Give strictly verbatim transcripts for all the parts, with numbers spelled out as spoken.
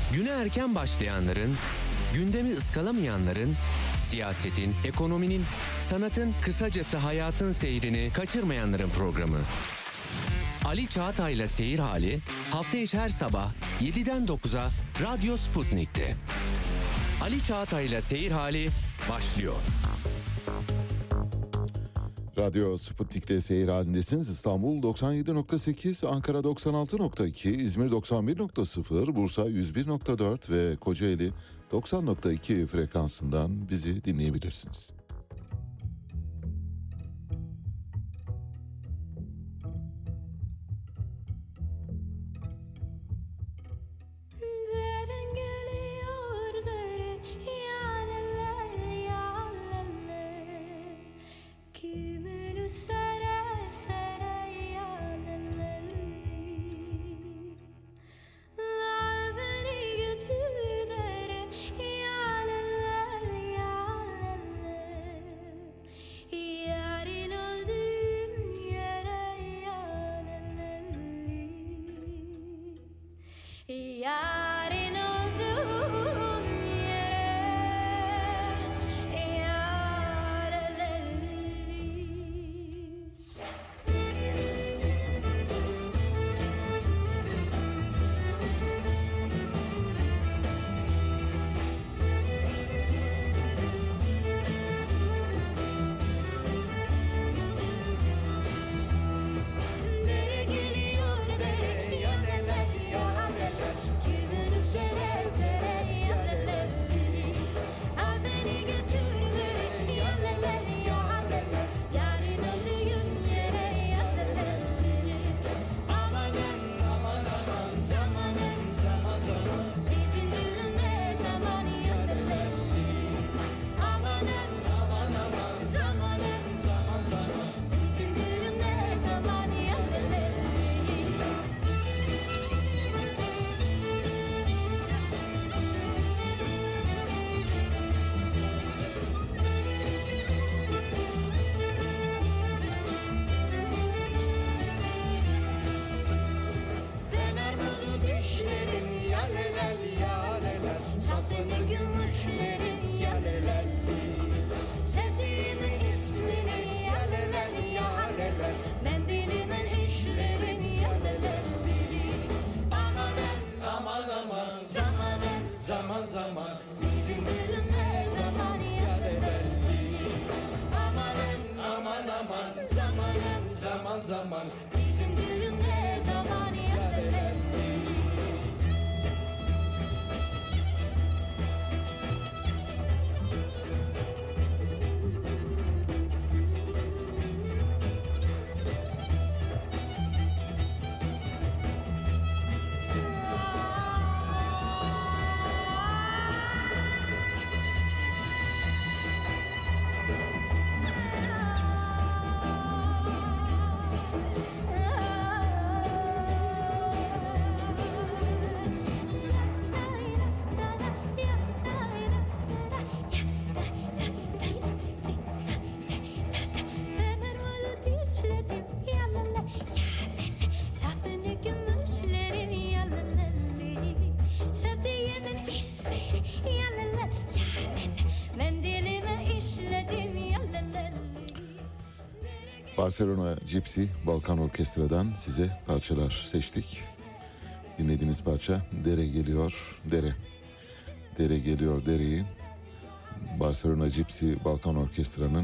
Güne erken başlayanların, gündemi ıskalamayanların, siyasetin, ekonominin, sanatın, kısacası hayatın seyrini kaçırmayanların programı. Ali Çağatay'la Seyir Hali hafta içi her sabah yediden dokuza Radyo Sputnik'te. Ali Çağatay'la Seyir Hali başlıyor. Radyo Sputnik'te seyir halindesiniz. İstanbul doksan yedi nokta sekiz, Ankara doksan altı nokta iki, İzmir doksan bir nokta sıfır, Bursa yüz bir nokta dört ve Kocaeli doksan nokta iki frekansından bizi dinleyebilirsiniz. Barcelona Gypsy Balkan Orkestra'dan size parçalar seçtik. Dinlediğiniz parça Dere Geliyor Dere. Dere Geliyor Dere'yi Barcelona Gypsy Balkan Orkestra'nın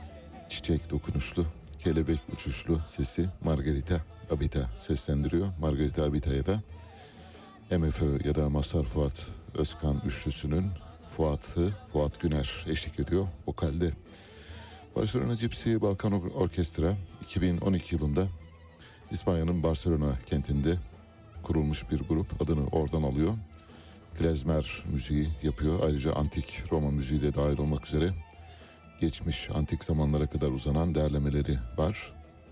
çiçek dokunuşlu, kelebek uçuşlu sesi Margarita Abita seslendiriyor. Margarita Abita'ya da M F Ö ya da Mazhar Fuat Özkan üçlüsünün Fuat'ı Fuat Güner eşlik ediyor vokalde. Barcelona Gypsy Balkan Orkestra iki bin on iki yılında İspanya'nın Barcelona kentinde kurulmuş bir grup, adını oradan alıyor. Klezmer müziği yapıyor. Ayrıca antik Roma müziği de dahil olmak üzere geçmiş antik zamanlara kadar uzanan derlemeleri var.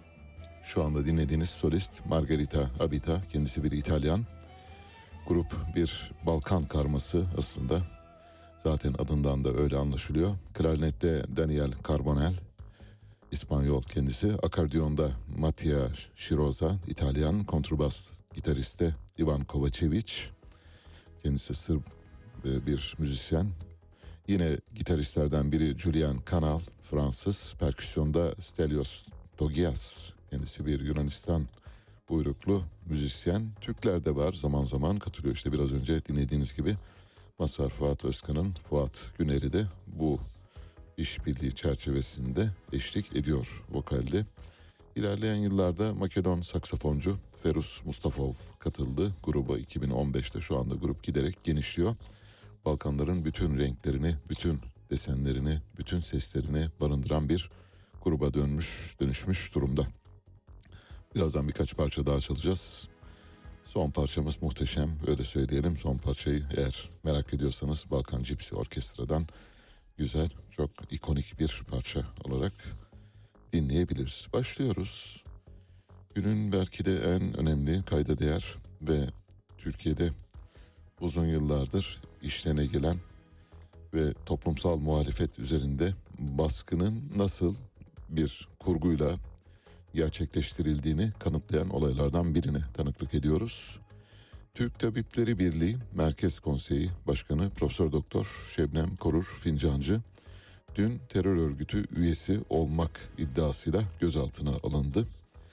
Şu anda dinlediğiniz solist Margarita Abita, kendisi bir İtalyan. Grup bir Balkan karması aslında. Zaten adından da öyle anlaşılıyor. Klarnette Daniel Carbonell, İspanyol kendisi. Akordiyonda Mattia Shiroza, İtalyan. Kontrbas gitariste Ivan Kovacevic. Kendisi Sırp e, bir müzisyen. Yine gitaristlerden biri Julian Kanal, Fransız. Perküsyonda Stelios Togias, kendisi bir Yunanistan uyruklu müzisyen. Türkler de var, zaman zaman katılıyor. İşte biraz önce dinlediğiniz gibi Mazhar Fuat Özkan'ın Fuat Güner'i de bu işbirliği çerçevesinde eşlik ediyor vokalde. İlerleyen yıllarda Makedon saksafoncu Ferus Mustafov katıldı gruba iki bin on beşte. Şu anda grup giderek genişliyor. Balkanların bütün renklerini, bütün desenlerini, bütün seslerini barındıran bir gruba dönmüş, dönüşmüş durumda. Birazdan birkaç parça daha çalacağız. Son parçamız muhteşem, öyle söyleyelim. Son parçayı eğer merak ediyorsanız Balkan Gypsy Orkestra'dan güzel, çok ikonik bir parça olarak dinleyebiliriz. Başlıyoruz. Günün belki de en önemli, kayda değer ve Türkiye'de uzun yıllardır işlene gelen ve toplumsal muhalefet üzerinde baskının nasıl bir kurguyla gerçekleştirildiğini kanıtlayan olaylardan birine tanıklık ediyoruz. Türk Tabipleri Birliği Merkez Konseyi Başkanı Profesör Doktor Şebnem Korur Fincancı dün terör örgütü üyesi olmak iddiasıyla gözaltına alındı.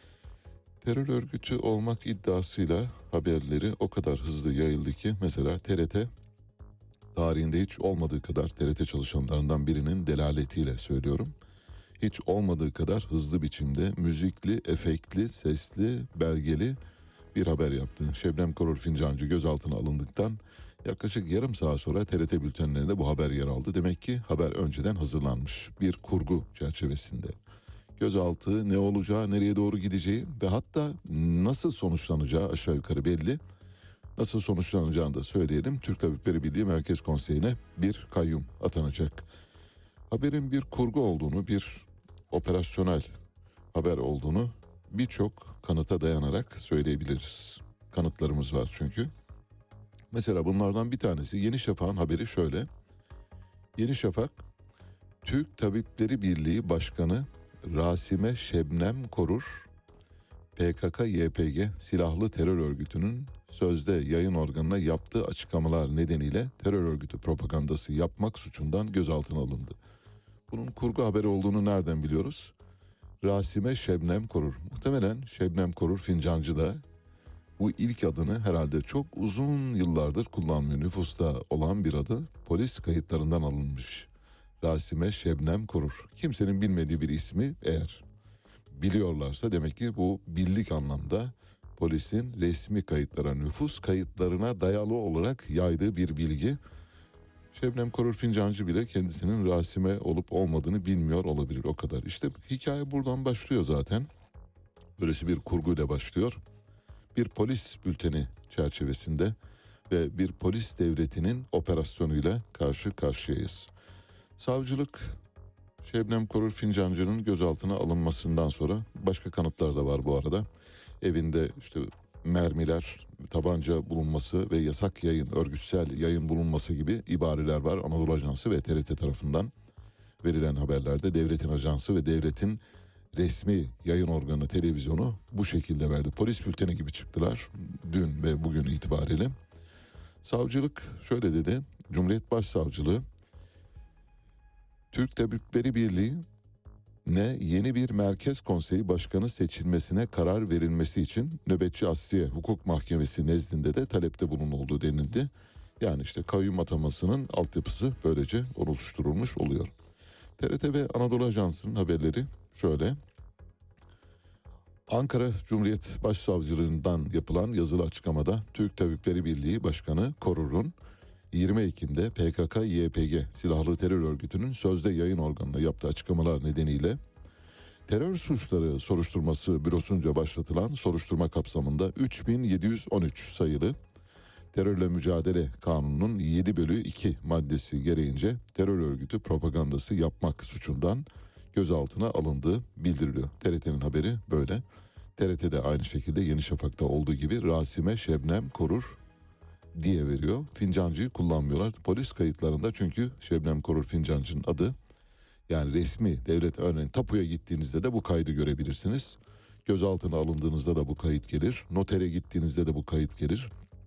Terör örgütü olmak iddiasıyla haberleri o kadar hızlı yayıldı ki mesela T R T tarihinde hiç olmadığı kadar, T R T çalışanlarından birinin delaletiyle söylüyorum, hiç olmadığı kadar hızlı biçimde müzikli, efektli, sesli, belgeli bir haber yaptı. Şebnem Korur Fincancı gözaltına alındıktan yaklaşık yarım saat sonra T R T bültenlerinde bu haber yer aldı. Demek ki haber önceden hazırlanmış bir kurgu çerçevesinde. Gözaltı, ne olacağı, nereye doğru gideceği ve hatta nasıl sonuçlanacağı aşağı yukarı belli. Nasıl sonuçlanacağını da söyleyelim. Türk Tabipleri Birliği Merkez Konseyi'ne bir kayyum atanacak. Haberin bir kurgu olduğunu, bir operasyonel haber olduğunu birçok kanıta dayanarak söyleyebiliriz. Kanıtlarımız var çünkü. Mesela bunlardan bir tanesi Yeni Şafak'ın haberi şöyle. Yeni Şafak, Türk Tabipleri Birliği Başkanı Rasime Şebnem Korur, P K K Y P G silahlı terör örgütünün sözde yayın organına yaptığı açıklamalar nedeniyle terör örgütü propagandası yapmak suçundan gözaltına alındı. Bunun kurgu haberi olduğunu nereden biliyoruz? Rasime Şebnem Korur. Muhtemelen Şebnem Korur Fincancı da bu ilk adını herhalde çok uzun yıllardır kullanmıyor. Nüfusta olan bir adı polis kayıtlarından alınmış. Rasime Şebnem Korur. Kimsenin bilmediği bir ismi, eğer biliyorlarsa demek ki bu bildik anlamda polisin resmi kayıtlara, nüfus kayıtlarına dayalı olarak yaydığı bir bilgi. Şebnem Korur Fincancı bile kendisinin Rasime olup olmadığını bilmiyor olabilir, o kadar. İşte hikaye buradan başlıyor zaten. Böylesi bir kurguyla başlıyor. Bir polis bülteni çerçevesinde ve bir polis devletinin operasyonuyla karşı karşıyayız. Savcılık Şebnem Korur Fincancı'nın gözaltına alınmasından sonra başka kanıtlar da var bu arada. Evinde işte mermiler, tabanca bulunması ve yasak yayın, örgütsel yayın bulunması gibi ibareler var. Anadolu Ajansı ve T R T tarafından verilen haberlerde devletin ajansı ve devletin resmi yayın organı televizyonu bu şekilde verdi. Polis bülteni gibi çıktılar dün ve bugün itibariyle. Savcılık şöyle dedi. Cumhuriyet Başsavcılığı Türk Tabipleri Birliği ne yeni bir merkez konseyi başkanı seçilmesine karar verilmesi için nöbetçi Asliye Hukuk Mahkemesi nezdinde de talepte bulunulduğu denildi. Yani işte kayyum atamasının altyapısı böylece oluşturulmuş oluyor. T R T ve Anadolu Ajansı'nın haberleri şöyle. Ankara Cumhuriyet Başsavcılığından yapılan yazılı açıklamada Türk Tabipleri Birliği Başkanı Korur'un yirmi Ekim'de P K K Y P G silahlı terör örgütünün sözde yayın organına yaptığı açıklamalar nedeniyle terör suçları soruşturması bürosunca başlatılan soruşturma kapsamında üç bin yedi yüz on üç sayılı Terörle Mücadele Kanunu'nun yedi bölü iki maddesi gereğince terör örgütü propagandası yapmak suçundan gözaltına alındığı bildiriliyor. T R T'nin haberi böyle. T R T'de aynı şekilde Yeni Şafak'ta olduğu gibi Rasime Şebnem Korur diye veriyor. Fincancı'yı kullanmıyorlar. Polis kayıtlarında çünkü Şebnem Korur Fincancı'nın adı, yani resmi devlet, örneğin tapuya gittiğinizde de bu kaydı görebilirsiniz. Gözaltına alındığınızda da bu kayıt gelir. Notere gittiğinizde de bu kayıt gelir.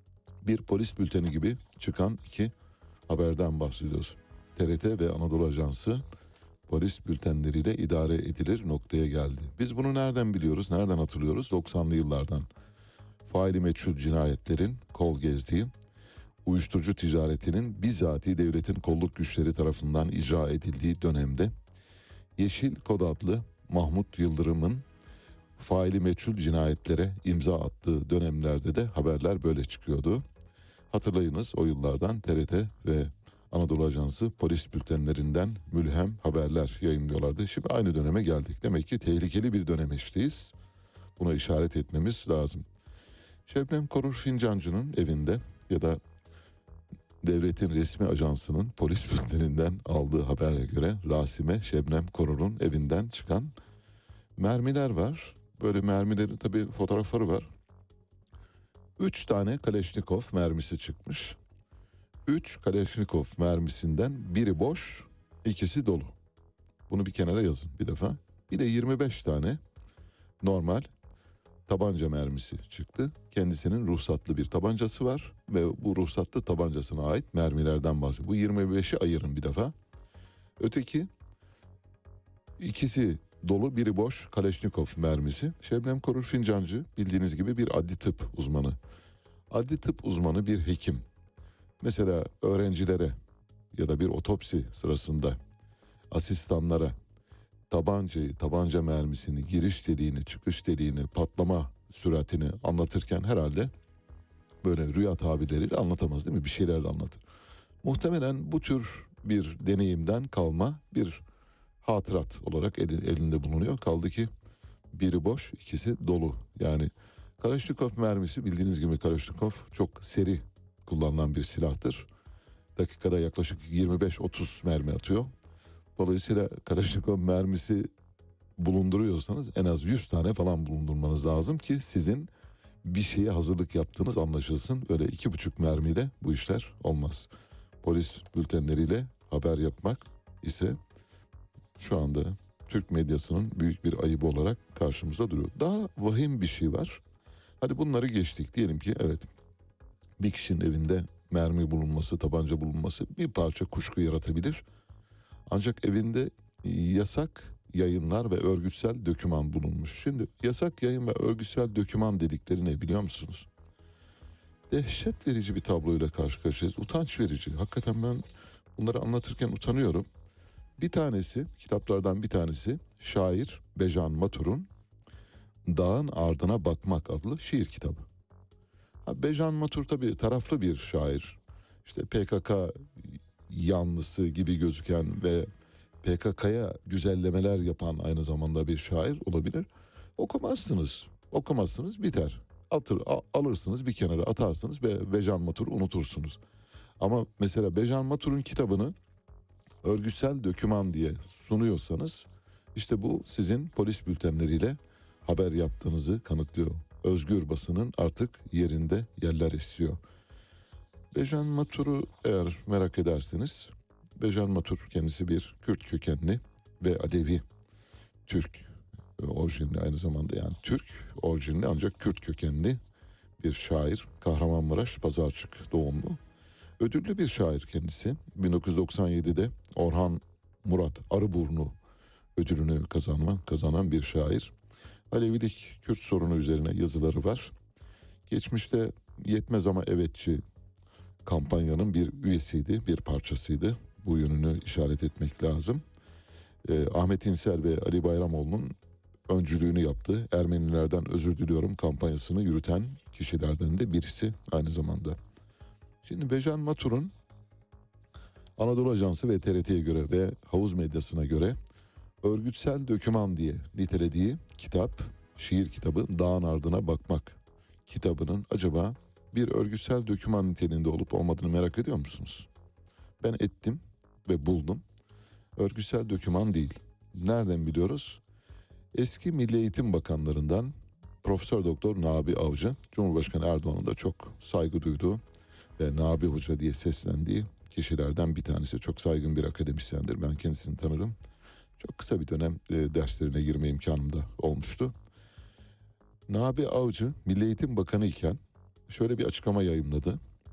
bir polis bülteni gibi çıkan iki haberden bahsediyoruz. T R T ve Anadolu Ajansı polis bültenleriyle idare edilir noktaya geldi. Biz bunu nereden biliyoruz, nereden hatırlıyoruz? doksanlı yıllardan. Faili meçhul cinayetlerin kol gezdiği, uyuşturucu ticaretinin bizatihi devletin kolluk güçleri tarafından icra edildiği dönemde Yeşil Kod adlı Mahmut Yıldırım'ın faili meçhul cinayetlere imza attığı dönemlerde de haberler böyle çıkıyordu. Hatırlayınız, o yıllardan T R T ve Anadolu Ajansı polis bültenlerinden mülhem haberler yayınlıyorlardı. Şimdi aynı döneme geldik. Demek ki tehlikeli bir dönemeçteyiz. Buna işaret etmemiz lazım. Şebnem Korur Fincancı'nın evinde ya da devletin resmi ajansının polis bülteninden aldığı habere göre Rasime Şebnem Korur'un evinden çıkan mermiler var. Böyle mermilerin tabii fotoğrafları var. Üç tane Kaleşnikov mermisi çıkmış. Üç Kaleşnikov mermisinden biri boş, ikisi dolu. Bunu bir kenara yazın bir defa. Bir de yirmi beş tane normal tabanca mermisi çıktı. Kendisinin ruhsatlı bir tabancası var ve bu ruhsatlı tabancasına ait mermilerden bahsediyor. Bu yirmi beşi ayırın bir defa. Öteki ikisi dolu, biri boş Kaleşnikov mermisi. Şebnem Korur Fincancı bildiğiniz gibi bir adli tıp uzmanı. Adli tıp uzmanı bir hekim. Mesela öğrencilere ya da bir otopsi sırasında asistanlara tabancayı, tabanca mermisini, giriş deliğini, çıkış deliğini, patlama süratini anlatırken herhalde böyle rüya tabirleriyle anlatamaz değil mi? Bir şeyler de anlatır. Muhtemelen bu tür bir deneyimden kalma bir hatırat olarak elinde bulunuyor. Kaldı ki biri boş, ikisi dolu. Yani Kaleşnikov mermisi, bildiğiniz gibi Kaleşnikov çok seri kullanılan bir silahtır. Dakikada yaklaşık yirmi beş otuz mermi atıyor. Dolayısıyla Kaleşnikov mermisi bulunduruyorsanız en az yüz tane falan bulundurmanız lazım ki sizin bir şeye hazırlık yaptığınız anlaşılsın. Böyle iki buçuk mermiyle bu işler olmaz. Polis bültenleriyle haber yapmak ise şu anda Türk medyasının büyük bir ayıbı olarak karşımızda duruyor. Daha vahim bir şey var. Hadi bunları geçtik. Diyelim ki evet, bir kişinin evinde mermi bulunması, tabanca bulunması bir parça kuşku yaratabilir. Ancak evinde yasak yayınlar ve örgütsel döküman bulunmuş. Şimdi yasak yayın ve örgütsel döküman dedikleri ne biliyor musunuz? Dehşet verici bir tabloyla karşı karşıyayız. Utanç verici. Hakikaten ben bunları anlatırken utanıyorum. Bir tanesi, kitaplardan bir tanesi şair Bejan Matur'un Dağın Ardına Bakmak adlı şiir kitabı. Ha, Bejan Matur tabii taraflı bir şair. İşte P K K yanlısı gibi gözüken ve P K K'ya güzellemeler yapan aynı zamanda bir şair olabilir. Okumazsınız, okumazsınız biter. Atır, alırsınız bir kenara atarsınız ve Bejan Matur'u unutursunuz. Ama mesela Bejan Matur'un kitabını örgütsel döküman diye sunuyorsanız işte bu sizin polis bültenleriyle haber yaptığınızı kanıtlıyor. Özgür basının artık yerinde yerler istiyor. Bejan Matur'u eğer merak ederseniz, Bejan Matur kendisi bir Kürt kökenli ve Alevi Türk orijinli, aynı zamanda yani Türk orijinli ancak Kürt kökenli bir şair. Kahramanmaraş Pazarcık doğumlu. Ödüllü bir şair kendisi. bin dokuz yüz doksan yedide Orhan Murat Arıburnu ödülünü kazanan, kazanan bir şair. Alevilik Kürt sorunu üzerine yazıları var. Geçmişte Yetmez Ama Evetçi kampanyanın bir üyesiydi, bir parçasıydı. Bu yönünü işaret etmek lazım. Ee, Ahmet İnsel ve Ali Bayramoğlu'nun öncülüğünü yaptığı Ermenilerden Özür Diliyorum kampanyasını yürüten kişilerden de birisi aynı zamanda. Şimdi Bejan Matur'un Anadolu Ajansı ve T R T'ye göre ve havuz medyasına göre örgütsel döküman diye nitelediği kitap, şiir kitabı Dağın Ardına Bakmak kitabının acaba bir örgütsel döküman niteliğinde olup olmadığını merak ediyor musunuz? Ben ettim ve buldum. Örgütsel döküman değil. Nereden biliyoruz? Eski Milli Eğitim Bakanlarından Profesör Doktor Nabi Avcı, Cumhurbaşkanı Erdoğan'ın da çok saygı duyduğu ve Nabi Hoca diye seslendiği kişilerden bir tanesi. Çok saygın bir akademisyendir. Ben kendisini tanırım. Çok kısa bir dönem e, derslerine girme imkanım da olmuştu. Nabi Avcı Milli Eğitim Bakanı iken şöyle bir açıklama yayımladı.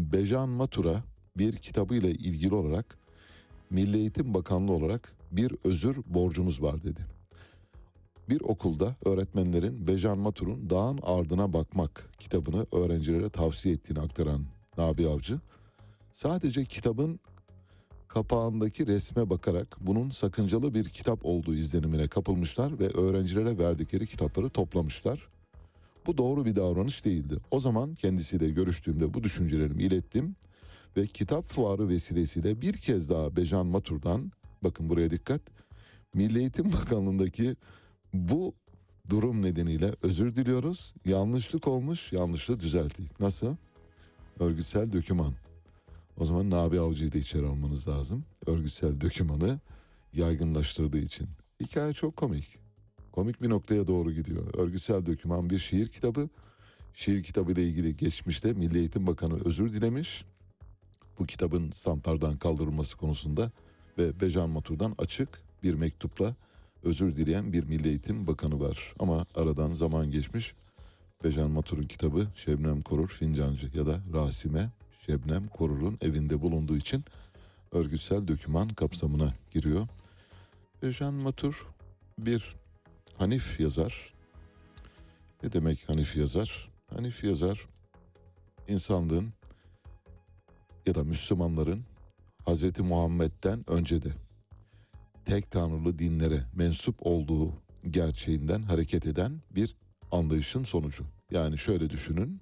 Bejan Matur'a bir kitabıyla ilgili olarak Milli Eğitim Bakanlığı olarak bir özür borcumuz var dedi. Bir okulda öğretmenlerin Bejan Matur'un Dağın Ardına Bakmak kitabını öğrencilere tavsiye ettiğini aktaran Nabi Avcı, sadece kitabın kapağındaki resme bakarak bunun sakıncalı bir kitap olduğu izlenimine kapılmışlar ve öğrencilere verdikleri kitapları toplamışlar. Bu doğru bir davranış değildi. O zaman kendisiyle görüştüğümde bu düşüncelerimi ilettim ve kitap fuarı vesilesiyle bir kez daha Bejan Matur'dan, bakın buraya dikkat, Milli Eğitim Bakanlığı'ndaki bu durum nedeniyle özür diliyoruz. Yanlışlık olmuş, yanlışlığı düzelttik. Nasıl? Örgütsel döküman. O zaman Nabi Avcı'yı da içeri almanız lazım. Örgütsel dökümanı yaygınlaştırdığı için. Hikaye çok komik. Komik bir noktaya doğru gidiyor. Örgütsel döküman bir şiir kitabı. Şiir kitabı ile ilgili geçmişte Milli Eğitim Bakanı özür dilemiş. Bu kitabın standlardan kaldırılması konusunda ve Bejan Matur'dan açık bir mektupla özür dileyen bir Milli Eğitim Bakanı var. Ama aradan zaman geçmiş. Bejan Matur'un kitabı Şebnem Korur Fincancı ya da Rasime Şebnem Korur'un evinde bulunduğu için örgütsel döküman kapsamına giriyor. Bejan Matur bir Hanif yazar. Ne demek Hanif yazar? Hanif yazar, insanlığın ya da Müslümanların Hazreti Muhammed'den önce de tek tanrılı dinlere mensup olduğu gerçeğinden hareket eden bir anlayışın sonucu. Yani şöyle düşünün,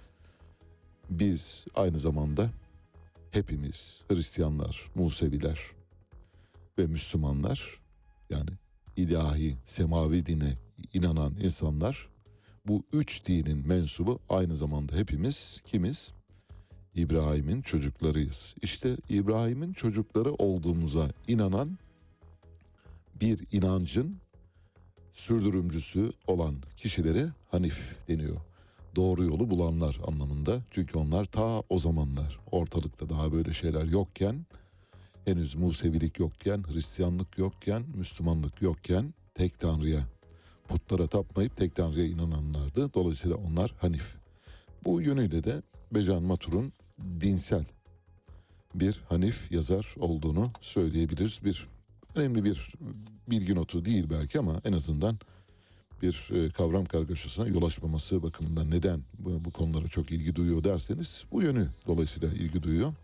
biz aynı zamanda hepimiz Hristiyanlar, Museviler ve Müslümanlar, yani ilahi, semavi dine inanan insanlar, bu üç dinin mensubu aynı zamanda hepimiz kimiz? İbrahim'in çocuklarıyız. İşte İbrahim'in çocukları olduğumuza inanan bir inancın sürdürümcüsü olan kişilere Hanif deniyor. Doğru yolu bulanlar anlamında. Çünkü onlar ta o zamanlar ortalıkta daha böyle şeyler yokken, henüz Musevilik yokken, Hristiyanlık yokken, Müslümanlık yokken tek tanrıya, putlara tapmayıp tek tanrıya inananlardı. Dolayısıyla onlar Hanif. Bu yönüyle de Bejan Matur'un dinsel bir Hanif yazar olduğunu söyleyebiliriz. Bir önemli bir bilgi notu değil belki ama en azından bir kavram kargaşasına yol açmaması bakımından neden bu, bu konulara çok ilgi duyuyor derseniz bu yönü dolayısıyla ilgi duyuyor.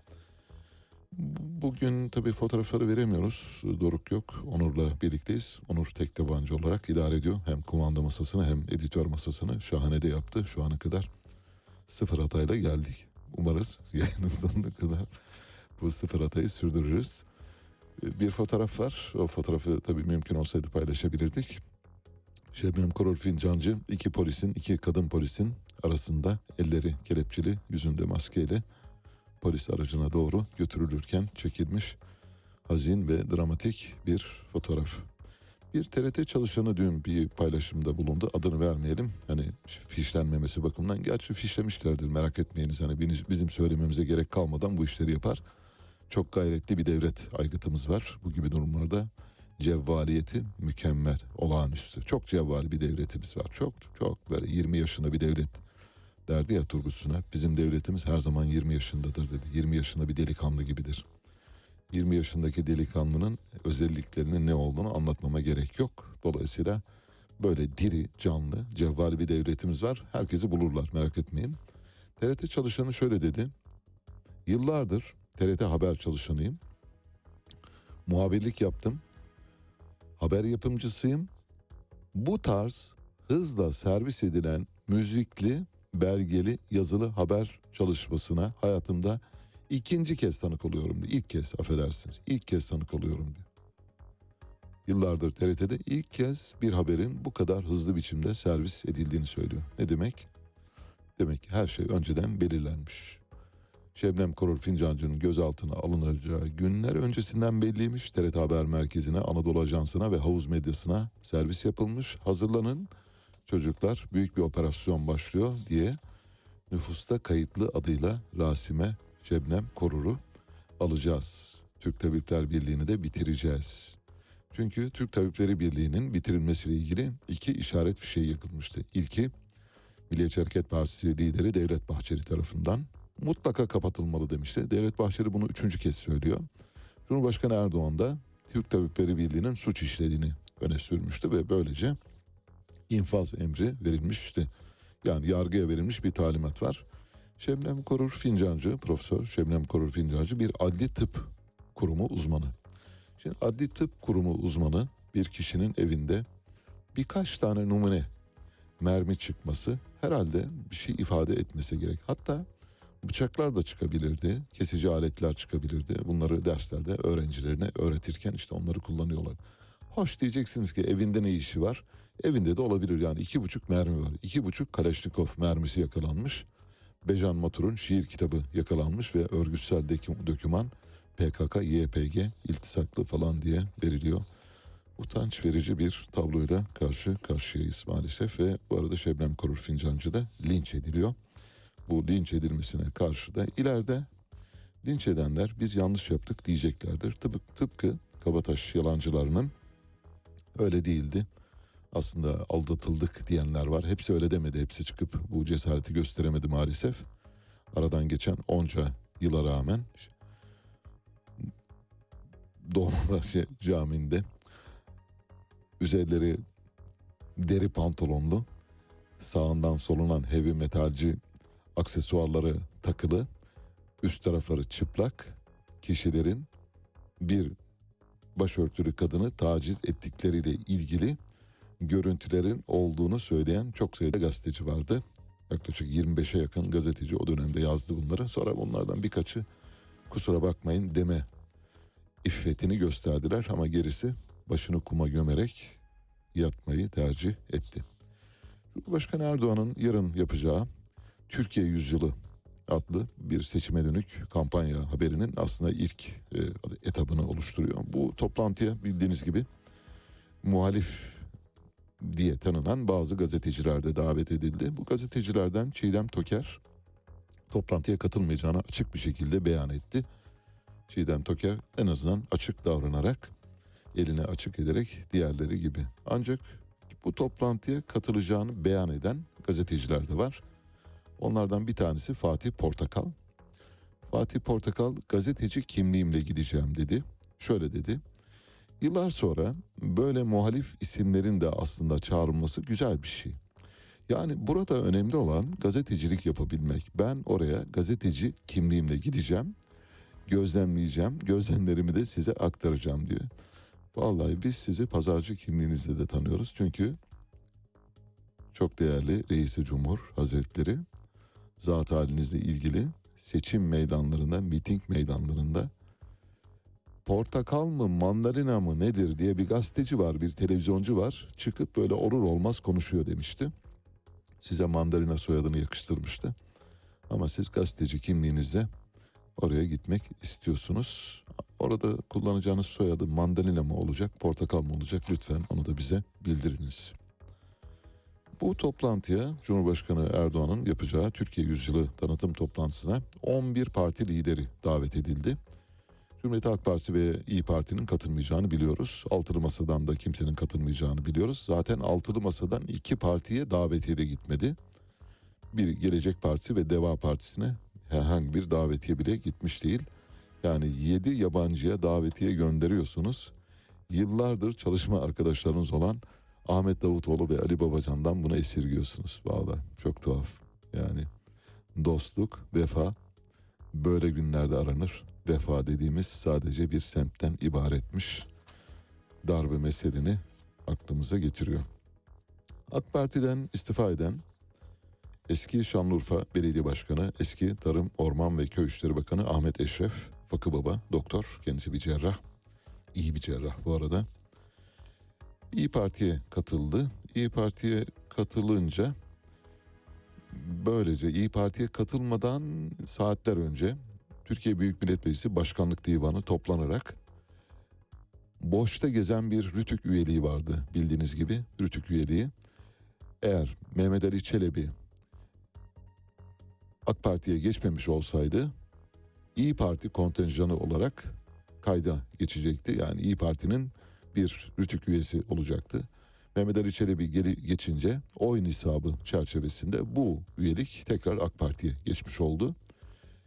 Bugün tabii fotoğrafları veremiyoruz. Doruk yok. Onur'la birlikteyiz. Onur tek tabanca olarak idare ediyor. Hem kumanda masasını hem editör masasını şahane de yaptı. Şu ana kadar sıfır hatayla geldik. Umarız yayının sonuna kadar bu sıfır hatayı sürdürürüz. Bir fotoğraf var. O fotoğrafı tabii mümkün olsaydı paylaşabilirdik. Şebnem Korur Fincancı iki polisin, iki kadın polisin arasında elleri kelepçeli, yüzünde maskeyle polis aracına doğru götürülürken çekilmiş hazin ve dramatik bir fotoğraf. Bir T R T çalışanı dün bir paylaşımda bulundu. Adını vermeyelim. Hani fişlenmemesi bakımından. Gerçi fişlemişlerdir, merak etmeyiniz. Hani bizim söylememize gerek kalmadan bu işleri yapar. Çok gayretli bir devlet aygıtımız var. Bu gibi durumlarda cevvaliyeti mükemmel, olağanüstü. Çok cevval bir devletimiz var. Çok çok böyle yirmi yaşında bir devlet derdi ya Turgut Sunay. Bizim devletimiz her zaman yirmi yaşındadır dedi. yirmi yaşında bir delikanlı gibidir. yirmi yaşındaki delikanlının özelliklerinin ne olduğunu anlatmama gerek yok. Dolayısıyla böyle diri, canlı, cevval bir devletimiz var. Herkesi bulurlar, merak etmeyin. T R T çalışanı şöyle dedi. Yıllardır T R T haber çalışanıyım. Muhabirlik yaptım. Haber yapımcısıyım. Bu tarz hızla servis edilen müzikli, belgeli, yazılı haber çalışmasına hayatımda ikinci kez tanık oluyorum diyor. İlk kez, affedersiniz. İlk kez tanık oluyorum diyor. Yıllardır T R T'de ilk kez bir haberin bu kadar hızlı biçimde servis edildiğini söylüyor. Ne demek? Demek ki her şey önceden belirlenmiş. Şebnem Korur Fincancı'nın gözaltına alınacağı günler öncesinden belliymiş. T R T Haber Merkezi'ne, Anadolu Ajansı'na ve Havuz Medyası'na servis yapılmış. Hazırlanın çocuklar, büyük bir operasyon başlıyor diye nüfusta kayıtlı adıyla Rasime Şebnem Korur'u alacağız. Türk Tabipler Birliği'ni de bitireceğiz. Çünkü Türk Tabipleri Birliği'nin bitirilmesiyle ilgili iki işaret fişeği yakılmıştı. İlki Milliyetçi Hareket Partisi lideri Devlet Bahçeli tarafından. mutlaka kapatılmalı demişti. Devlet Bahçeli bunu üçüncü kez söylüyor. Cumhurbaşkanı Erdoğan da Türk Tabipleri Birliği'nin suç işlediğini öne sürmüştü ve böylece infaz emri verilmişti. Yani yargıya verilmiş bir talimat var. Şebnem Korur Fincancı, Profesör Şebnem Korur Fincancı bir adli tıp kurumu uzmanı. Şimdi adli tıp kurumu uzmanı bir kişinin evinde birkaç tane numune mermi çıkması herhalde bir şey ifade etmesi gerek. Hatta bıçaklar da çıkabilirdi, kesici aletler çıkabilirdi. Bunları derslerde öğrencilerine öğretirken işte onları kullanıyorlar. Hoş diyeceksiniz ki evinde ne işi var? Evinde de olabilir yani iki buçuk mermi var. İki buçuk Kalaşnikov mermisi yakalanmış. Bejan Matur'un şiir kitabı yakalanmış ve örgütsel döküman P K K, Y P G iltisaklı falan diye veriliyor. Utanç verici bir tabloyla karşı karşıyayız maalesef ve bu arada Şebnem Korur Fincancı da linç ediliyor. Bu linç edilmesine karşı da ileride linç edenler biz yanlış yaptık diyeceklerdir. Tıpkı, tıpkı Kabataş yalancılarının öyle değildi. Aslında aldatıldık diyenler var. Hepsi öyle demedi. Hepsi çıkıp bu cesareti gösteremedi maalesef. Aradan geçen onca yıla rağmen Dolmabahçe Camii'nde üzerleri deri pantolonlu, sağından solunan heavy metalci aksesuarları takılı, üst tarafları çıplak kişilerin bir başörtülü kadını taciz ettikleriyle ilgili görüntülerin olduğunu söyleyen çok sayıda gazeteci vardı. Yaklaşık yirmi beşe yakın gazeteci o dönemde yazdı bunları. Sonra bunlardan birkaçı kusura bakmayın deme iffetini gösterdiler ama gerisi başını kuma gömerek yatmayı tercih etti. Cumhurbaşkanı Erdoğan'ın yarın yapacağı Türkiye Yüzyılı adlı bir seçime dönük kampanya haberinin aslında ilk e, etabını oluşturuyor. Bu toplantıya bildiğiniz gibi muhalif diye tanınan bazı gazeteciler de davet edildi. Bu gazetecilerden Çiğdem Toker toplantıya katılmayacağını açık bir şekilde beyan etti. Çiğdem Toker en azından açık davranarak, eline açık ederek diğerleri gibi. Ancak bu toplantıya katılacağını beyan eden gazeteciler de var. Onlardan bir tanesi Fatih Portakal. Fatih Portakal gazeteci kimliğimle gideceğim dedi. Şöyle dedi. Yıllar sonra böyle muhalif isimlerin de aslında çağrılması güzel bir şey. Yani burada önemli olan gazetecilik yapabilmek. Ben oraya gazeteci kimliğimle gideceğim, gözlemleyeceğim, gözlemlerimi de size aktaracağım diyor. Vallahi biz sizi pazarcı kimliğinizle de tanıyoruz. Çünkü çok değerli Reis-i Cumhur Hazretleri zat halinizle ilgili seçim meydanlarında, miting meydanlarında portakal mı mandalina mı nedir diye bir gazeteci var, bir televizyoncu var. Çıkıp böyle olur olmaz konuşuyor demişti. Size mandalina soyadını yakıştırmıştı. Ama siz gazeteci kimliğinizle oraya gitmek istiyorsunuz. Orada kullanacağınız soyadı mandalina mı olacak, portakal mı olacak? Lütfen onu da bize bildiriniz. Bu toplantıya Cumhurbaşkanı Erdoğan'ın yapacağı Türkiye Yüzyılı tanıtım toplantısına on bir parti lideri davet edildi. Cumhuriyet Halk Partisi ve İYİ Parti'nin katılmayacağını biliyoruz. Altılı Masa'dan da kimsenin katılmayacağını biliyoruz. Zaten Altılı Masa'dan iki partiye davetiye de gitmedi. Bir Gelecek Partisi ve Deva Partisi'ne herhangi bir davetiye bile gitmiş değil. Yani yedi yabancıya davetiye gönderiyorsunuz. Yıllardır çalışma arkadaşlarınız olan Ahmet Davutoğlu ve Ali Babacan'dan bunu esirgiyorsunuz. Vallahi çok tuhaf. Yani dostluk, vefa böyle günlerde aranır. Vefa dediğimiz sadece bir semtten ibaretmiş. Darbe meseleni aklımıza getiriyor. AK Parti'den istifa eden eski Şanlıurfa Belediye Başkanı, eski Tarım, Orman ve Köy İşleri Bakanı Ahmet Eşref Fakı Baba, doktor, kendisi bir cerrah. İyi bir cerrah bu arada. İYİ Parti'ye katıldı. İYİ Parti'ye katılınca böylece İYİ Parti'ye katılmadan saatler önce Türkiye Büyük Millet Meclisi Başkanlık Divanı toplanarak boşta gezen bir RTÜK üyeliği vardı bildiğiniz gibi. RTÜK üyeliği eğer Mehmet Ali Çelebi AK Parti'ye geçmemiş olsaydı İYİ Parti kontenjanı olarak kayda geçecekti. Yani İYİ Parti'nin bir RTÜK üyesi olacaktı. Mehmet Ali Çelebi geri geçince oy nisabı çerçevesinde bu üyelik tekrar AK Parti'ye geçmiş oldu.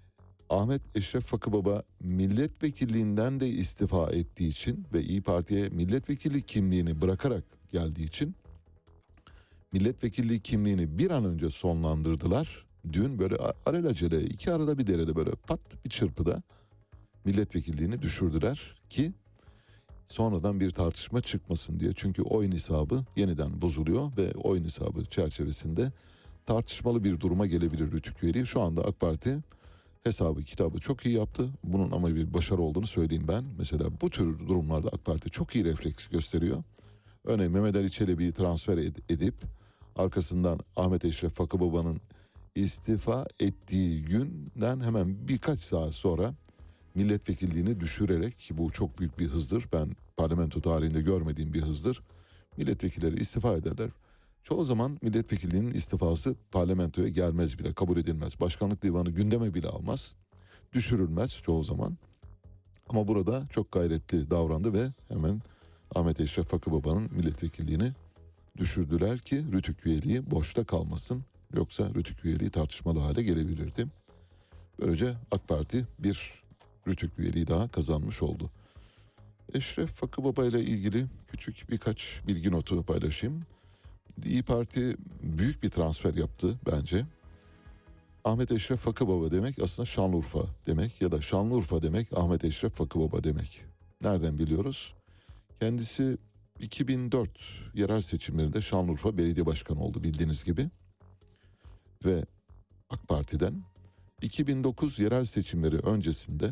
Ahmet Eşref Fakıbaba milletvekilliğinden de istifa ettiği için ve İYİ Parti'ye milletvekili kimliğini bırakarak geldiği için milletvekilliği kimliğini bir an önce sonlandırdılar. Dün böyle alelacele iki arada bir derede böyle pat bir çırpıda milletvekilliğini düşürdüler ki sonradan bir tartışma çıkmasın diye. Çünkü oy nisabı yeniden bozuluyor ve oy nisabı çerçevesinde tartışmalı bir duruma gelebilir Rütük üyeliği. Şu anda AK Parti hesabı kitabı çok iyi yaptı. Bunun ama bir başarı olduğunu söyleyeyim ben. Mesela bu tür durumlarda AK Parti çok iyi refleks gösteriyor. Örneğin Mehmet Ali Çelebi'yi transfer ed- edip arkasından Ahmet Eşref Fakıbaba'nın istifa ettiği günden hemen birkaç saat sonra milletvekilliğini düşürerek, ki bu çok büyük bir hızdır. Ben parlamento tarihinde görmediğim bir hızdır. Milletvekilleri istifa ederler. Çoğu zaman milletvekilliğinin istifası parlamentoya gelmez bile, kabul edilmez. Başkanlık divanı gündeme bile almaz. Düşürülmez çoğu zaman. Ama burada çok gayretli davrandı ve hemen Ahmet Eşref Fakıbaba'nın milletvekilliğini düşürdüler ki Rütük üyeliği boşta kalmasın. Yoksa Rütük üyeliği tartışmalı hale gelebilirdi. Böylece AK Parti bir Rütük üyeliği daha kazanmış oldu. Eşref Fakıbaba ile ilgili küçük birkaç bilgi notu paylaşayım. İYİ Parti büyük bir transfer yaptı bence. Ahmet Eşref Fakıbaba demek aslında Şanlıurfa demek ya da Şanlıurfa demek Ahmet Eşref Fakıbaba demek. Nereden biliyoruz? Kendisi iki bin dört yerel seçimlerinde Şanlıurfa Belediye Başkanı oldu bildiğiniz gibi. Ve AK Parti'den iki bin dokuz yerel seçimleri öncesinde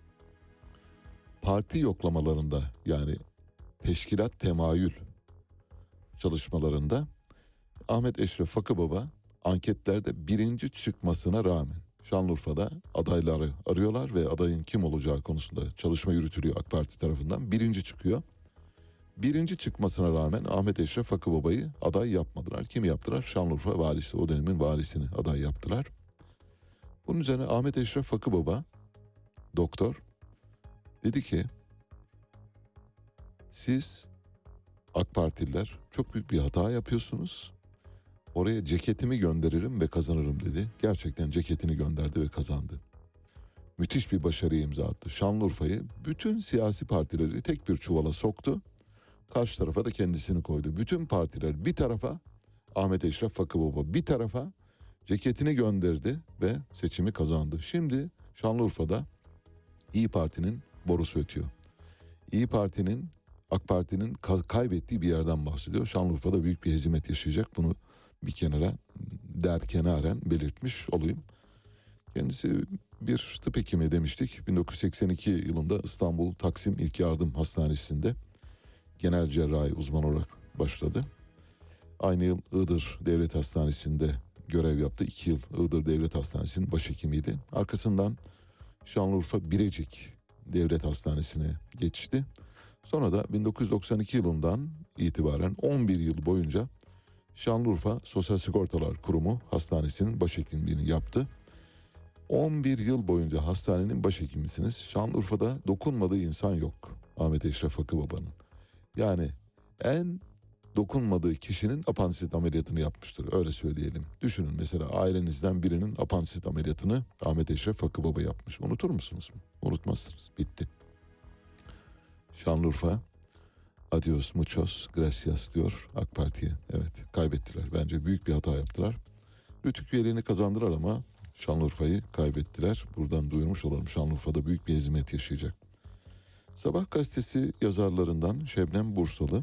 parti yoklamalarında, yani teşkilat temayül çalışmalarında Ahmet Eşref Fakıbaba anketlerde birinci çıkmasına rağmen Şanlıurfa'da adayları arıyorlar ve adayın kim olacağı konusunda çalışma yürütülüyor AK Parti tarafından. Birinci çıkıyor. Birinci çıkmasına rağmen Ahmet Eşref Fakıbaba'yı aday yapmadılar. Kim yaptılar? Şanlıurfa valisi, o dönemin valisini aday yaptılar. Bunun üzerine Ahmet Eşref Fakıbaba, doktor, dedi ki siz AK Partililer çok büyük bir hata yapıyorsunuz. Oraya ceketimi gönderirim ve kazanırım dedi. Gerçekten ceketini gönderdi ve kazandı. Müthiş bir başarıya imza attı. Şanlıurfa'yı bütün siyasi partileri tek bir çuvala soktu. Karşı tarafa da kendisini koydu. Bütün partiler bir tarafa, Ahmet Eşref Fakıbaba bir tarafa ceketini gönderdi ve seçimi kazandı. Şimdi Şanlıurfa'da İYİ Parti'nin borusu ötüyor. İYİ Parti'nin, AK Parti'nin kaybettiği bir yerden bahsediyor. Şanlıurfa'da büyük bir hezimet yaşayacak. Bunu bir kenara derkenaren belirtmiş olayım. Kendisi bir tıp hekimi demiştik. bin dokuz yüz seksen iki yılında İstanbul Taksim İlk Yardım Hastanesi'nde genel cerrahi uzman olarak başladı. Aynı yıl Iğdır Devlet Hastanesi'nde görev yaptı. İki yıl Iğdır Devlet Hastanesi'nin başhekimiydi. Arkasından Şanlıurfa Birecik Devlet Hastanesi'ne geçti. Sonra da bin dokuz yüz doksan iki yılından itibaren on bir yıl boyunca Şanlıurfa Sosyal Sigortalar Kurumu Hastanesi'nin başhekimliğini yaptı. on bir yıl boyunca hastanenin başhekimisiniz. Şanlıurfa'da dokunmadığı insan yok Ahmet Eşref Fakıbaba'nın. Yani en dokunmadığı kişinin apandisit ameliyatını yapmıştır, öyle söyleyelim. Düşünün mesela ailenizden birinin apandisit ameliyatını Ahmet Eşref Fakıbaba yapmış. Unutur musunuz? Unutmazsınız. Bitti. Şanlıurfa adios muchos gracias diyor AK Parti'ye. Evet, kaybettiler. Bence büyük bir hata yaptılar. Rütük üyeliğini kazandılar ama Şanlıurfa'yı kaybettiler. Buradan duyurmuş olalım, Şanlıurfa'da büyük bir hezimet yaşayacak. Sabah gazetesi yazarlarından Şebnem Bursalı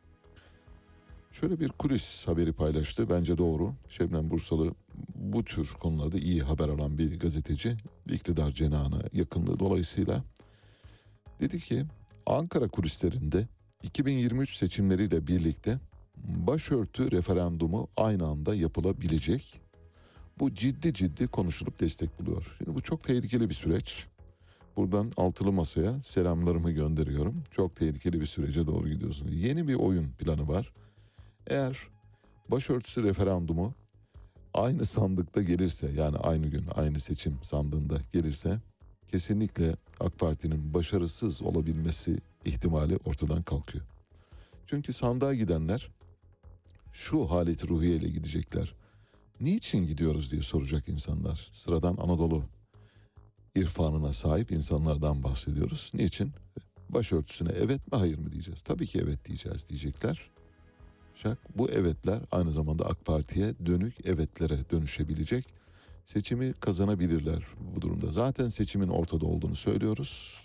şöyle bir kulis haberi paylaştı. Bence doğru. Şebnem Bursalı bu tür konularda iyi haber alan bir gazeteci. İktidar cenahına yakınlığı dolayısıyla. Dedi ki Ankara kulislerinde iki bin yirmi üç seçimleriyle birlikte başörtü referandumu aynı anda yapılabilecek. Bu ciddi ciddi konuşulup destek buluyor. Şimdi bu çok tehlikeli bir süreç. Buradan altılı masaya selamlarımı gönderiyorum. Çok tehlikeli bir sürece doğru gidiyorsunuz. Yeni bir oyun planı var. Eğer başörtüsü referandumu aynı sandıkta gelirse, yani aynı gün aynı seçim sandığında gelirse, kesinlikle AK Parti'nin başarısız olabilmesi ihtimali ortadan kalkıyor. Çünkü sandığa gidenler şu halet ruhiyeyle gidecekler. Niçin gidiyoruz diye soracak insanlar. Sıradan Anadolu irfanına sahip insanlardan bahsediyoruz. Niçin? Başörtüsüne evet mi hayır mı diyeceğiz? Tabii ki evet diyeceğiz diyecekler. Şak bu evetler aynı zamanda AK Parti'ye dönük evetlere dönüşebilecek. Seçimi kazanabilirler bu durumda. Zaten seçimin ortada olduğunu söylüyoruz.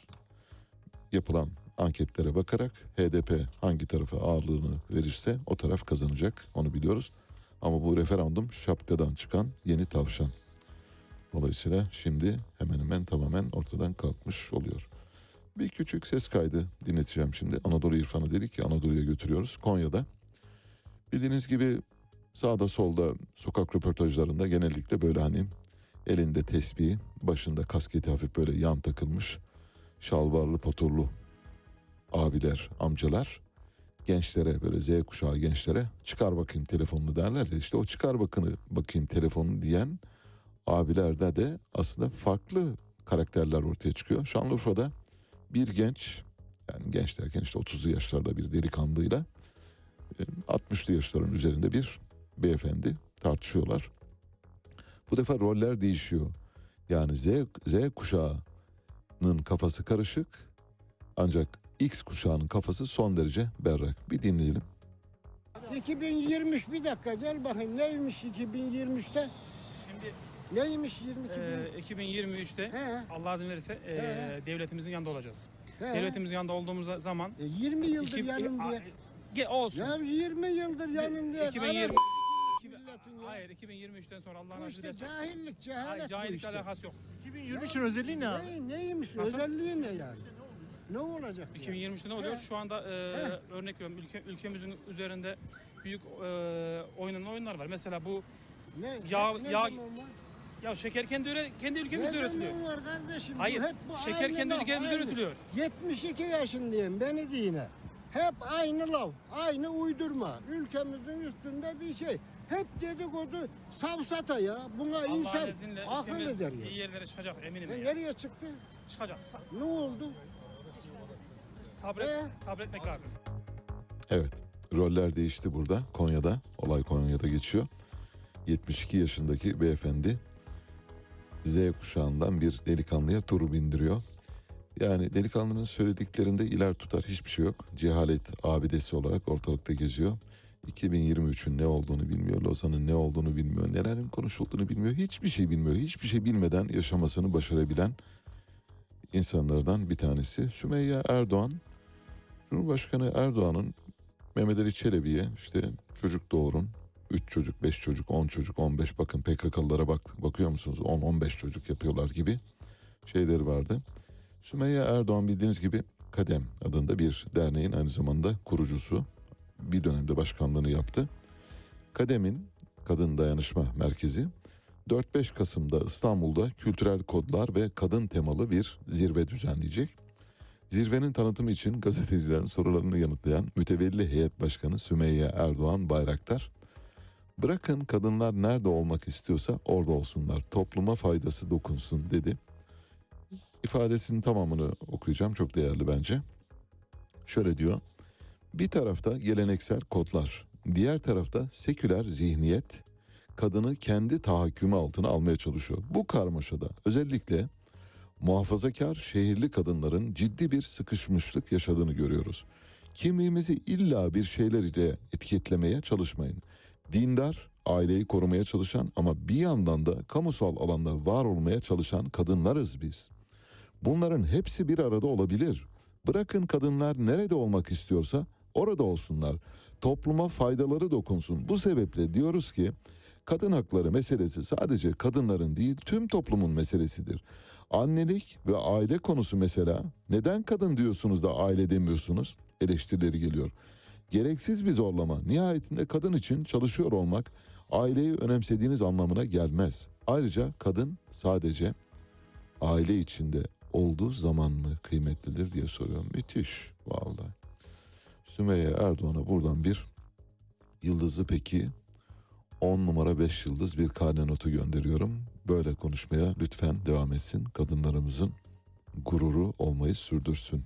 Yapılan anketlere bakarak H D P hangi tarafa ağırlığını verirse o taraf kazanacak. Onu biliyoruz. Ama bu referandum şapkadan çıkan yeni tavşan. Dolayısıyla şimdi hemen hemen tamamen ortadan kalkmış oluyor. Bir küçük ses kaydı dinleteceğim şimdi. Anadolu İrfan'ı dedik ki Anadolu'ya götürüyoruz. Konya'da. Bildiğiniz gibi sağda solda sokak röportajlarında genellikle böyle hani elinde tesbihi, başında kasketi hafif böyle yan takılmış, şalvarlı poturlu abiler, amcalar gençlere böyle Z kuşağı gençlere çıkar bakayım telefonunu derler ya, işte o çıkar bakını bakayım telefonunu diyen abilerde de aslında farklı karakterler ortaya çıkıyor. Şanlıurfa'da bir genç, yani genç derken işte otuzlu yaşlarda bir delikanlıyla altmışlı yaşların üzerinde bir beyefendi tartışıyorlar. Bu defa roller değişiyor. Yani Z, Z kuşağının kafası karışık ancak X kuşağının kafası son derece berrak. Bir dinleyelim. iki bin yirmi bir dakika gel bakayım neymiş iki bin yirmi üçte? Şimdi Neymiş yirmi iki e, bin? iki bin yirmi üçte He. Allah izin verirse e, He. devletimizin yanında olacağız. He. Devletimizin yanında olduğumuz zaman E, yirmi yıldır iki- yanım e, diye. Ge- olsun. Ya yirmi yıldır yanım diye. iki bin yirmi Arası iki bin- milletin ya. Hayır iki bin yirmi üçten sonra Allah'ın Bu izniyle işte ederse. cahillik, Hayır, cehalet bu cahillikle işte. alakası yok. iki bin yirmi üçün özelliği ne abi? Ne, neymiş? Nasıl? Özelliği ne yani? Ne olacak? iki bin ya? yirmi üçte ne oluyor? He. Şu anda e, He. örnek veriyorum ülke, ülkemizin üzerinde büyük e, oynanan oyunlar var. Mesela bu Ne, Ya- ne, ne ya- zaman var? ya şeker kendi üre, kendi Ne ülkemizde üretiliyor. zaman var kardeşim? Bu Hayır, hep bu şeker aynı kendi laf, ülkemizde aynı. üretiliyor. yetmiş iki yaşındayım beni dinle. Hep aynı laf, aynı uydurma. Ülkemizin üstünde bir şey. Hep dedikodu, savsata ya. Buna Allah'ın insan izniyle akıl ülkemiz eder ya. iyi yerlere çıkacak eminim. E, ya. nereye çıktı? Çıkacak. Sa- Ne oldu? sabret, He. sabretmek lazım. Evet, roller değişti burada Konya'da. Olay Konya'da geçiyor. yetmiş iki yaşındaki beyefendi Z kuşağından bir delikanlıya turu bindiriyor. Yani delikanlının söylediklerinde iler tutar hiçbir şey yok. Cehalet abidesi olarak ortalıkta geziyor. iki bin yirmi üçün ne olduğunu bilmiyor, Lozan'ın ne olduğunu bilmiyor, nelerin konuşulduğunu bilmiyor. Hiçbir şey bilmiyor. Hiçbir şey bilmeden yaşamasını başarabilen insanlardan bir tanesi. Sümeyye Erdoğan, Cumhurbaşkanı Erdoğan'ın Mehmet Ali Çelebi'ye işte çocuk doğurun, üç çocuk, beş çocuk, on çocuk, on beş bakın P K K'lılara bak, bakıyor musunuz? on on beş çocuk yapıyorlar gibi şeyleri vardı. Sümeyye Erdoğan bildiğiniz gibi Kadem adında bir derneğin aynı zamanda kurucusu. Bir dönemde başkanlığını yaptı. Kadem'in Kadın Dayanışma Merkezi dört beş Kasım'da İstanbul'da kültürel kodlar ve kadın temalı bir zirve düzenleyecek. Zirvenin tanıtımı için gazetecilerin sorularını yanıtlayan mütevelli heyet başkanı Sümeyye Erdoğan Bayraktar, "Bırakın kadınlar nerede olmak istiyorsa orada olsunlar, topluma faydası dokunsun" dedi. İfadesinin tamamını okuyacağım, çok değerli bence. Şöyle diyor: "Bir tarafta geleneksel kodlar, diğer tarafta seküler zihniyet kadını kendi tahakkümü altına almaya çalışıyor. Bu karmaşada özellikle muhafazakar şehirli kadınların ciddi bir sıkışmışlık yaşadığını görüyoruz. Kimliğimizi illa bir şeyler ile etiketlemeye çalışmayın. Dindar, aileyi korumaya çalışan ama bir yandan da kamusal alanda var olmaya çalışan kadınlarız biz. Bunların hepsi bir arada olabilir. Bırakın kadınlar nerede olmak istiyorsa orada olsunlar. Topluma faydaları dokunsun. Bu sebeple diyoruz ki kadın hakları meselesi sadece kadınların değil tüm toplumun meselesidir. Annelik ve aile konusu mesela, neden kadın diyorsunuz da aile demiyorsunuz? Eleştirileri geliyor. Gereksiz bir zorlama. Nihayetinde kadın için çalışıyor olmak aileyi önemsediğiniz anlamına gelmez. Ayrıca kadın sadece aile içinde olduğu zaman mı kıymetlidir diye soruyorum. Müthiş vallahi. Sümeyye Erdoğan'a buradan bir yıldızı peki on numara beş yıldız bir karne notu gönderiyorum. Böyle konuşmaya lütfen devam etsin. Kadınlarımızın gururu olmayı sürdürsün.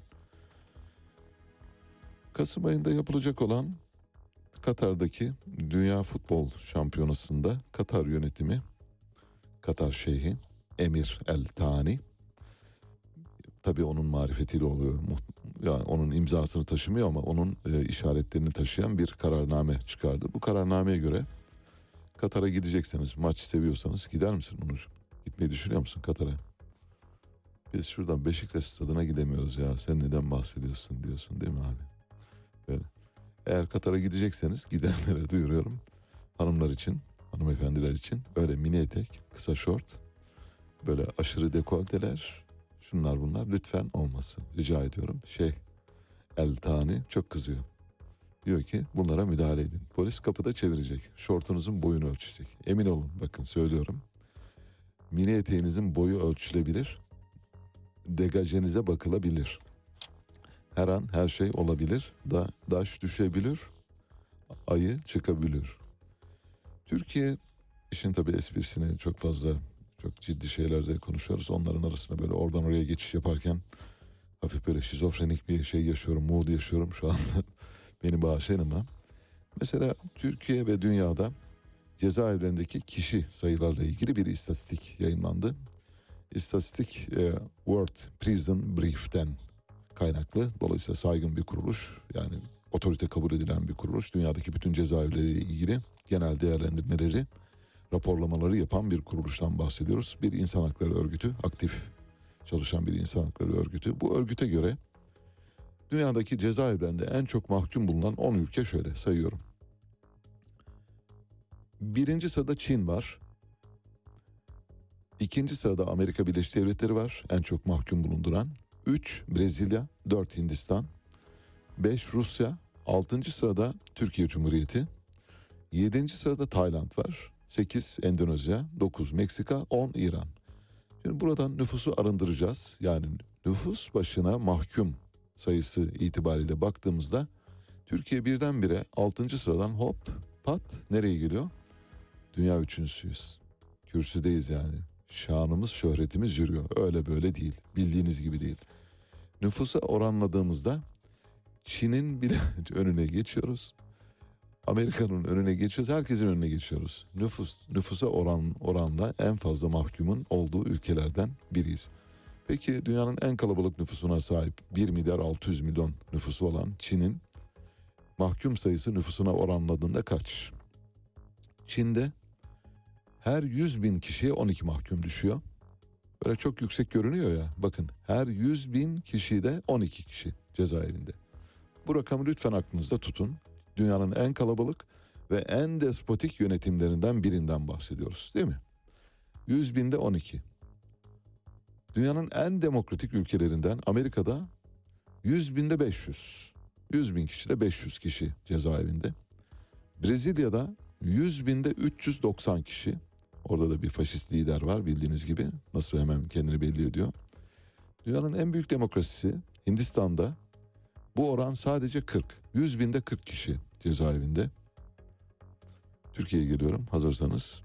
Kasım ayında yapılacak olan Katar'daki Dünya Futbol Şampiyonası'nda Katar yönetimi, Katar Şeyhi Emir El Tani tabii onun marifetiyle oluyor. Yani onun imzasını taşımıyor ama onun e, işaretlerini taşıyan bir kararname çıkardı. Bu kararnameye göre Katar'a gidecekseniz, maç seviyorsanız gider misin Onur? Gitmeyi düşünüyor musun Katar'a? Biz şuradan Beşiktaş stadına gidemiyoruz ya. Sen neden bahsediyorsun diyorsun değil mi abi? Böyle. Eğer Katar'a gidecekseniz gidenlere duyuruyorum. Hanımlar için, hanımefendiler için öyle mini etek, kısa şort, böyle aşırı dekolteler, şunlar bunlar lütfen olmasın. Rica ediyorum. Şey, El Tani çok kızıyor. Diyor ki bunlara müdahale edin. Polis kapıda çevirecek. Şortunuzun boyunu ölçecek. Emin olun, bakın söylüyorum. Mini eteğinizin boyu ölçülebilir. Degajenize bakılabilir. Her an her şey olabilir. Da daş düşebilir. Ayı çıkabilir. Türkiye işin tabii esprisini çok fazla, çok ciddi şeylerde konuşuyoruz. Onların arasında böyle oradan oraya geçiş yaparken hafif böyle şizofrenik bir şey yaşıyorum, mood yaşıyorum şu anda. Beni bağışlayın ama. Mesela Türkiye ve dünyada cezaevlerindeki kişi sayılarla ilgili bir istatistik yayınlandı. İstatistik e, World Prison Brief'ten kaynaklı. Dolayısıyla saygın bir kuruluş, yani otorite kabul edilen bir kuruluş. Dünyadaki bütün cezaevleriyle ilgili genel değerlendirmeleri, raporlamaları yapan bir kuruluştan bahsediyoruz. Bir insan hakları örgütü, aktif çalışan bir insan hakları örgütü. Bu örgüte göre dünyadaki cezaevlerinde en çok mahkum bulunan on ülke şöyle sayıyorum. Birinci sırada Çin var. İkinci sırada Amerika Birleşik Devletleri var, en çok mahkum bulunduran. Üç Brezilya, dört Hindistan, beş Rusya, altıncı sırada Türkiye Cumhuriyeti, yedinci sırada Tayland var, sekiz Endonezya, dokuz Meksika, on İran. Şimdi buradan nüfusu arındıracağız. Yani nüfus başına mahkum sayısı itibariyle baktığımızda Türkiye birdenbire altıncı sıradan hop pat nereye geliyor? Dünya üçüncüsüyüz. Kürsüdeyiz yani. Şanımız, şöhretimiz yürüyor. Öyle böyle değil. Bildiğiniz gibi değil. Nüfusa oranladığımızda Çin'in bile önüne geçiyoruz. Amerika'nın önüne geçiyoruz. Herkesin önüne geçiyoruz. Nüfus, nüfusa oran, oranla en fazla mahkumun olduğu ülkelerden biriyiz. Peki dünyanın en kalabalık nüfusuna sahip bir milyar altı yüz milyon nüfusu olan Çin'in mahkum sayısı nüfusuna oranladığında kaç? Çin'de her yüz bin kişiye on iki mahkum düşüyor. Böyle çok yüksek görünüyor ya. Bakın, her yüz bin kişide on iki kişi cezaevinde. Bu rakamı lütfen aklınızda tutun. Dünyanın en kalabalık ve en despotik yönetimlerinden birinden bahsediyoruz, değil mi? yüz binde on iki. Dünyanın en demokratik ülkelerinden Amerika'da yüz binde beş yüz. yüz bin kişide beş yüz kişi cezaevinde. Brezilya'da yüz binde üç yüz doksan kişi. Orada da bir faşist lider var bildiğiniz gibi. Nasıl hemen kendini belli ediyor. Dünyanın en büyük demokrasisi Hindistan'da bu oran sadece kırk. yüz binde kırk kişi cezaevinde. Türkiye'ye geliyorum hazırsanız.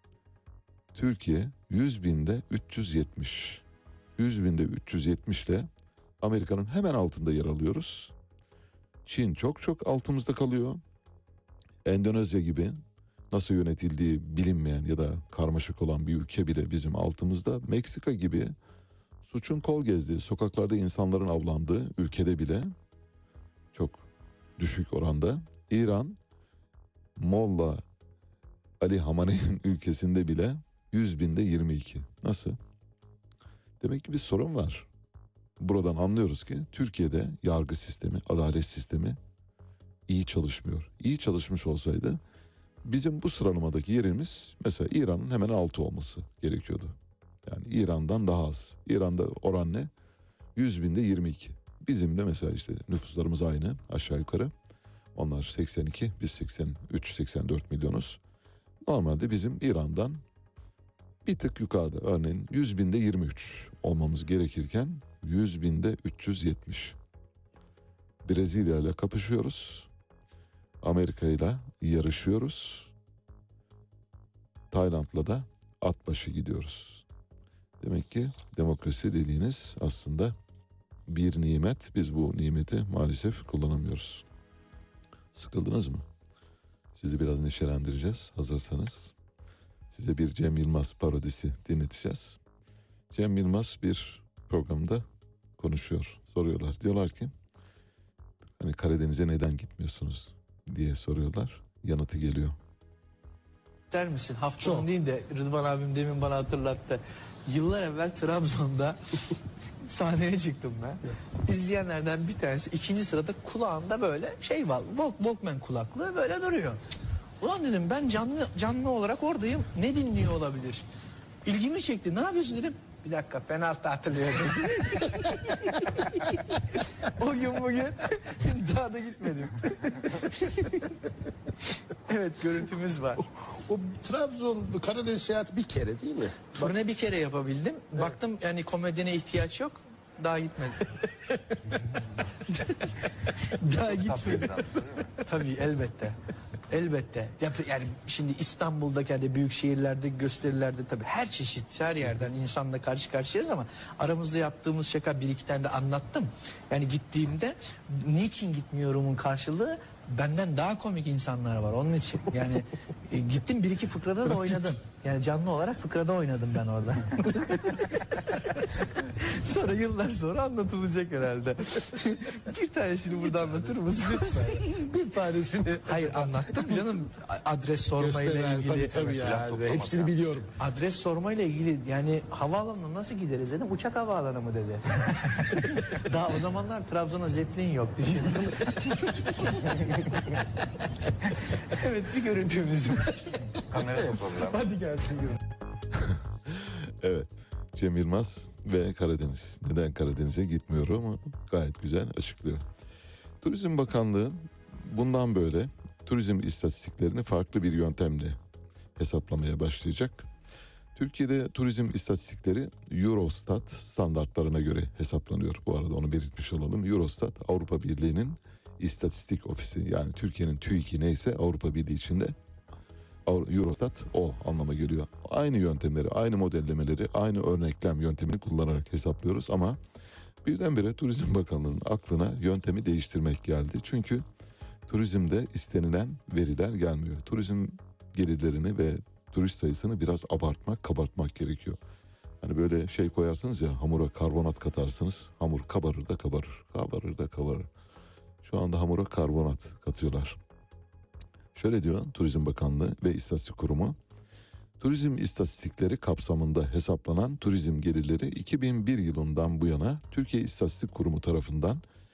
Türkiye yüz binde üç yüz yetmiş. yüz binde üç yüz yetmiş ile Amerika'nın hemen altında yer alıyoruz. Çin çok çok altımızda kalıyor. Endonezya gibi nasıl yönetildiği bilinmeyen ya da karmaşık olan bir ülke bile bizim altımızda. Meksika gibi suçun kol gezdiği, sokaklarda insanların avlandığı ülkede bile çok düşük oranda. İran, Molla Ali Hamane'nin ülkesinde bile yüz binde yirmi iki. Nasıl? Demek ki bir sorun var. Buradan anlıyoruz ki Türkiye'de yargı sistemi, adalet sistemi iyi çalışmıyor. İyi çalışmış olsaydı bizim bu sıralamadaki yerimiz mesela İran'ın hemen altı olması gerekiyordu. Yani İran'dan daha az. İran'da oran ne? yüz binde yirmi iki. Bizim de mesela işte nüfuslarımız aynı aşağı yukarı. Onlar seksen iki, biz seksen üç seksen dört milyonuz. Normalde bizim İran'dan bir tık yukarıda, örneğin yüz binde yirmi üç olmamız gerekirken yüz binde üç yüz yetmiş. Brezilya ile kapışıyoruz. Amerika ile yarışıyoruz. Tayland'la da at başı gidiyoruz. Demek ki demokrasi dediğiniz aslında bir nimet. Biz bu nimeti maalesef kullanamıyoruz. Sıkıldınız mı? Sizi biraz neşelendireceğiz hazırsanız. Size bir Cem Yılmaz parodisi dinleteceğiz. Cem Yılmaz bir programda konuşuyor. Soruyorlar. Diyorlar ki hani Karadeniz'e neden gitmiyorsunuz diye soruyorlar. Yanıtı geliyor. İster misin? Hafta sonu değil de Rıdvan abim demin bana hatırlattı. Yıllar evvel Trabzon'da sahneye çıktım ben. İzleyenlerden bir tanesi ikinci sırada kulağında böyle şey var. Walk, Walkman kulaklığı böyle duruyor. Ulan dedim ben canlı canlı olarak oradayım. Ne dinliyor olabilir? İlgimi çekti. Ne yapıyorsun dedim. Bir dakika penaltı hatırlıyorum. O gün bugün daha da gitmedim. Evet görüntümüz var. O Trabzon Karadeniz seyahati bir kere değil mi? Turne bir kere yapabildim. Baktım yani komedyene ihtiyaç yok. Daha gitmedim. Daha gitmedim. Tabii elbette. Elbette. Yani şimdi İstanbul'daki hani büyük şehirlerde, gösterilerde tabii her çeşit, her yerden insanla karşı karşıyayız ama aramızda yaptığımız şaka bir iki tane de anlattım. Yani gittiğimde niçin gitmiyorumun karşılığı benden daha komik insanlar var onun için. Yani e, gittim bir iki fıkrada da oynadım. Yani canlı olarak fıkrada oynadım ben orada. Sonra yıllar sonra anlatılacak herhalde. Bir tanesini burada anlatır mısın lütfen? Bir tanesini. Hayır anlattım canım adres sormayla Gösteren, ilgili. tabii tabii ya. Hepsini biliyorum. Adres sormayla ilgili yani havaalanına nasıl gideriz dedim. Uçak havaalanı mı dedi. Daha o zamanlar Trabzon'a Zeppelin yok düşün. Evet bir görüntümüz var. Hadi gelsin. Evet. Cem Yılmaz ve Karadeniz. Neden Karadeniz'e gitmiyorum ama gayet güzel açıklıyor. Turizm Bakanlığı bundan böyle turizm istatistiklerini farklı bir yöntemle hesaplamaya başlayacak. Türkiye'de turizm istatistikleri Eurostat standartlarına göre hesaplanıyor. Bu arada onu belirtmiş olalım. Eurostat Avrupa Birliği'nin istatistik ofisi, yani Türkiye'nin TÜİK'i neyse Avrupa Birliği içinde Eurostat o anlama geliyor. Aynı yöntemleri, aynı modellemeleri, aynı örneklem yöntemini kullanarak hesaplıyoruz ama birdenbire Turizm Bakanlığı'nın aklına yöntemi değiştirmek geldi. Çünkü turizmde istenilen veriler gelmiyor. Turizm gelirlerini ve turist sayısını biraz abartmak, kabartmak gerekiyor. Hani böyle şey koyarsınız ya, hamura karbonat katarsınız, hamur kabarır da kabarır, kabarır da kabarır. Şu anda hamura karbonat katıyorlar. Şöyle diyor Turizm Bakanlığı ve İstatistik Kurumu, turizm istatistikleri kapsamında hesaplanan turizm gelirleri iki bin bir yılından bu yana Türkiye İstatistik Kurumu tarafından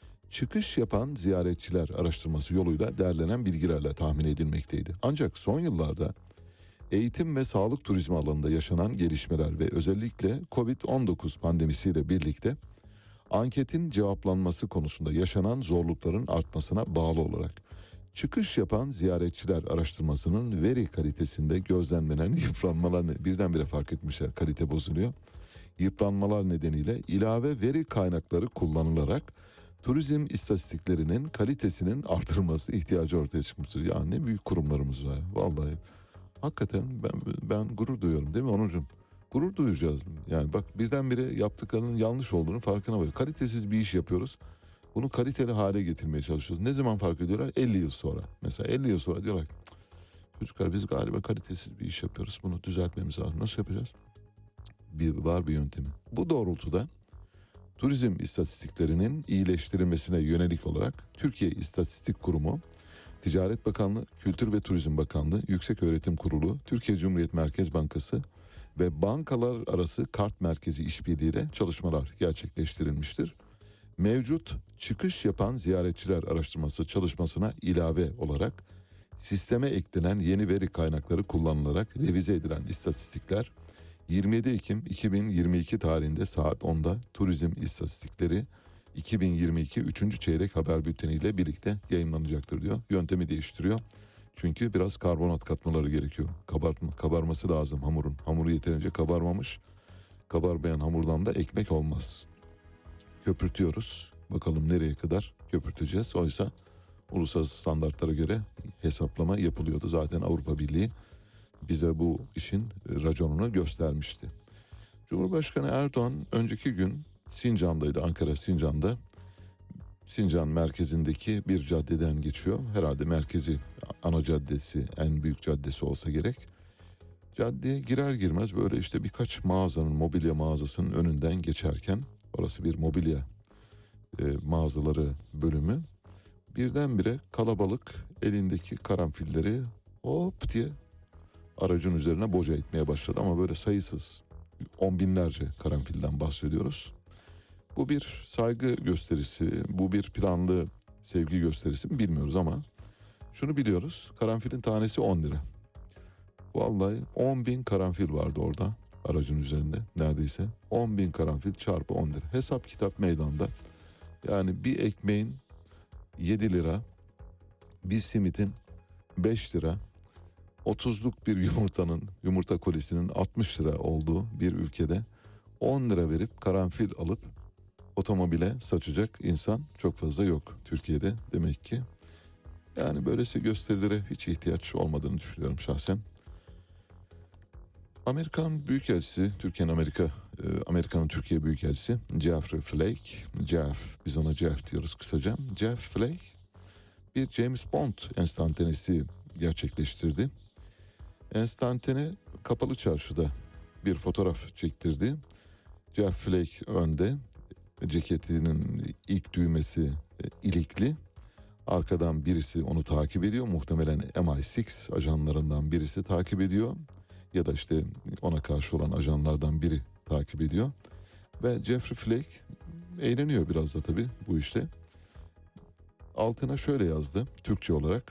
çıkış yapan ziyaretçiler araştırması yoluyla derlenen bilgilerle tahmin edilmekteydi. Ancak son yıllarda eğitim ve sağlık turizmi alanında yaşanan gelişmeler ve özellikle kovid on dokuz pandemisiyle birlikte anketin cevaplanması konusunda yaşanan zorlukların artmasına bağlı olarak çıkış yapan ziyaretçiler araştırmasının veri kalitesinde gözlemlenen yıpranmalar, birdenbire fark etmişler, kalite bozuluyor. Yıpranmalar nedeniyle ilave veri kaynakları kullanılarak turizm istatistiklerinin kalitesinin artırılması ihtiyacı ortaya çıkmıştır. Ya ne büyük kurumlarımız var. Vallahi hakikaten ben, ben gurur duyuyorum değil mi Onurcuğum? Gurur duyacağız. Yani bak birdenbire yaptıklarının yanlış olduğunu farkına varıyor. Kalitesiz bir iş yapıyoruz. Bunu kaliteli hale getirmeye çalışıyoruz. Ne zaman fark ediyorlar? elli yıl sonra. Mesela elli yıl sonra diyorlar ki çocuklar biz galiba kalitesiz bir iş yapıyoruz. Bunu düzeltmemiz lazım. Nasıl yapacağız? Bir, var bir yöntemi. Bu doğrultuda turizm istatistiklerinin iyileştirilmesine yönelik olarak Türkiye İstatistik Kurumu, Ticaret Bakanlığı, Kültür ve Turizm Bakanlığı, Yükseköğretim Kurulu, Türkiye Cumhuriyet Merkez Bankası ve bankalar arası kart merkezi işbirliğiyle çalışmalar gerçekleştirilmiştir. Mevcut çıkış yapan ziyaretçiler araştırması çalışmasına ilave olarak sisteme eklenen yeni veri kaynakları kullanılarak revize edilen istatistikler yirmi yedi Ekim iki bin yirmi iki tarihinde saat onda Turizm İstatistikleri iki bin yirmi iki üçüncü çeyrek haber bülteniyle birlikte yayınlanacaktır diyor. Yöntemi değiştiriyor. Çünkü biraz karbonat katmaları gerekiyor. Kabartma, kabarması lazım hamurun. Hamuru yeterince kabarmamış. Kabarmayan hamurdan da ekmek olmaz. Köpürtüyoruz. Bakalım nereye kadar köpürteceğiz. Oysa uluslararası standartlara göre hesaplama yapılıyordu. Zaten Avrupa Birliği bize bu işin raconunu göstermişti. Cumhurbaşkanı Erdoğan önceki gün Sincan'daydı. Ankara Sincan'da. Sincan merkezindeki bir caddeden geçiyor. Herhalde merkezi, ana caddesi, en büyük caddesi olsa gerek. Caddeye girer girmez böyle işte birkaç mağazanın, mobilya mağazasının önünden geçerken, orası bir mobilya e, mağazaları bölümü. Birdenbire kalabalık elindeki karanfilleri hop diye aracın üzerine boca etmeye başladı. Ama böyle sayısız, on binlerce karanfilden bahsediyoruz. Bu bir saygı gösterisi, bu bir planlı sevgi gösterisi mi bilmiyoruz ama şunu biliyoruz, karanfilin tanesi on lira. Vallahi on bin karanfil vardı orada aracın üzerinde neredeyse. on bin karanfil çarpı on lira. Hesap kitap meydanda. Yani bir ekmeğin yedi lira, bir simitin beş lira, otuzluk bir yumurtanın, yumurta kolisinin altmış lira olduğu bir ülkede on lira verip karanfil alıp otomobile saçacak insan çok fazla yok Türkiye'de demek ki. Yani böylesi gösterilere hiç ihtiyaç olmadığını düşünüyorum şahsen. Amerikan Büyükelçisi, Türkiye'nin Amerika, e, Amerika'nın Türkiye Büyükelçisi Jeffrey Flake, Jeff, biz ona Jeff diyoruz kısaca. Jeff Flake bir James Bond enstantanesi gerçekleştirdi. Enstantane Kapalı Çarşı'da bir fotoğraf çektirdi. Jeff Flake önde, ceketinin ilk düğmesi e, ilikli. Arkadan birisi onu takip ediyor. Muhtemelen M I altı ajanlarından birisi takip ediyor. Ya da işte ona karşı olan ajanlardan biri takip ediyor. Ve Jeffrey Flake eğleniyor biraz da tabii bu işte. Altına şöyle yazdı Türkçe olarak.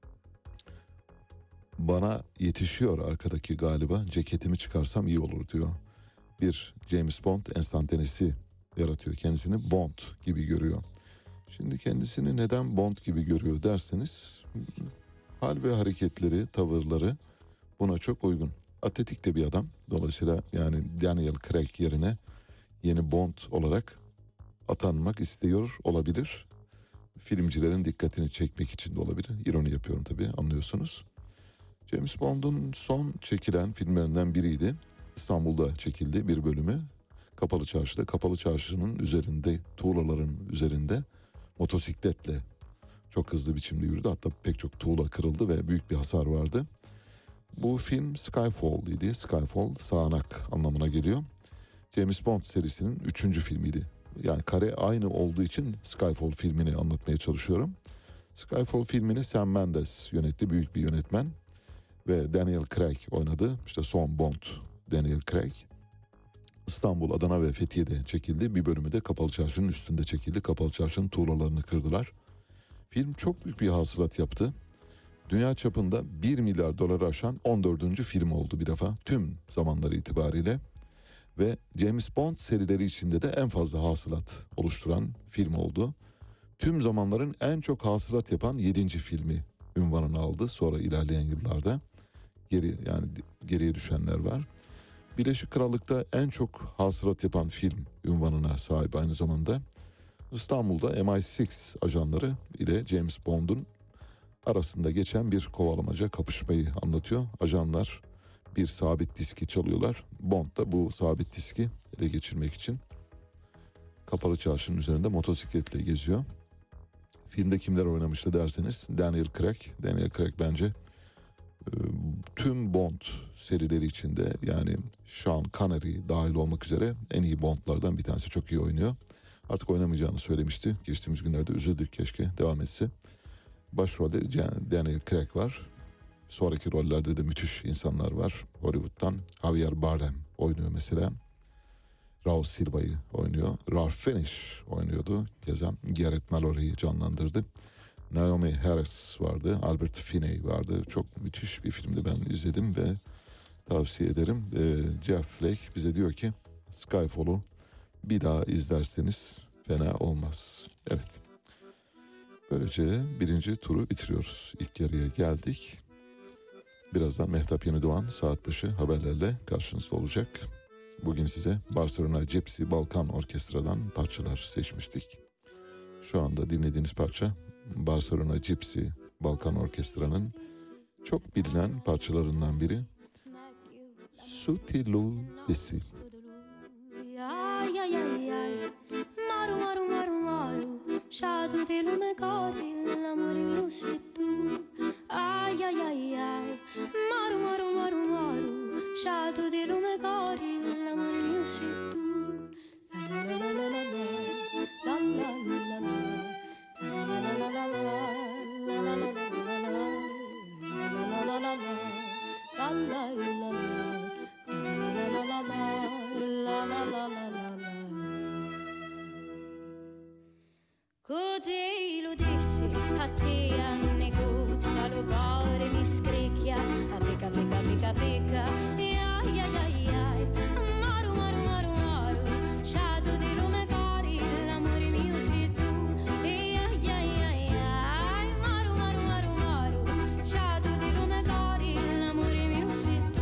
Bana yetişiyor arkadaki galiba, ceketimi çıkarsam iyi olur diyor. Bir James Bond enstantanesi yaratıyor. Kendisini Bond gibi görüyor. Şimdi kendisini neden Bond gibi görüyor derseniz, hal ve hareketleri, tavırları buna çok uygun. Atletik de bir adam. Dolayısıyla yani Daniel Craig yerine yeni Bond olarak atanmak istiyor olabilir. Filmcilerin dikkatini çekmek için de olabilir. İroni yapıyorum tabii, anlıyorsunuz. James Bond'un son çekilen filmlerinden biriydi. İstanbul'da çekildi bir bölümü. Kapalı Çarşı'da. Kapalı Çarşı'nın üzerinde, tuğlaların üzerinde motosikletle çok hızlı biçimde yürüdü. Hatta pek çok tuğla kırıldı ve büyük bir hasar vardı. Bu film Skyfall idi. Skyfall sağanak anlamına geliyor. James Bond serisinin üçüncü filmiydi. Yani kare aynı olduğu için Skyfall filmini anlatmaya çalışıyorum. Skyfall filmini Sam Mendes yönetti, büyük bir yönetmen. Ve Daniel Craig oynadı. İşte son Bond Daniel Craig. İstanbul, Adana ve Fethiye'de çekildi. Bir bölümü de Kapalı Çarşı'nın üstünde çekildi. Kapalı Çarşı'nın tuğlalarını kırdılar. Film çok büyük bir hasılat yaptı. Dünya çapında bir milyar doları aşan on dördüncü film oldu bir defa. Tüm zamanları itibariyle. Ve James Bond serileri içinde de en fazla hasılat oluşturan film oldu. Tüm zamanların en çok hasılat yapan yedinci filmi unvanını aldı. Sonra ilerleyen yıllarda geri yani geriye düşenler var. Birleşik Krallık'ta en çok hasılat yapan film unvanına sahip aynı zamanda. İstanbul'da M I altı ajanları ile James Bond'un arasında geçen bir kovalamaca, kapışmayı anlatıyor. Ajanlar bir sabit diski çalıyorlar. Bond da bu sabit diski ele geçirmek için Kapalı Çarşı'nın üzerinde motosikletle geziyor. Filmde kimler oynamıştı derseniz Daniel Craig. Daniel Craig bence e, tüm Bond serileri içinde, yani Sean Connery dahil olmak üzere en iyi Bond'lardan bir tanesi, çok iyi oynuyor. Artık oynamayacağını söylemişti. Geçtiğimiz günlerde üzüldük, keşke devam etse. Başrolde Daniel Craig var. Sonraki rollerde de müthiş insanlar var. Hollywood'dan Javier Bardem oynuyor mesela. Raul Silva'yı oynuyor. Ralph Fiennes oynuyordu. Keza Gareth Mallory'yi canlandırdı. Naomi Harris vardı. Albert Finney vardı. Çok müthiş bir filmdi, ben izledim ve tavsiye ederim. Ee, Jeff Flake bize diyor ki Skyfall'u bir daha izlerseniz fena olmaz. Evet. Böylece birinci turu bitiriyoruz. İlk yarıya geldik. Birazdan Mehtap Yenidoğan saat başı haberlerle karşınızda olacak. Bugün size Barcelona Gypsy Balkan Orkestra'dan parçalar seçmiştik. Şu anda dinlediğiniz parça Barcelona Gypsy Balkan Orkestra'nın çok bilinen parçalarından biri. Sutilu Desi. Ai, ai, ai, ai. Maru, maru, maru, maru. Chato de lume cori, l'amore mio sei tu. Ai, ai, ai, ai. Maru, maru, maru, maru. Chato de lume cori, l'amore mio sei tu. La la la la la la la la la. Così lo dissi a te a negozia, lo cuore mi scricchia, a picca picca picca picca, e ai ai ai ai, maru maru maru maru, sciato di lume cari, l'amore mio sei tu, e ai ai ai ai, maru maru maru maru, sciato di lume cari, l'amore mio sei tu.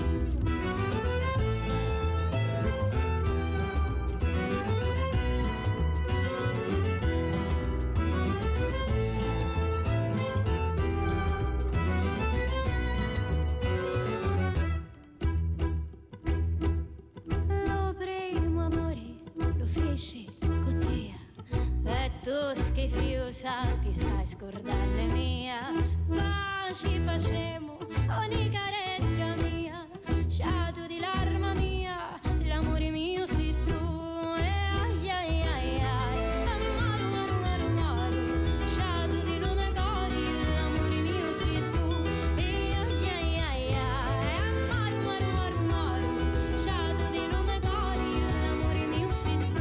Schifiosa, ti stai scordando mia, ma ci facemo ogni carecchia mia, sciato di l'arma mia, l'amore mio sei tu, e ai ai ai ai, maru maru maru maru, sciato di lume cori, l'amore mio sei tu, e ai ai ai ai, maru maru maru maru, sciato di lume cori, l'amore mio sei tu.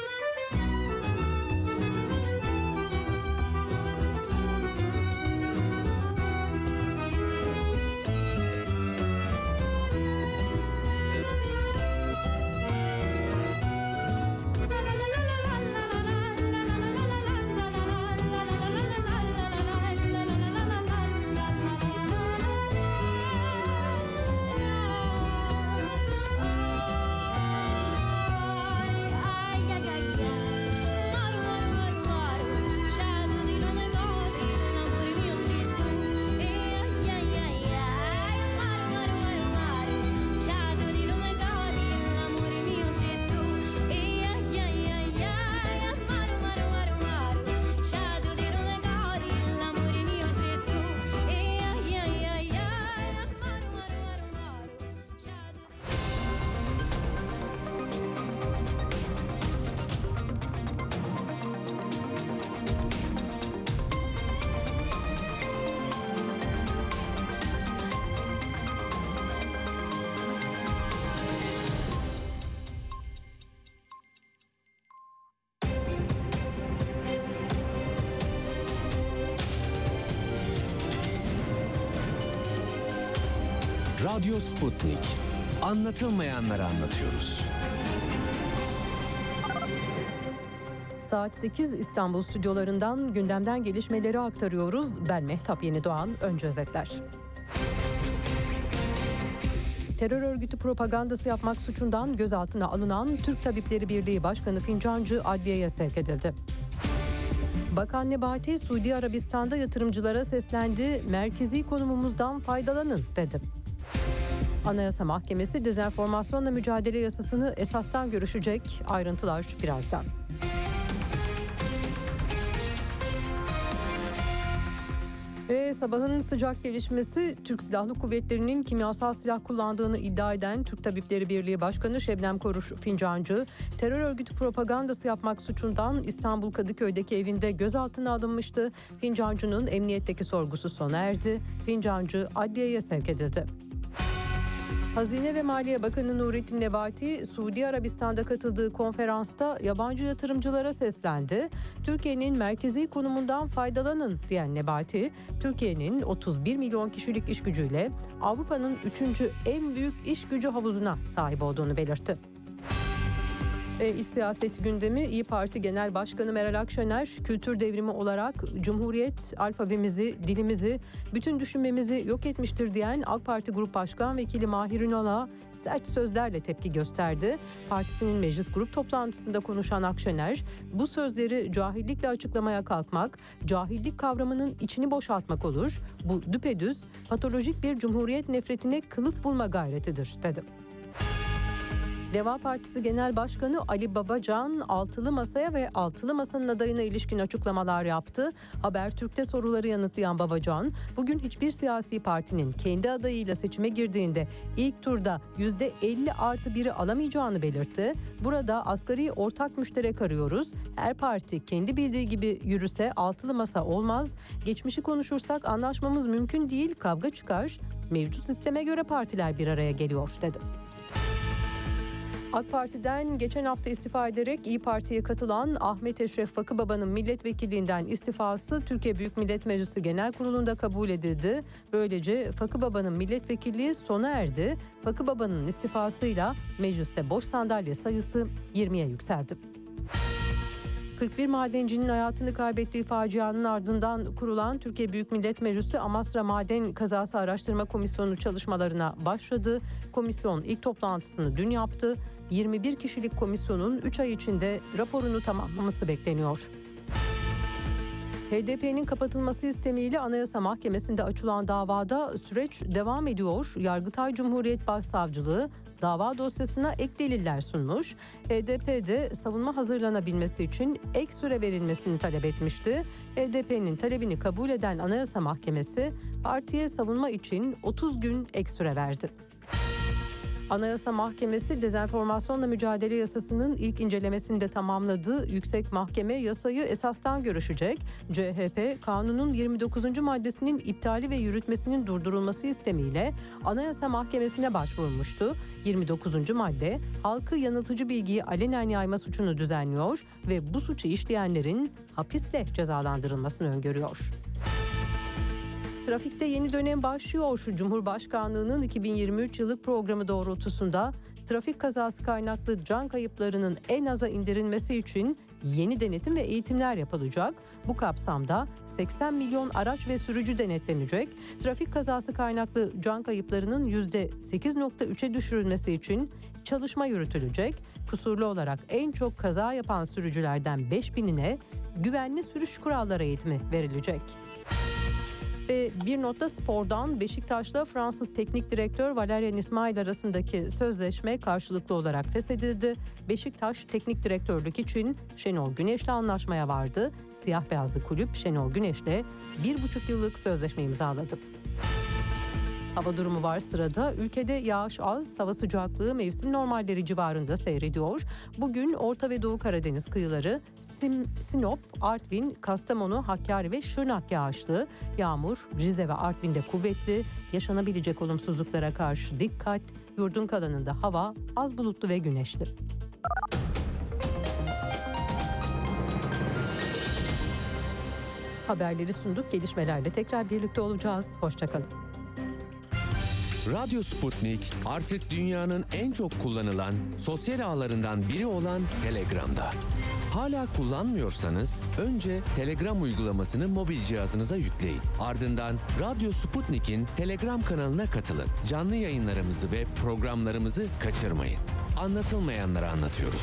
Radyo Sputnik. Anlatılmayanları anlatıyoruz. Saat sekiz İstanbul stüdyolarından gündemden gelişmeleri aktarıyoruz. Ben Mehtap Yenidoğan, önce özetler. Terör örgütü propagandası yapmak suçundan gözaltına alınan Türk Tabipleri Birliği Başkanı Fincancı adliyeye sevk edildi. Bakan Nebati, Suudi Arabistan'da yatırımcılara seslendi, merkezi konumumuzdan faydalanın dedi. Anayasa Mahkemesi dezenformasyonla mücadele yasasını esastan görüşecek, ayrıntılar birazdan. Ve sabahın sıcak gelişmesi, Türk Silahlı Kuvvetleri'nin kimyasal silah kullandığını iddia eden Türk Tabipleri Birliği Başkanı Şebnem Koruş Fincancı, terör örgütü propagandası yapmak suçundan İstanbul Kadıköy'deki evinde gözaltına alınmıştı. Fincancı'nın emniyetteki sorgusu sona erdi. Fincancı adliyeye sevk edildi. Hazine ve Maliye Bakanı Nurettin Nebati, Suudi Arabistan'da katıldığı konferansta yabancı yatırımcılara seslendi. Türkiye'nin merkezi konumundan faydalanın diyen Nebati, Türkiye'nin otuz bir milyon kişilik iş gücüyle Avrupa'nın üçüncü en büyük iş gücü havuzuna sahip olduğunu belirtti. E, İş siyaseti gündemi, İYİ Parti Genel Başkanı Meral Akşener, kültür devrimi olarak Cumhuriyet alfabemizi, dilimizi, bütün düşünmemizi yok etmiştir diyen AK Parti Grup Başkan Vekili Mahir Ünal'a sert sözlerle tepki gösterdi. Partisinin meclis grup toplantısında konuşan Akşener, bu sözleri cahillikle açıklamaya kalkmak, cahillik kavramının içini boşaltmak olur. Bu düpedüz, patolojik bir cumhuriyet nefretine kılıf bulma gayretidir dedi. Deva Partisi Genel Başkanı Ali Babacan, Altılı Masa'ya ve Altılı Masa'nın adayına ilişkin açıklamalar yaptı. Habertürk'te soruları yanıtlayan Babacan, bugün hiçbir siyasi partinin kendi adayıyla seçime girdiğinde ilk turda yüzde elli artı biri alamayacağını belirtti. Burada asgari ortak müşterek arıyoruz. Her parti kendi bildiği gibi yürüse Altılı Masa olmaz. Geçmişi konuşursak anlaşmamız mümkün değil, kavga çıkar. Mevcut sisteme göre partiler bir araya geliyor dedi. AK Parti'den geçen hafta istifa ederek İYİ Parti'ye katılan Ahmet Eşref Fakıbaba'nın milletvekilliğinden istifası Türkiye Büyük Millet Meclisi Genel Kurulu'nda kabul edildi. Böylece Fakıbaba'nın milletvekilliği sona erdi. Fakıbaba'nın istifasıyla mecliste boş sandalye sayısı yirmiye yükseldi. kırk bir madencinin hayatını kaybettiği facianın ardından kurulan Türkiye Büyük Millet Meclisi Amasra Maden Kazası Araştırma Komisyonu çalışmalarına başladı. Komisyon ilk toplantısını dün yaptı. yirmi bir kişilik komisyonun üç ay içinde raporunu tamamlaması bekleniyor. H D P'nin kapatılması istemiyle Anayasa Mahkemesi'nde açılan davada süreç devam ediyor. Yargıtay Cumhuriyet Başsavcılığı dava dosyasına ek deliller sunmuş. H D P'de savunma hazırlanabilmesi için ek süre verilmesini talep etmişti. H D P'nin talebini kabul eden Anayasa Mahkemesi partiye savunma için otuz gün ek süre verdi. Anayasa Mahkemesi dezenformasyonla mücadele yasasının ilk incelemesini de tamamladı. Yüksek Mahkeme yasayı esastan görüşecek. C H P kanunun yirmi dokuzuncu maddesinin iptali ve yürütmesinin durdurulması istemiyle Anayasa Mahkemesi'ne başvurmuştu. yirmi dokuzuncu madde halkı yanıltıcı bilgiyi alenen yayma suçunu düzenliyor ve bu suçu işleyenlerin hapisle cezalandırılmasını öngörüyor. Trafikte yeni dönem başlıyor. Cumhurbaşkanlığının iki bin yirmi üç yıllık programı doğrultusunda trafik kazası kaynaklı can kayıplarının en aza indirilmesi için yeni denetim ve eğitimler yapılacak. Bu kapsamda seksen milyon araç ve sürücü denetlenecek. Trafik kazası kaynaklı can kayıplarının yüzde sekiz virgül üçe düşürülmesi için çalışma yürütülecek. Kusurlu olarak en çok kaza yapan sürücülerden beş binine güvenli sürüş kuralları eğitimi verilecek. Ve bir notta spordan Beşiktaş'la Fransız teknik direktör Valérien İsmail arasındaki sözleşme karşılıklı olarak feshedildi. Beşiktaş teknik direktörlük için Şenol Güneş'le anlaşmaya vardı. Siyah beyazlı kulüp Şenol Güneş'le bir buçuk yıllık sözleşme imzaladı. Hava durumu var sırada. Ülkede yağış az, hava sıcaklığı mevsim normalleri civarında seyrediyor. Bugün Orta ve Doğu Karadeniz kıyıları, Sim, Sinop, Artvin, Kastamonu, Hakkari ve Şırnak yağışlı. Yağmur Rize ve Artvin'de kuvvetli. Yaşanabilecek olumsuzluklara karşı dikkat. Yurdun kalanında hava az bulutlu ve güneşli. Haberleri sunduk. Gelişmelerle tekrar birlikte olacağız. Hoşçakalın. Radyo Sputnik artık dünyanın en çok kullanılan sosyal ağlarından biri olan Telegram'da. Hala kullanmıyorsanız önce Telegram uygulamasını mobil cihazınıza yükleyin. Ardından Radyo Sputnik'in Telegram kanalına katılın. Canlı yayınlarımızı ve programlarımızı kaçırmayın. Anlatılmayanları anlatıyoruz.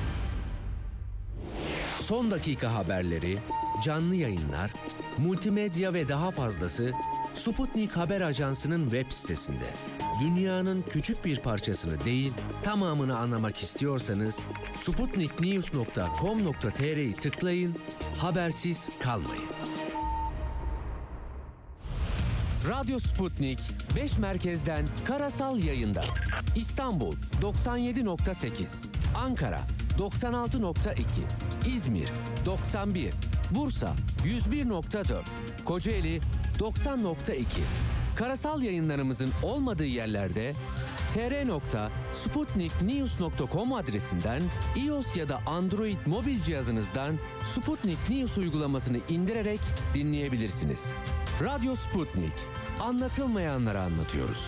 Son dakika haberleri, canlı yayınlar, multimedya ve daha fazlası Sputnik Haber Ajansı'nın web sitesinde. Dünyanın küçük bir parçasını değil, tamamını anlamak istiyorsanız sputniknews nokta com nokta tr'yi tıklayın, habersiz kalmayın. Radyo Sputnik beş merkezden karasal yayında. İstanbul doksan yedi nokta sekiz, Ankara doksan altı nokta iki, İzmir doksan bir, Bursa yüz bir nokta dört, Kocaeli doksan nokta iki. Karasal yayınlarımızın olmadığı yerlerde tr nokta sputniknews nokta com adresinden iOS ya da Android mobil cihazınızdan Sputnik News uygulamasını indirerek dinleyebilirsiniz. Radyo Sputnik. Anlatılmayanları anlatıyoruz.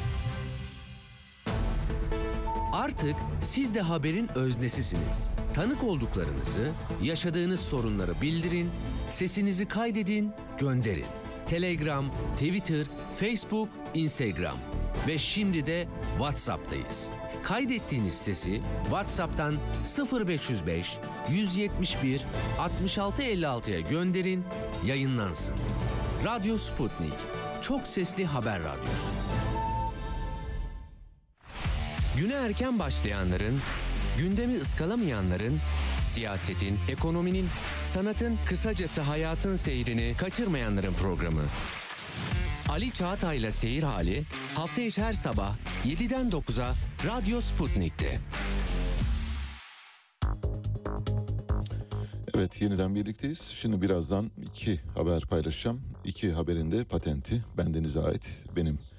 Artık siz de haberin öznesisiniz. Tanık olduklarınızı, yaşadığınız sorunları bildirin, sesinizi kaydedin, gönderin. Telegram, Twitter, Facebook, Instagram ve şimdi de WhatsApp'tayız. Kaydettiğiniz sesi WhatsApp'tan sıfır beş yüz beş yüz yetmiş bir altmış altı elli altıya gönderin, yayınlansın. Radyo Sputnik, çok sesli haber radyosu. Güne erken başlayanların, gündemi ıskalamayanların, siyasetin, ekonominin, sanatın, kısacası hayatın seyrini kaçırmayanların programı. Ali Çağatay'la Seyir Hali hafta içi her sabah yediden dokuza Radyo Sputnik'te. Evet, yeniden birlikteyiz. Şimdi birazdan iki haber paylaşacağım. İki haberin de patenti bendenize ait. Benim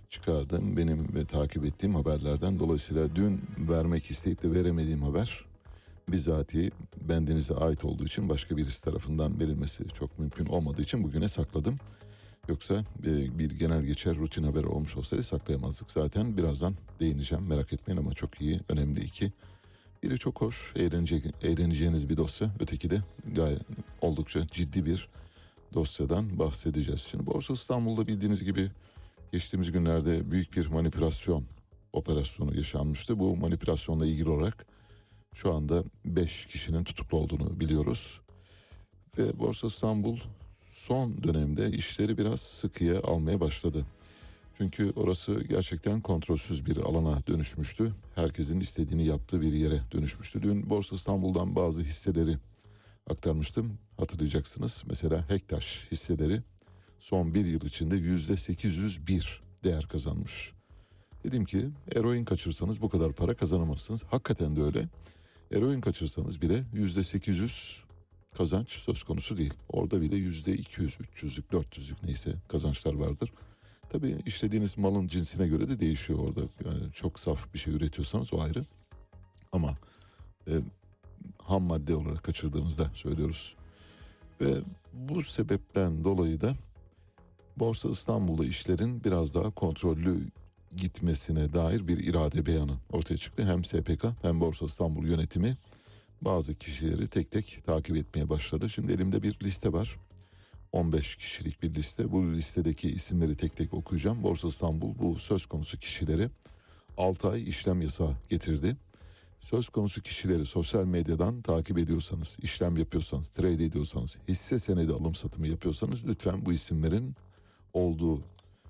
çıkardım benim ve takip ettiğim haberlerden. Dolayısıyla dün vermek isteyip de veremediğim haber bizatihi bendenize ait olduğu için başka birisi tarafından verilmesi çok mümkün olmadığı için bugüne sakladım. Yoksa e, bir genel geçer rutin haber olmuş olsaydı saklayamazdık. Zaten birazdan değineceğim, merak etmeyin, ama çok iyi, önemli iki. Biri çok hoş, eğlenece, eğleneceğiniz bir dosya. Öteki de gayet oldukça ciddi bir dosyadan bahsedeceğiz. Şimdi Borsa İstanbul'da bildiğiniz gibi geçtiğimiz günlerde büyük bir manipülasyon operasyonu yaşanmıştı. Bu manipülasyonla ilgili olarak şu anda beş kişinin tutuklu olduğunu biliyoruz. Ve Borsa İstanbul son dönemde işleri biraz sıkıya almaya başladı. Çünkü orası gerçekten kontrolsüz bir alana dönüşmüştü. Herkesin istediğini yaptığı bir yere dönüşmüştü. Dün Borsa İstanbul'dan bazı hisseleri aktarmıştım. Hatırlayacaksınız. Mesela Hektaş hisseleri son bir yıl içinde yüzde sekiz yüz bir değer kazanmış. Dedim ki eroin kaçırsanız bu kadar para kazanamazsınız. Hakikaten de öyle. Eroin kaçırsanız bile yüzde sekiz yüz kazanç söz konusu değil. Orada bile yüzde iki yüz, üç yüzlük, dört yüzlük neyse kazançlar vardır. Tabii işlediğiniz malın cinsine göre de değişiyor orada. Yani çok saf bir şey üretiyorsanız o ayrı. Ama e, ham madde olarak kaçırdığınızda söylüyoruz. Ve bu sebepten dolayı da Borsa İstanbul'da işlerin biraz daha kontrollü gitmesine dair bir irade beyanı ortaya çıktı. Hem S P K hem Borsa İstanbul yönetimi bazı kişileri tek tek takip etmeye başladı. Şimdi elimde bir liste var. on beş kişilik bir liste. Bu listedeki isimleri tek tek okuyacağım. Borsa İstanbul bu söz konusu kişileri altı ay işlem yasağı getirdi. Söz konusu kişileri sosyal medyadan takip ediyorsanız, işlem yapıyorsanız, trade ediyorsanız, hisse senedi alım satımı yapıyorsanız lütfen bu isimlerin olduğu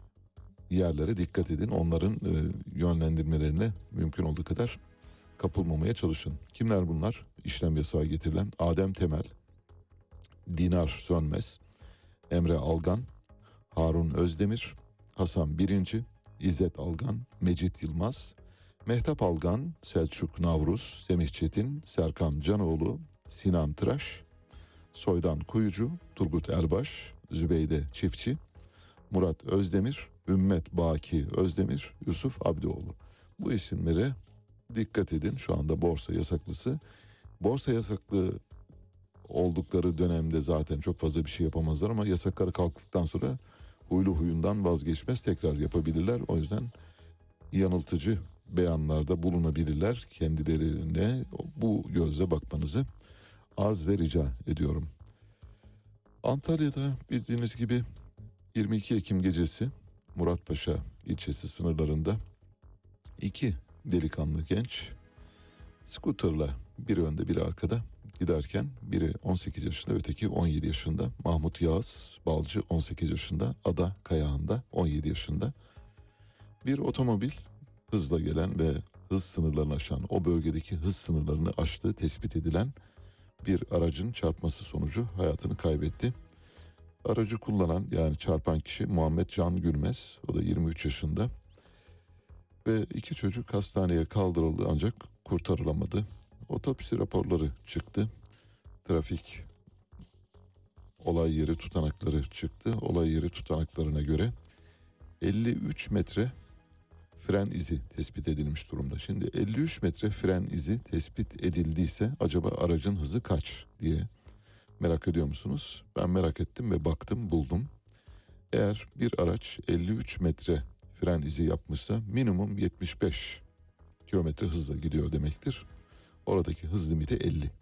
yerlere dikkat edin. Onların e, yönlendirmelerine mümkün olduğu kadar kapılmamaya çalışın. Kimler bunlar? İşlem yasağı getirilen Adem Temel, Dinar Sönmez, Emre Algan, Harun Özdemir, Hasan Birinci, İzzet Algan, Mecit Yılmaz, Mehtap Algan, Selçuk Navruz, Semih Çetin, Serkan Canoğlu, Sinan Tıraş, Soydan Kuyucu, Turgut Erbaş, Zübeyde Çiftçi, Murat Özdemir, Ümmet Baki Özdemir, Yusuf Abdioğlu. Bu isimlere dikkat edin. Şu anda borsa yasaklısı. Borsa yasaklı oldukları dönemde zaten çok fazla bir şey yapamazlar ama yasakları kalktıktan sonra huylu huyundan vazgeçmez, tekrar yapabilirler. O yüzden yanıltıcı beyanlarda bulunabilirler. Kendilerine bu gözle bakmanızı arz ve rica ediyorum. Antalya'da bildiğiniz gibi yirmi iki Ekim gecesi Muratpaşa ilçesi sınırlarında iki delikanlı genç skuterla biri önde biri arkada giderken biri on sekiz yaşında öteki on yedi yaşında, Mahmut Yağız Balcı on sekiz yaşında, Ada Kayağı'nda on yedi yaşında bir otomobil hızla gelen ve hız sınırlarını aşan, o bölgedeki hız sınırlarını aştığı tespit edilen bir aracın çarpması sonucu hayatını kaybetti. Aracı kullanan, yani çarpan kişi Muhammed Can Gülmez, o da yirmi üç yaşında ve iki çocuk hastaneye kaldırıldı ancak kurtarılamadı. Otopsi raporları çıktı. Trafik olay yeri tutanakları çıktı. Olay yeri tutanaklarına göre elli üç metre fren izi tespit edilmiş durumda. Şimdi elli üç metre fren izi tespit edildiyse acaba aracın hızı kaç diye merak ediyor musunuz? Ben merak ettim ve baktım, buldum. Eğer bir araç elli üç metre fren izi yapmışsa minimum yetmiş beş kilometre hızla gidiyor demektir. Oradaki hız limiti elli.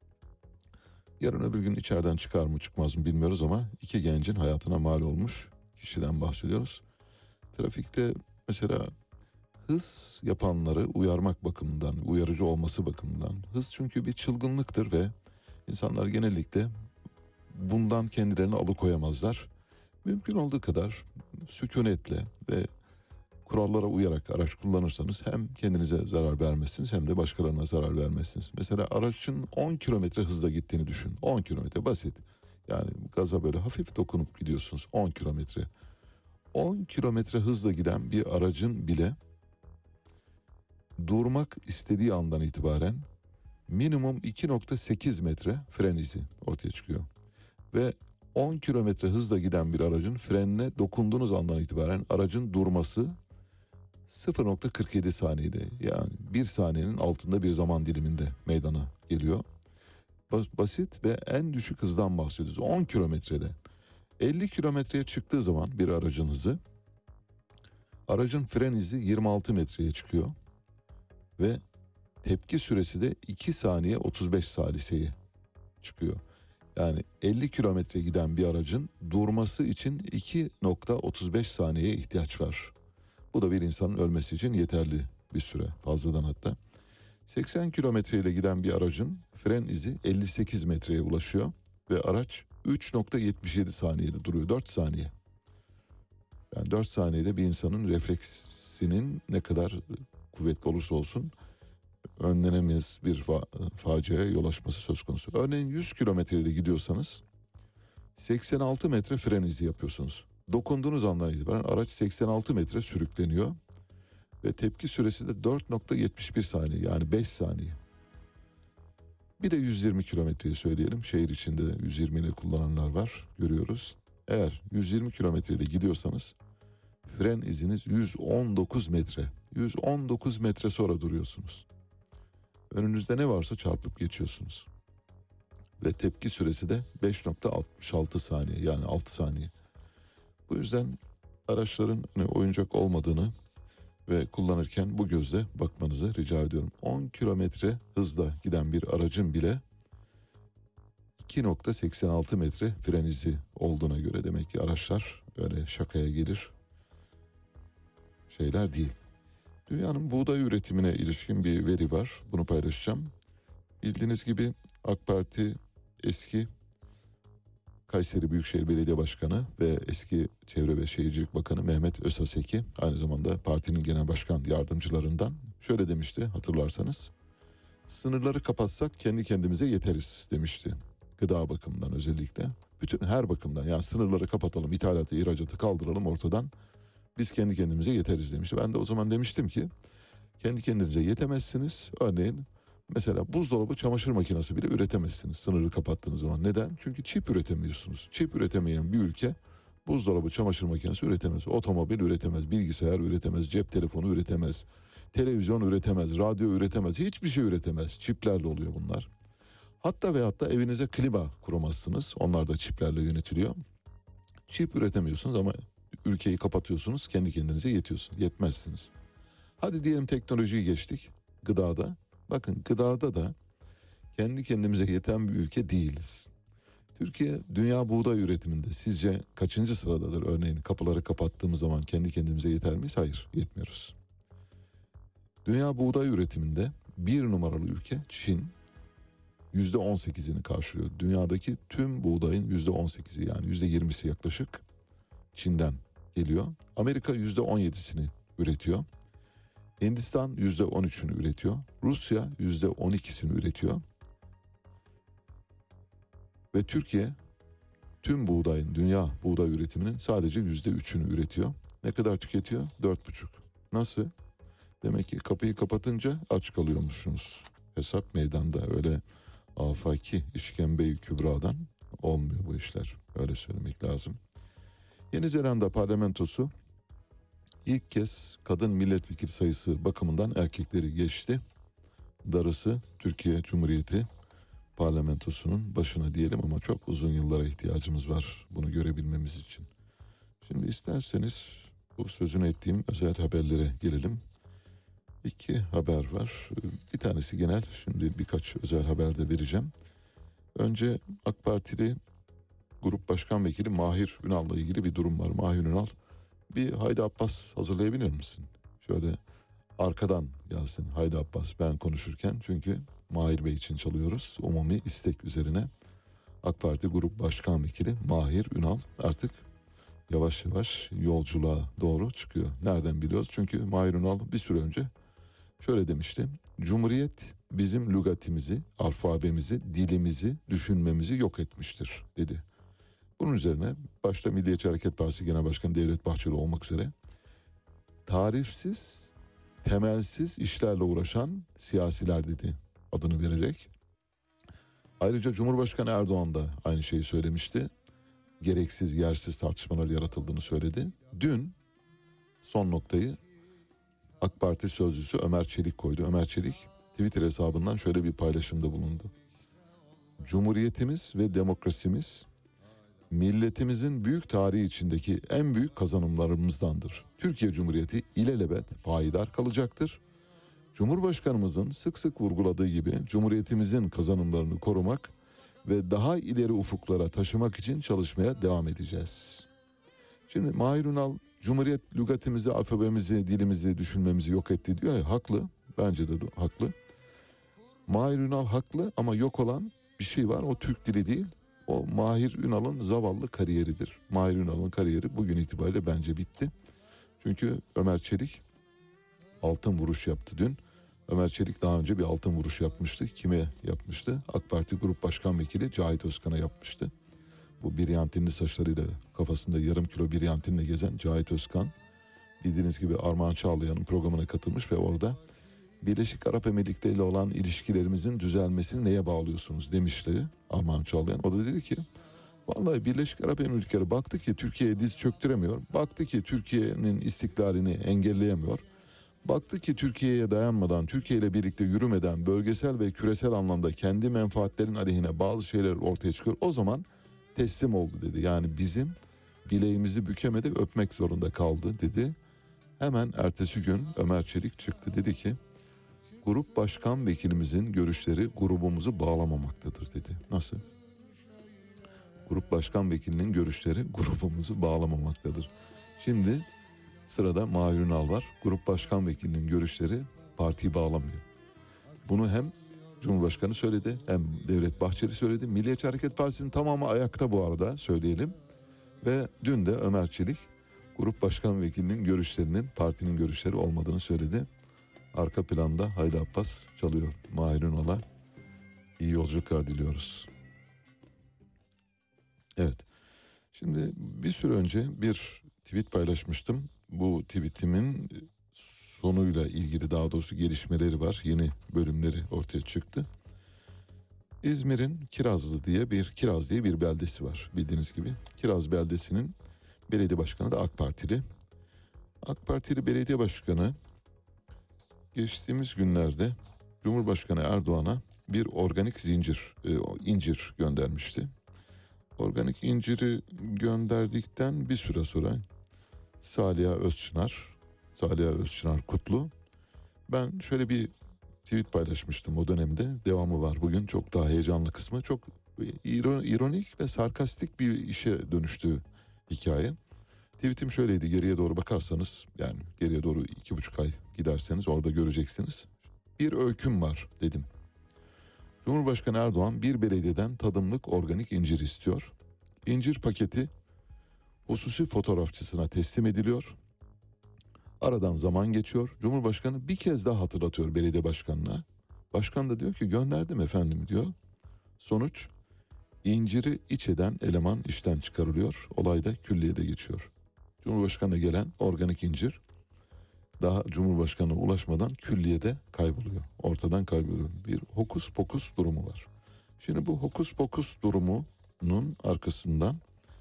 Yarın öbür gün içeriden çıkar mı çıkmaz mı bilmiyoruz ama iki gencin hayatına mal olmuş kişiden bahsediyoruz. Trafikte mesela hız yapanları uyarmak bakımından, uyarıcı olması bakımından, hız çünkü bir çılgınlıktır ve insanlar genellikle bundan kendilerini alıkoyamazlar. Mümkün olduğu kadar sükunetle ve kurallara uyarak araç kullanırsanız hem kendinize zarar vermezsiniz hem de başkalarına zarar vermezsiniz. Mesela aracın on kilometre hızla gittiğini düşün. on kilometre basit. Yani gaza böyle hafif dokunup gidiyorsunuz on kilometre. on kilometre hızla giden bir aracın bile durmak istediği andan itibaren minimum iki nokta sekiz metre fren izi ortaya çıkıyor. Ve on kilometre hızla giden bir aracın frenine dokunduğunuz andan itibaren aracın durması sıfır nokta kırk yedi saniyede, yani bir saniyenin altında bir zaman diliminde meydana geliyor. Basit ve en düşük hızdan bahsediyoruz. on kilometrede. elli kilometreye çıktığı zaman bir aracın hızı, aracın fren izi yirmi altı metreye çıkıyor ve tepki süresi de iki saniye otuz beş saliseye çıkıyor. Yani elli kilometre giden bir aracın durması için iki nokta otuz beş saniyeye ihtiyaç var. Bu da bir insanın ölmesi için yeterli bir süre, fazladan hatta. seksen kilometre ile giden bir aracın fren izi elli sekiz metreye ulaşıyor ve araç üç nokta yetmiş yedi saniyede duruyor. dört saniye. Yani dört saniyede bir insanın refleksinin ne kadar kuvvetli olursa olsun önlenemez bir fa- faciaya yol açması söz konusu. Örneğin yüz kilometre ile gidiyorsanız seksen altı metre fren izi yapıyorsunuz. Dokunduğunuz andan itibaren araç seksen altı metre sürükleniyor ve tepki süresi de dört nokta yetmiş bir saniye, yani beş saniye. Bir de yüz yirmi kilometreyi söyleyelim. Şehir içinde yüz yirmi ile kullananlar var, görüyoruz. Eğer yüz yirmi kilometre ile gidiyorsanız fren iziniz yüz on dokuz metre. yüz on dokuz metre sonra duruyorsunuz. Önünüzde ne varsa çarpıp geçiyorsunuz. Ve tepki süresi de beş nokta altmış altı saniye, yani altı saniye. Bu yüzden araçların hani oyuncak olmadığını ve kullanırken bu gözle bakmanızı rica ediyorum. on kilometre hızla giden bir aracın bile iki nokta seksen altı metre fren izi olduğuna göre demek ki araçlar öyle şakaya gelir şeyler değil. Dünyanın buğday üretimine ilişkin bir veri var. Bunu paylaşacağım. Bildiğiniz gibi AK Parti eski Kayseri Büyükşehir Belediye Başkanı ve eski Çevre ve Şehircilik Bakanı Mehmet Özhaseki, aynı zamanda partinin genel başkan yardımcılarından, şöyle demişti hatırlarsanız. Sınırları kapatsak kendi kendimize yeteriz demişti. Gıda bakımından özellikle. Bütün her bakımdan, yani sınırları kapatalım, ithalatı, ihracatı kaldıralım ortadan. Biz kendi kendimize yeteriz demişti. Ben de o zaman demiştim ki kendi kendinize yetemezsiniz. Örneğin mesela buzdolabı, çamaşır makinesi bile üretemezsiniz sınırı kapattığınız zaman. Neden? Çünkü çip üretemiyorsunuz. Çip üretemeyen bir ülke buzdolabı, çamaşır makinesi üretemez. Otomobil üretemez, bilgisayar üretemez, cep telefonu üretemez, televizyon üretemez, radyo üretemez. Hiçbir şey üretemez. Çiplerle oluyor bunlar. Hatta ve hatta evinize klima kuramazsınız. Onlar da çiplerle yönetiliyor. Çip üretemiyorsunuz ama ülkeyi kapatıyorsunuz, kendi kendinize yetiyorsunuz, yetmezsiniz. Hadi diyelim teknolojiyi geçtik gıdada. Bakın gıdada da kendi kendimize yeten bir ülke değiliz. Türkiye dünya buğday üretiminde sizce kaçıncı sıradadır? Örneğin kapıları kapattığımız zaman kendi kendimize yeter miyiz? Hayır, yetmiyoruz. Dünya buğday üretiminde bir numaralı ülke Çin, yüzde on sekizini karşılıyor. Dünyadaki tüm buğdayın yüzde on sekizi, yani yüzde yirmisi yaklaşık Çin'den geliyor. Amerika yüzde on yedisini üretiyor. Hindistan yüzde on üçünü üretiyor. Rusya yüzde on ikisini üretiyor. Ve Türkiye tüm buğdayın, dünya buğday üretiminin sadece yüzde üçünü üretiyor. Ne kadar tüketiyor? Dört buçuk. Nasıl? Demek ki kapıyı kapatınca aç kalıyormuşsunuz. Hesap meydanda, öyle afaki işkembe-i kübradan olmuyor bu işler. Öyle söylemek lazım. Yeni Zelanda parlamentosu ilk kez kadın milletvekili sayısı bakımından erkekleri geçti. Darısı Türkiye Cumhuriyeti parlamentosunun başına diyelim, ama çok uzun yıllara ihtiyacımız var bunu görebilmemiz için. Şimdi isterseniz bu sözünü ettiğim özel haberlere gelelim. İki haber var. Bir tanesi genel, şimdi birkaç özel haber de vereceğim. Önce AK Partili Grup Başkan Vekili Mahir Ünal'la ilgili bir durum var. Mahir Ünal, bir Haydi Abbas hazırlayabilir misin? Şöyle arkadan gelsin Haydi Abbas ben konuşurken, çünkü Mahir Bey için çalıyoruz. Umumi istek üzerine AK Parti Grup Başkan Vekili Mahir Ünal artık yavaş yavaş yolculuğa doğru çıkıyor. Nereden biliyoruz? Çünkü Mahir Ünal bir süre önce şöyle demişti. Cumhuriyet bizim lügatimizi, alfabemizi, dilimizi, düşünmemizi yok etmiştir dedi. Bunun üzerine başta Milliyetçi Hareket Partisi Genel Başkanı Devlet Bahçeli olmak üzere tarifsiz, temelsiz işlerle uğraşan siyasiler dedi adını vererek. Ayrıca Cumhurbaşkanı Erdoğan da aynı şeyi söylemişti. Gereksiz, yersiz tartışmalar yaratıldığını söyledi. Dün son noktayı AK Parti sözcüsü Ömer Çelik koydu. Ömer Çelik Twitter hesabından şöyle bir paylaşımda bulundu. Cumhuriyetimiz ve demokrasimiz milletimizin büyük tarihi içindeki en büyük kazanımlarımızdandır. Türkiye Cumhuriyeti ilelebet payidar kalacaktır. Cumhurbaşkanımızın sık sık vurguladığı gibi Cumhuriyetimizin kazanımlarını korumak ve daha ileri ufuklara taşımak için çalışmaya devam edeceğiz. Şimdi Mahir Ünal Cumhuriyet lügatimizi, alfabemizi, dilimizi, düşünmemizi yok etti diyor ya, haklı. Bence de haklı. Mahir Ünal haklı ama yok olan bir şey var, o Türk dili değil. O Mahir Ünal'ın zavallı kariyeridir. Mahir Ünal'ın kariyeri bugün itibariyle bence bitti. Çünkü Ömer Çelik altın vuruş yaptı dün. Ömer Çelik daha önce bir altın vuruş yapmıştı. Kime yapmıştı? AK Parti Grup Başkan Vekili Cahit Özkan'a yapmıştı. Bu biryantinli saçlarıyla, kafasında yarım kilo biryantinle gezen Cahit Özkan, bildiğiniz gibi Armağan Çağlayan'ın programına katılmış ve orada Birleşik Arap Emirlikleri ile olan ilişkilerimizin düzelmesini neye bağlıyorsunuz demişti Armağan Çağlayan. O da dedi ki vallahi Birleşik Arap Emirlikleri baktı ki Türkiye'ye diz çöktüremiyor. Baktı ki Türkiye'nin istiklalini engelleyemiyor. Baktı ki Türkiye'ye dayanmadan, Türkiye ile birlikte yürümeden bölgesel ve küresel anlamda kendi menfaatlerin aleyhine bazı şeyler ortaya çıkıyor. O zaman teslim oldu dedi. Yani bizim bileğimizi bükemedi, öpmek zorunda kaldı dedi. Hemen ertesi gün Ömer Çelik çıktı, dedi ki grup başkan vekilimizin görüşleri grubumuzu bağlamamaktadır dedi. Nasıl? Grup başkan vekilinin görüşleri grubumuzu bağlamamaktadır. Şimdi sırada Mahir Ünal var. Grup başkan vekilinin görüşleri partiyi bağlamıyor. Bunu hem Cumhurbaşkanı söyledi hem Devlet Bahçeli söyledi. Milliyetçi Hareket Partisi'nin tamamı ayakta bu arada, söyleyelim. Ve dün de Ömer Çelik grup başkan vekilinin görüşlerinin partinin görüşleri olmadığını söyledi. Arka planda Haydi Abbas çalıyor. Mahir Ünal'a iyi yolculuklar diliyoruz. Evet. Şimdi bir süre önce bir tweet paylaşmıştım. Bu tweetimin sonuyla ilgili, daha doğrusu gelişmeleri var. Yeni bölümleri ortaya çıktı. İzmir'in Kirazlı diye bir Kiraz diye bir beldesi var bildiğiniz gibi. Kiraz beldesinin belediye başkanı da AK Partili. AK Partili belediye başkanı geçtiğimiz günlerde Cumhurbaşkanı Erdoğan'a bir organik zincir, e, incir göndermişti. Organik inciri gönderdikten bir süre sonra Saliha Özçınar, Saliha Özçınar Kutlu, ben şöyle bir tweet paylaşmıştım o dönemde. Devamı var bugün, çok daha heyecanlı kısmı. Çok ironik ve sarkastik bir işe dönüştü hikaye. Tweetim şöyleydi, geriye doğru bakarsanız, yani geriye doğru iki buçuk ay giderseniz orada göreceksiniz. Bir öyküm var dedim. Cumhurbaşkanı Erdoğan bir belediyeden tadımlık organik incir istiyor. İncir paketi hususi fotoğrafçısına teslim ediliyor. Aradan zaman geçiyor. Cumhurbaşkanı bir kez daha hatırlatıyor belediye başkanına. Başkan da diyor ki gönderdim efendim diyor. Sonuç, inciri iç eden eleman işten çıkarılıyor. Olay da külliyede geçiyor. Cumhurbaşkanına gelen organik incir daha Cumhurbaşkanı'na ulaşmadan külliyede kayboluyor. Ortadan kayboluyor. Bir hokus pokus durumu var. Şimdi bu hokus pokus durumunun arkasından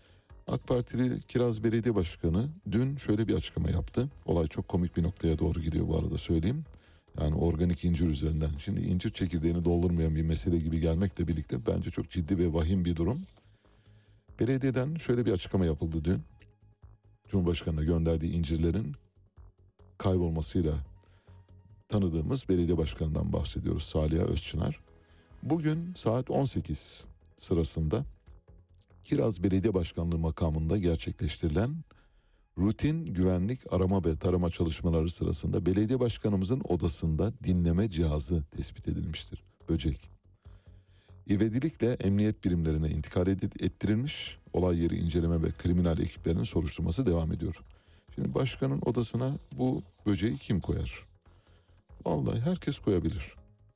AK Partili Kiraz Belediye Başkanı dün şöyle bir açıklama yaptı. Olay çok komik bir noktaya doğru gidiyor bu arada söyleyeyim. Yani organik incir üzerinden. Şimdi incir çekirdeğini doldurmayan bir mesele gibi gelmekle birlikte bence çok ciddi ve vahim bir durum. Belediyeden şöyle bir açıklama yapıldı dün. Cumhurbaşkanı'na gönderdiği incirlerin kaybolmasıyla tanıdığımız belediye başkanından bahsediyoruz, Saliha Özçınar. Bugün saat on sekiz sırasında Kiraz Belediye Başkanlığı makamında gerçekleştirilen rutin güvenlik arama ve tarama çalışmaları sırasında belediye başkanımızın odasında dinleme cihazı tespit edilmiştir. Böcek. İvedilikle emniyet birimlerine intikal ettirilmiş. Olay yeri inceleme ve kriminal ekiplerinin soruşturması devam ediyor. Şimdi başkanın odasına bu böceği kim koyar? Vallahi herkes koyabilir.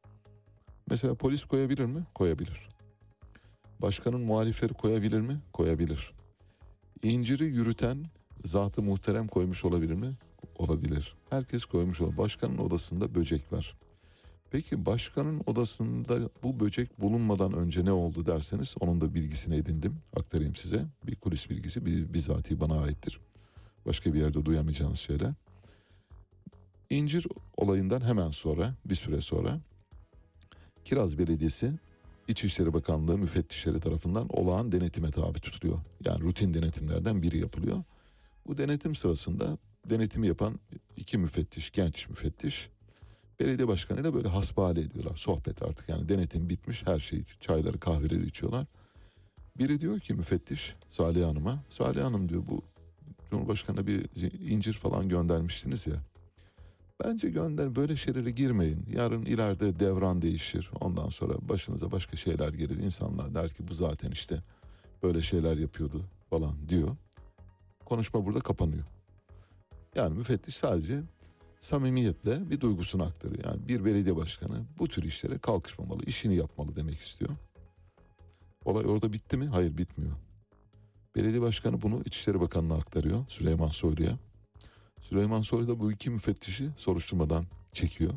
Mesela polis koyabilir mi? Koyabilir. Başkanın muhalifleri koyabilir mi? Koyabilir. İnciri yürüten zat-ı muhterem koymuş olabilir mi? Olabilir. Herkes koymuş olabilir. Başkanın odasında böcek var. Peki başkanın odasında bu böcek bulunmadan önce ne oldu derseniz onun da bilgisini edindim. Aktarayım size. Bir kulis bilgisi bizatihi bana aittir. Başka bir yerde duyamayacağınız şeyler. İncir olayından hemen sonra, bir süre sonra Kiraz Belediyesi İçişleri Bakanlığı müfettişleri tarafından olağan denetime tabi tutuluyor. Yani rutin denetimlerden biri yapılıyor. Bu denetim sırasında denetimi yapan iki müfettiş, genç müfettiş belediye başkanıyla böyle hasbihal ediyorlar. Sohbet artık, yani denetim bitmiş, her şey, çayları kahveleri içiyorlar. Biri diyor ki müfettiş Salih Hanım'a, Salih Hanım diyor, bu Cumhurbaşkanı'na bir incir falan göndermiştiniz ya. Bence gönder, böyle şeylere girmeyin. Yarın ileride devran değişir. Ondan sonra başınıza başka şeyler gelir. İnsanlar der ki bu zaten işte böyle şeyler yapıyordu falan diyor. Konuşma burada kapanıyor. Yani müfettiş sadece samimiyetle bir duygusunu aktarıyor. Yani bir belediye başkanı bu tür işlere kalkışmamalı, işini yapmalı demek istiyor. Olay orada bitti mi? Hayır, bitmiyor. Belediye başkanı bunu İçişleri Bakanı'na aktarıyor, Süleyman Soylu'ya. Süleyman Soylu da bu iki müfettişi soruşturmadan çekiyor.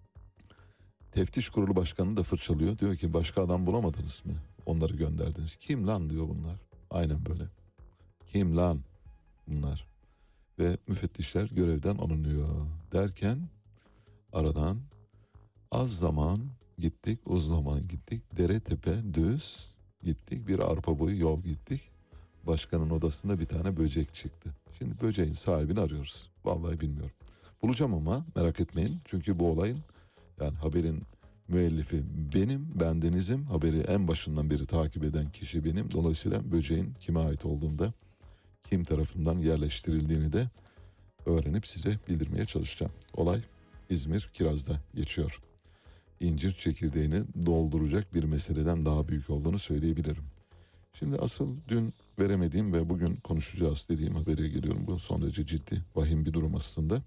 Teftiş Kurulu Başkanı da fırçalıyor. Diyor ki başka adam bulamadınız mı? Onları gönderdiniz. Kim lan diyor bunlar. Aynen böyle. Kim lan bunlar? Ve müfettişler görevden alınıyor. Derken aradan az zaman gittik, uz zaman gittik. Dere tepe düz gittik. Bir arpa boyu yol gittik. Başkanın odasında bir tane böcek çıktı. Şimdi böceğin sahibini arıyoruz. Vallahi bilmiyorum. Bulacağım ama merak etmeyin. Çünkü bu olayın, yani haberin müellifi benim, bendenizim. Haberi en başından beri takip eden kişi benim. Dolayısıyla böceğin kime ait olduğunu da, kim tarafından yerleştirildiğini de öğrenip size bildirmeye çalışacağım. Olay İzmir Kiraz'da geçiyor. İncir çekirdeğini dolduracak bir meseleden daha büyük olduğunu söyleyebilirim. Şimdi asıl dün veremediğim ve bugün konuşacağız dediğim habere geliyorum. Bu son derece ciddi, vahim bir durum aslında.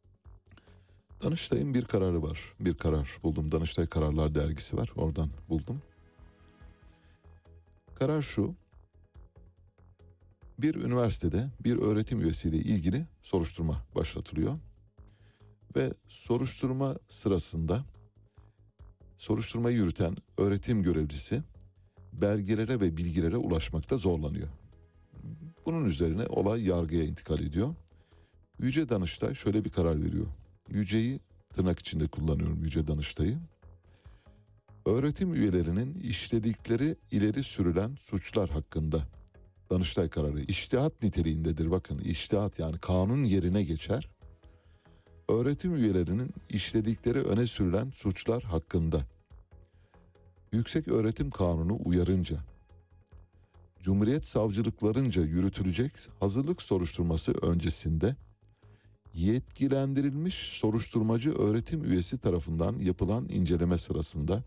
Danıştay'ın bir kararı var. Bir karar buldum. Danıştay Kararlar dergisi var. Oradan buldum. Karar şu. Bir üniversitede bir öğretim üyesiyle ilgili soruşturma başlatılıyor. Ve soruşturma sırasında soruşturmayı yürüten öğretim görevlisi belgelere ve bilgilere ulaşmakta zorlanıyor. Bunun üzerine olay yargıya intikal ediyor. Yüce Danıştay şöyle bir karar veriyor. Yüce'yi tırnak içinde kullanıyorum, Yüce Danıştay'ı. Öğretim üyelerinin işledikleri ileri sürülen suçlar hakkında Danıştay kararı içtihat niteliğindedir. Bakın, içtihat, yani kanun yerine geçer. Öğretim üyelerinin işledikleri öne sürülen suçlar hakkında Yüksek Öğretim Kanunu uyarınca Cumhuriyet savcılıklarınca yürütülecek hazırlık soruşturması öncesinde yetkilendirilmiş soruşturmacı öğretim üyesi tarafından yapılan inceleme sırasında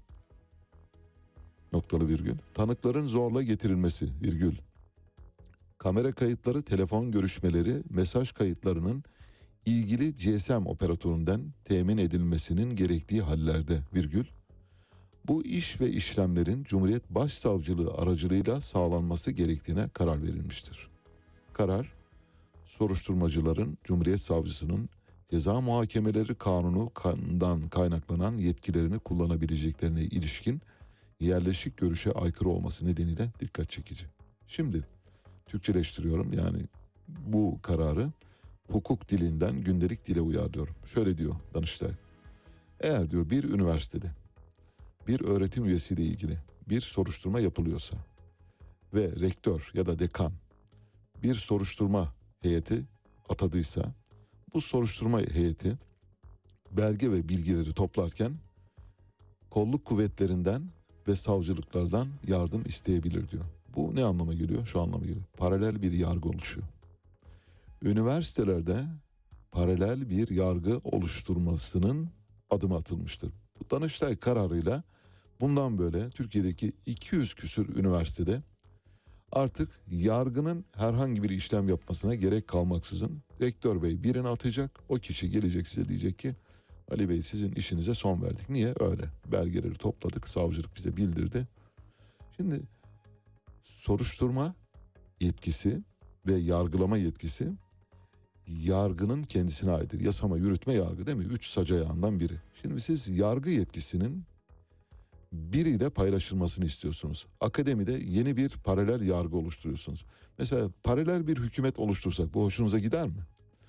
noktalı virgül tanıkların zorla getirilmesi virgül kamera kayıtları, telefon görüşmeleri, mesaj kayıtlarının ilgili G S M operatöründen temin edilmesinin gerektiği hallerde virgül bu iş ve işlemlerin Cumhuriyet Başsavcılığı aracılığıyla sağlanması gerektiğine karar verilmiştir. Karar, soruşturmacıların Cumhuriyet Savcısının ceza muhakemeleri kanunundan kaynaklanan yetkilerini kullanabileceklerine ilişkin yerleşik görüşe aykırı olması nedeniyle dikkat çekici. Şimdi Türkçeleştiriyorum, yani bu kararı hukuk dilinden gündelik dile uyarlıyorum. Şöyle diyor Danıştay. Eğer diyor bir üniversitede bir öğretim üyesiyle ilgili bir soruşturma yapılıyorsa ve rektör ya da dekan bir soruşturma heyeti atadıysa, bu soruşturma heyeti belge ve bilgileri toplarken kolluk kuvvetlerinden ve savcılıklardan yardım isteyebilir diyor. Bu ne anlama geliyor? Şu anlama geliyor. Paralel bir yargı oluşuyor. Üniversitelerde paralel bir yargı oluşturmasının adımı atılmıştır. Bu Danıştay kararıyla bundan böyle Türkiye'deki iki yüz küsür üniversitede artık yargının herhangi bir işlem yapmasına gerek kalmaksızın rektör bey birini atacak. O kişi gelecek, size diyecek ki Ali Bey, sizin işinize son verdik. Niye? Öyle. Belgeleri topladık, savcılık bize bildirdi. Şimdi soruşturma yetkisi ve yargılama yetkisi yargının kendisine aittir. Yasama, yürütme, yargı, değil mi? Üç sac ayağından biri. Şimdi siz yargı yetkisinin biriyle paylaşılmasını istiyorsunuz. Akademide yeni bir paralel yargı oluşturuyorsunuz. Mesela paralel bir hükümet oluştursak bu hoşunuza gider mi?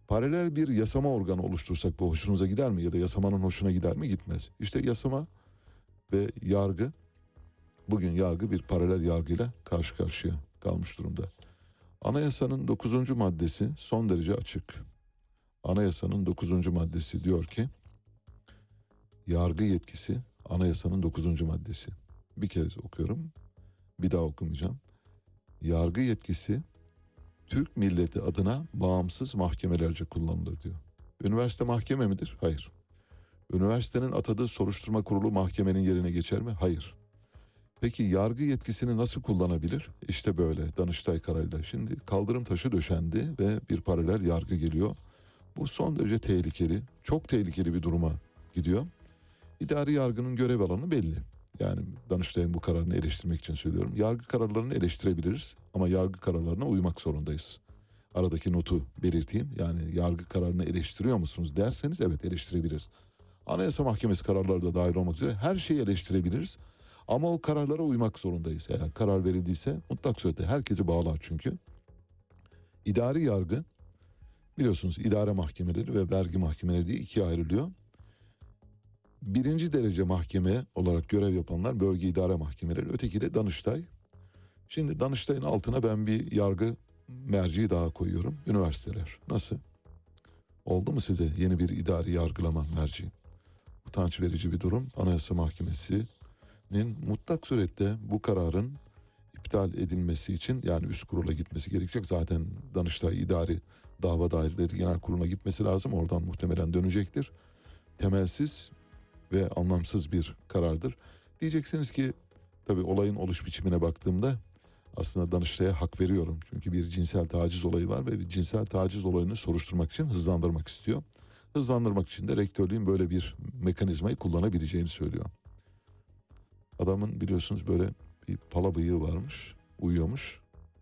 Paralel bir yasama organı oluştursak bu hoşunuza gider mi? Ya da yasamanın hoşuna gider mi? Gitmez. İşte yasama ve yargı, bugün yargı bir paralel yargıyla karşı karşıya kalmış durumda. Anayasanın dokuzuncu maddesi son derece açık. Anayasanın dokuzuncu maddesi diyor ki, yargı yetkisi, anayasanın dokuzuncu maddesi. Bir kez okuyorum, bir daha okumayacağım. Yargı yetkisi Türk milleti adına bağımsız mahkemelerce kullanılır diyor. Üniversite mahkeme midir? Hayır. Üniversitenin atadığı soruşturma kurulu mahkemenin yerine geçer mi? Hayır. Peki yargı yetkisini nasıl kullanabilir? İşte böyle Danıştay kararıyla. Şimdi kaldırım taşı döşendi ve bir paralel yargı geliyor. Bu son derece tehlikeli, çok tehlikeli bir duruma gidiyor. İdari yargının görev alanı belli. Yani Danıştay'ın bu kararını eleştirmek için söylüyorum. Yargı kararlarını eleştirebiliriz ama yargı kararlarına uymak zorundayız. Aradaki notu belirteyim. Yani yargı kararını eleştiriyor musunuz derseniz evet eleştirebiliriz. Anayasa Mahkemesi kararları da dahil olmak üzere her şeyi eleştirebiliriz. Ama o kararlara uymak zorundayız. Eğer karar verildiyse mutlak surette herkesi bağlar çünkü. İdari yargı, biliyorsunuz idare mahkemeleri ve vergi mahkemeleri diye ikiye ayrılıyor. Birinci derece mahkeme olarak görev yapanlar bölge idare mahkemeleri, öteki de Danıştay. Şimdi Danıştay'ın altına ben bir yargı merciği daha koyuyorum. Üniversiteler. Nasıl? Oldu mu size yeni bir idari yargılama merciği? Utanç verici bir durum. Anayasa Mahkemesi'nin mutlak surette bu kararın iptal edilmesi için, yani üst kurula gitmesi gerekecek. Zaten Danıştay İdari Dava Daireleri Genel Kurulu'na gitmesi lazım. Oradan muhtemelen dönecektir. Temelsiz ve anlamsız bir karardır. Diyeceksiniz ki tabii olayın oluş biçimine baktığımda aslında Danıştay'a hak veriyorum. Çünkü bir cinsel taciz olayı var ve bir cinsel taciz olayını soruşturmak için hızlandırmak istiyor. Hızlandırmak için de rektörlüğün böyle bir mekanizmayı kullanabileceğini söylüyor. Adamın biliyorsunuz böyle bir pala bıyığı varmış, uyuyormuş.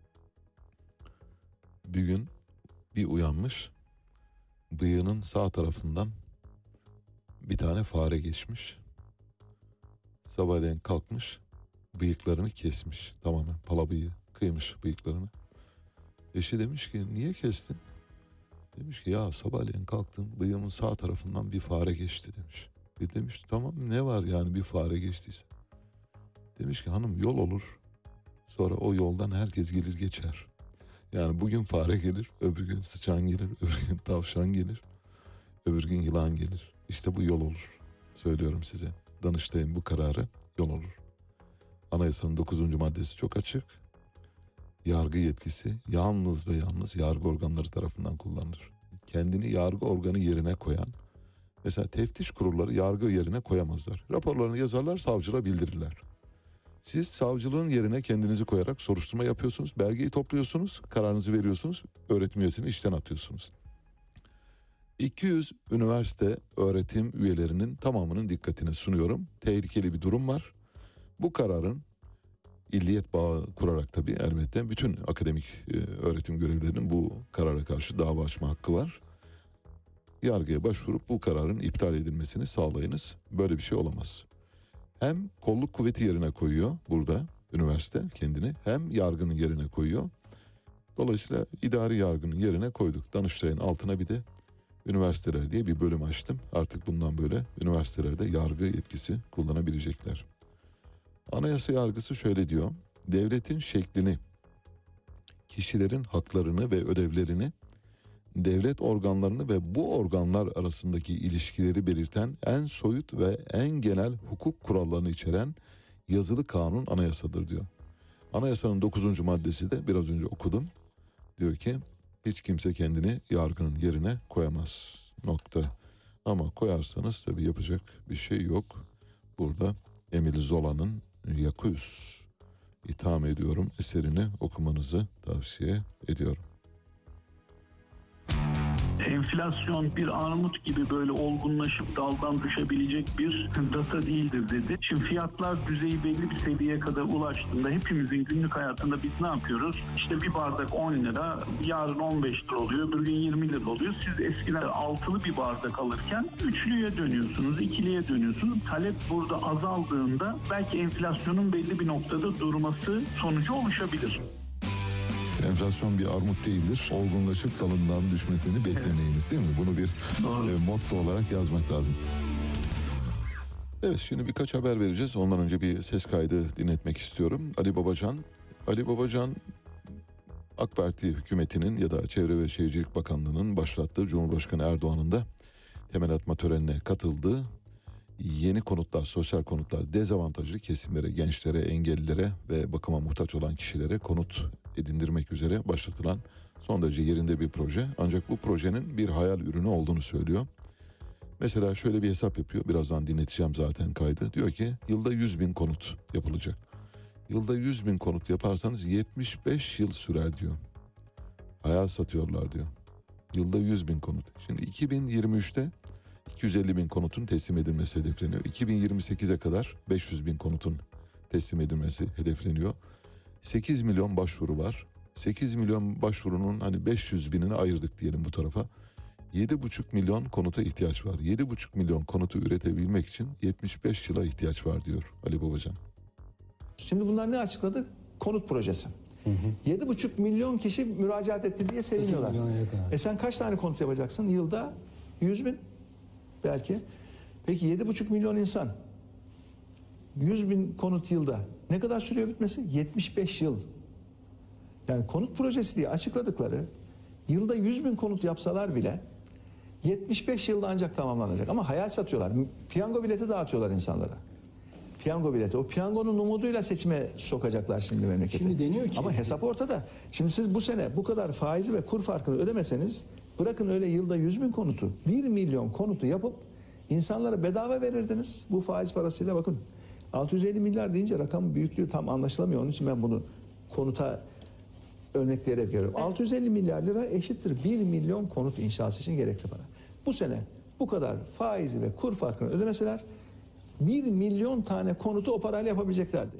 Bir gün bir uyanmış, bıyığının sağ tarafından bir tane fare geçmiş. Sabahleyin kalkmış, bıyıklarını kesmiş. Tamamen pala bıyığı, kıymış bıyıklarını. Eşi demiş ki niye kestin? Demiş ki ya sabahleyin kalktım, bıyığımın sağ tarafından bir fare geçti demiş. E demiş tamam ne var yani bir fare geçtiyse. Demiş ki hanım yol olur. Sonra o yoldan herkes gelir geçer. Yani bugün fare gelir, öbür gün sıçan gelir, öbür gün tavşan gelir, öbür gün yılan gelir. İşte bu yol olur. Söylüyorum size. Danıştay'ın bu kararı yol olur. Anayasanın dokuzuncu maddesi çok açık. Yargı yetkisi yalnız ve yalnız yargı organları tarafından kullanılır. Kendini yargı organı yerine koyan, mesela teftiş kurulları yargı yerine koyamazlar. Raporlarını yazarlar, savcılığa bildirirler. Siz savcılığın yerine kendinizi koyarak soruşturma yapıyorsunuz, belgeyi topluyorsunuz, kararınızı veriyorsunuz, öğretim üyesini işten atıyorsunuz. iki yüz üniversite öğretim üyelerinin tamamının dikkatine sunuyorum. Tehlikeli bir durum var. Bu kararın illiyet bağı kurarak tabii elbette bütün akademik e, öğretim görevlilerinin bu karara karşı dava açma hakkı var. Yargıya başvurup bu kararın iptal edilmesini sağlayınız. Böyle bir şey olamaz. Hem kolluk kuvveti yerine koyuyor burada üniversite kendini, hem yargının yerine koyuyor. Dolayısıyla idari yargının yerine koyduk. Danıştay'ın altına bir de üniversiteler diye bir bölüm açtım. Artık bundan böyle üniversitelerde yargı yetkisi kullanabilecekler. Anayasa yargısı şöyle diyor. Devletin şeklini, kişilerin haklarını ve ödevlerini, devlet organlarını ve bu organlar arasındaki ilişkileri belirten en soyut ve en genel hukuk kurallarını içeren yazılı kanun anayasadır diyor. Anayasanın dokuzuncu maddesi de biraz önce okudum. Diyor ki hiç kimse kendini yargının yerine koyamaz. Nokta. Ama koyarsanız tabii yapacak bir şey yok. Burada Emile Zola'nın Yakuz itham ediyorum eserini okumanızı tavsiye ediyorum. Enflasyon bir armut gibi böyle olgunlaşıp daldan düşebilecek bir data değildir dedi. Şimdi fiyatlar düzeyi belli bir seviyeye kadar ulaştığında hepimizin günlük hayatında biz ne yapıyoruz? İşte bir bardak on lira, yarın on beş lira oluyor, öbür gün yirmi lira oluyor. Siz eskiden altılı bir bardak alırken üçlüye dönüyorsunuz, ikiliye dönüyorsunuz. Talep burada azaldığında belki enflasyonun belli bir noktada durması sonucu oluşabilir. Enflasyon bir armut değildir. Olgunlaşıp dalından düşmesini beklemeyiniz, değil mi? Bunu bir e, motto olarak yazmak lazım. Evet, şimdi birkaç haber vereceğiz. Ondan önce bir ses kaydı dinletmek istiyorum. Ali Babacan. Ali Babacan AK Parti hükümetinin ya da Çevre ve Şehircilik Bakanlığı'nın başlattığı Cumhurbaşkanı Erdoğan'ın da temel atma törenine katıldığı yeni konutlar, sosyal konutlar, dezavantajlı kesimlere, gençlere, engellilere ve bakıma muhtaç olan kişilere konut edindirmek üzere başlatılan son derece yerinde bir proje. Ancak bu projenin bir hayal ürünü olduğunu söylüyor. Mesela şöyle bir hesap yapıyor. Birazdan dinleteceğim zaten kaydı. Diyor ki yılda yüz bin konut yapılacak. Yılda yüz bin konut yaparsanız yetmiş beş yıl sürer diyor. Hayal satıyorlar diyor. Yılda yüz bin konut. Şimdi iki bin yirmi üçte iki yüz elli bin konutun teslim edilmesi hedefleniyor. iki bin yirmi sekize kadar beş yüz bin konutun teslim edilmesi hedefleniyor. sekiz milyon başvuru var. sekiz milyon başvurunun hani beş yüz binini ayırdık diyelim bu tarafa. yedi buçuk milyon konuta ihtiyaç var. yedi buçuk milyon konutu üretebilmek için yetmiş beş yıla ihtiyaç var diyor Ali Babacan. Şimdi bunlar ne açıkladı? Konut projesi. yedi buçuk milyon kişi müracaat etti diye seviniyorlar. E sen kaç tane konut yapacaksın? Yılda yüz bin belki. Peki yedi buçuk milyon insan yüz bin konut yılda ne kadar sürüyor bitmesi? yetmiş beş yıl. Yani konut projesi diye açıkladıkları yılda yüz bin konut yapsalar bile yetmiş beş yılda ancak tamamlanacak. Ama hayal satıyorlar. Piyango bileti dağıtıyorlar insanlara. Piyango bileti. O piyangonun umuduyla seçime sokacaklar şimdi memleketi. Şimdi deniyor ki... Ama hesap ortada. Şimdi siz bu sene bu kadar faizi ve kur farkını ödemeseniz bırakın öyle yılda yüz bin konutu, bir milyon konutu yapıp insanlara bedava verirdiniz. Bu faiz parasıyla bakın. altı yüz elli milyar deyince rakam büyüklüğü tam anlaşılamıyor. Onun için ben bunu konuta örnekleyerek veriyorum. Evet. altı yüz elli milyar lira eşittir bir milyon konut inşası için gerekli para. Bu sene bu kadar faizi ve kur farkını ödemeseler bir milyon tane konutu o parayla yapabileceklerdi.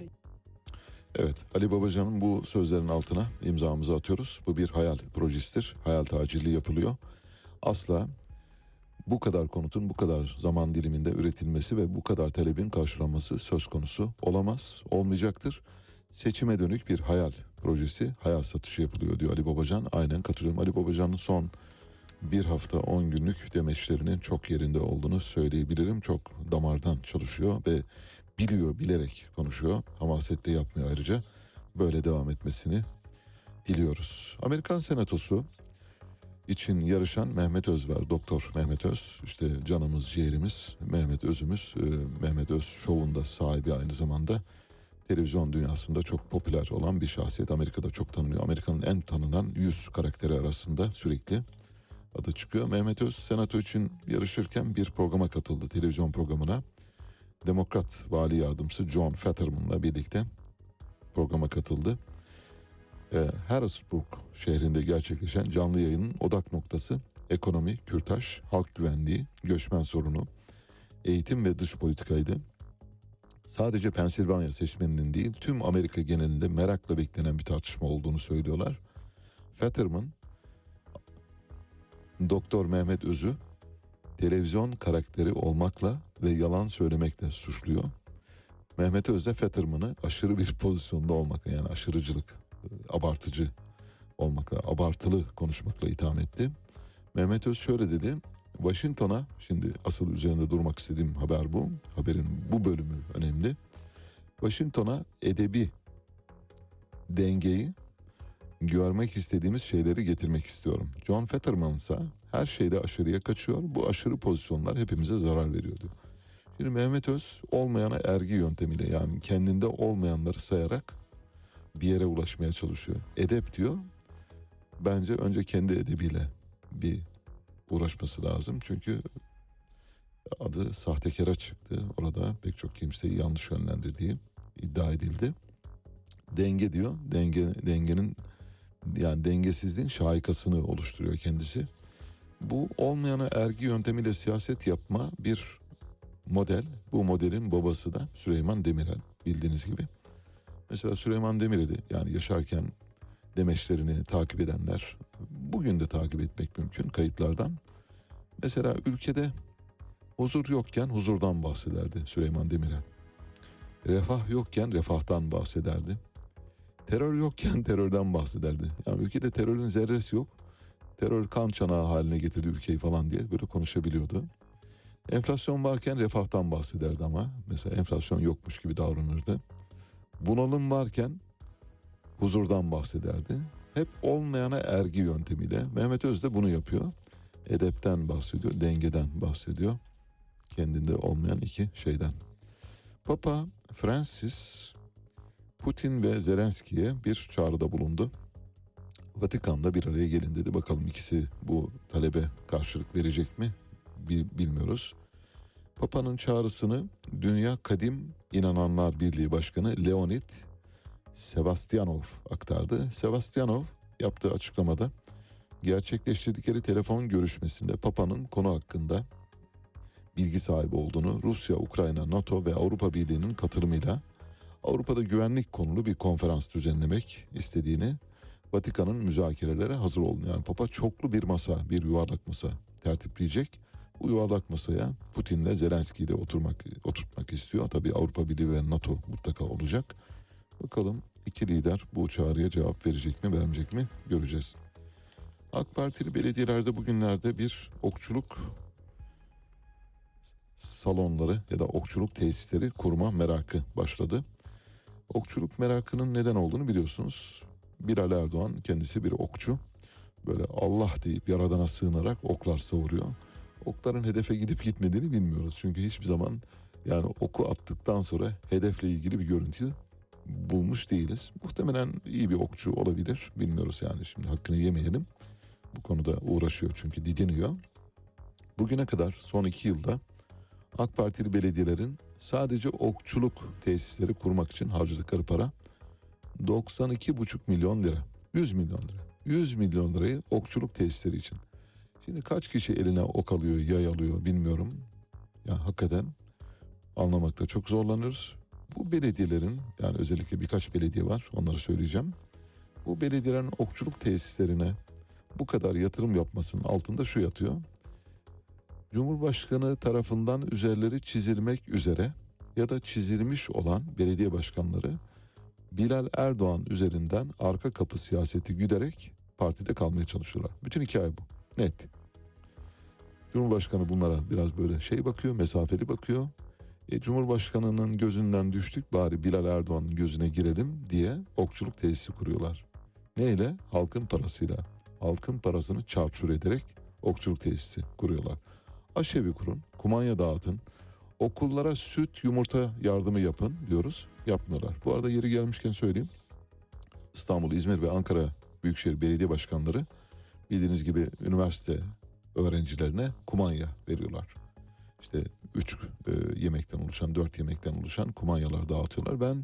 Evet, Ali Babacan'ın bu sözlerin altına imzamızı atıyoruz. Bu bir hayal projesidir. Hayal tacirliği yapılıyor. Asla bu kadar konutun bu kadar zaman diliminde üretilmesi ve bu kadar talebin karşılanması söz konusu olamaz, olmayacaktır. Seçime dönük bir hayal projesi, hayal satışı yapılıyor diyor Ali Babacan. Aynen katılıyorum. Ali Babacan'ın son bir hafta on günlük demeçlerinin çok yerinde olduğunu söyleyebilirim. Çok damardan çalışıyor ve biliyor, bilerek konuşuyor. Hamasetle yapmıyor ayrıca. Böyle devam etmesini diliyoruz. Amerikan Senatosu için yarışan Mehmet Öz var. Doktor Mehmet Öz, işte canımız ciğerimiz Mehmet Öz'ümüz. Mehmet Öz Show'un da sahibi aynı zamanda. Televizyon dünyasında çok popüler olan bir şahsiyet. Amerika'da çok tanınıyor. Amerika'nın en tanınan yüz karakteri arasında sürekli adı çıkıyor. Mehmet Öz senato için yarışırken bir programa katıldı, televizyon programına. Demokrat Vali Yardımcısı John Fetterman'la birlikte programa katıldı. Ee, Harrisburg şehrinde gerçekleşen canlı yayının odak noktası ekonomi, kürtaj, halk güvenliği, göçmen sorunu, eğitim ve dış politikaydı. Sadece Pensilvanya seçmeninin değil, tüm Amerika genelinde merakla beklenen bir tartışma olduğunu söylüyorlar. Fetterman, Doktor Mehmet Öz'ü televizyon karakteri olmakla ve yalan söylemekle suçluyor. Mehmet Öz de Fetterman'ı aşırı bir pozisyonda olmakla, yani aşırıcılık, abartıcı olmakla, abartılı konuşmakla itham etti. Mehmet Öz şöyle dedi: Washington'a, şimdi asıl üzerinde durmak istediğim haber bu, haberin bu bölümü önemli. Washington'a edebi dengeyi, görmek istediğimiz şeyleri getirmek istiyorum. John Fetterman ise her şeyde aşırıya kaçıyor. Bu aşırı pozisyonlar hepimize zarar veriyor diyor. Şimdi Mehmet Öz olmayana ergi yöntemiyle, yani kendinde olmayanları sayarak bir yere ulaşmaya çalışıyor. Edep diyor. Bence önce kendi edebiyle bir uğraşması lazım. Çünkü adı sahtekara çıktı. Orada pek çok kimseyi yanlış yönlendirdiği iddia edildi. Denge diyor. Denge, dengenin yani dengesizliğin şahikasını oluşturuyor kendisi. Bu olmayana ergi yöntemiyle siyaset yapma bir model. Bu modelin babası da Süleyman Demirel, bildiğiniz gibi. Mesela Süleyman Demirel'i, yani yaşarken demeçlerini takip edenler bugün de takip etmek mümkün kayıtlardan. Mesela ülkede huzur yokken huzurdan bahsederdi Süleyman Demirel. Refah yokken refahtan bahsederdi. Terör yokken terörden bahsederdi. Yani ülkede terörün zerresi yok. Terör kan çanağı haline getirdi ülkeyi falan diye böyle konuşabiliyordu. Enflasyon varken refahtan bahsederdi ama mesela enflasyon yokmuş gibi davranırdı. Bunalım varken huzurdan bahsederdi. Hep olmayana ergi yöntemiyle. Mehmet Öz de bunu yapıyor. Edepten bahsediyor, dengeden bahsediyor. Kendinde olmayan iki şeyden. Papa Francis Putin ve Zelenski'ye bir çağrıda bulundu. Vatikan'da bir araya gelin dedi. Bakalım ikisi bu talebe karşılık verecek mi bilmiyoruz. Papa'nın çağrısını Dünya Kadim İnananlar Birliği Başkanı Leonid Sevastyanov aktardı. Sevastyanov yaptığı açıklamada gerçekleştirdikleri telefon görüşmesinde Papa'nın konu hakkında bilgi sahibi olduğunu, Rusya, Ukrayna, NATO ve Avrupa Birliği'nin katılımıyla Avrupa'da güvenlik konulu bir konferans düzenlemek istediğini, Vatikan'ın müzakerelere hazır olduğunu, yani Papa çoklu bir masa, bir yuvarlak masa tertipleyecek. Bu yuvarlak masaya Putin'le Zelenski'yi de oturmak, oturtmak istiyor. Tabii Avrupa Birliği ve NATO mutlaka olacak. Bakalım iki lider bu çağrıya cevap verecek mi, vermeyecek mi göreceğiz. AK Partili belediyelerde bugünlerde bir okçuluk salonları ya da okçuluk tesisleri kurma merakı başladı. Okçuluk merakının neden olduğunu biliyorsunuz. Bilal Erdoğan kendisi bir okçu. Böyle Allah deyip Yaradan'a sığınarak oklar savuruyor. Okların hedefe gidip gitmediğini bilmiyoruz. Çünkü hiçbir zaman yani oku attıktan sonra hedefle ilgili bir görüntü bulmuş değiliz. Muhtemelen iyi bir okçu olabilir. Bilmiyoruz yani, şimdi hakkını yemeyelim. Bu konuda uğraşıyor çünkü didiniyor. Bugüne kadar son iki yılda AK Partili belediyelerin sadece okçuluk tesisleri kurmak için harcadıkları para doksan iki buçuk milyon lira. yüz milyon lira. yüz milyon lirayı okçuluk tesisleri için. Şimdi kaç kişi eline ok alıyor, yay alıyor bilmiyorum. Ya hakikaten anlamakta çok zorlanırız. Bu belediyelerin, yani özellikle birkaç belediye var, onları söyleyeceğim. Bu belediyelerin okçuluk tesislerine bu kadar yatırım yapmasının altında şu yatıyor. Cumhurbaşkanı tarafından üzerleri çizilmek üzere ya da çizilmiş olan belediye başkanları Bilal Erdoğan üzerinden arka kapı siyaseti güderek partide kalmaya çalışıyorlar. Bütün hikaye bu. Net. Cumhurbaşkanı bunlara biraz böyle şey bakıyor, mesafeli bakıyor. E, Cumhurbaşkanının gözünden düştük, bari Bilal Erdoğan'ın gözüne girelim diye okçuluk tesisi kuruyorlar. Neyle? Halkın parasıyla. Halkın parasını çarçur ederek okçuluk tesisi kuruyorlar. Aşevi kurun, kumanya dağıtın, okullara süt, yumurta yardımı yapın diyoruz. Yapmıyorlar. Bu arada yeri gelmişken söyleyeyim. İstanbul, İzmir ve Ankara Büyükşehir Belediye Başkanları bildiğiniz gibi üniversite öğrencilerine kumanya veriyorlar. İşte üç e, yemekten oluşan, dört yemekten oluşan kumanyalar dağıtıyorlar. Ben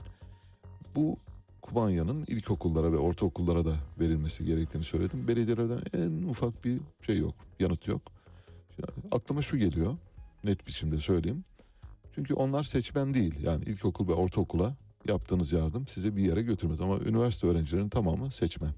bu kumanyanın ilkokullara ve ortaokullara da verilmesi gerektiğini söyledim. Belediyelerden en ufak bir şey yok, yanıt yok. Yani aklıma şu geliyor, net biçimde söyleyeyim. Çünkü onlar seçmen değil. Yani ilkokul ve ortaokula yaptığınız yardım sizi bir yere götürmez. Ama üniversite öğrencilerinin tamamı seçmen.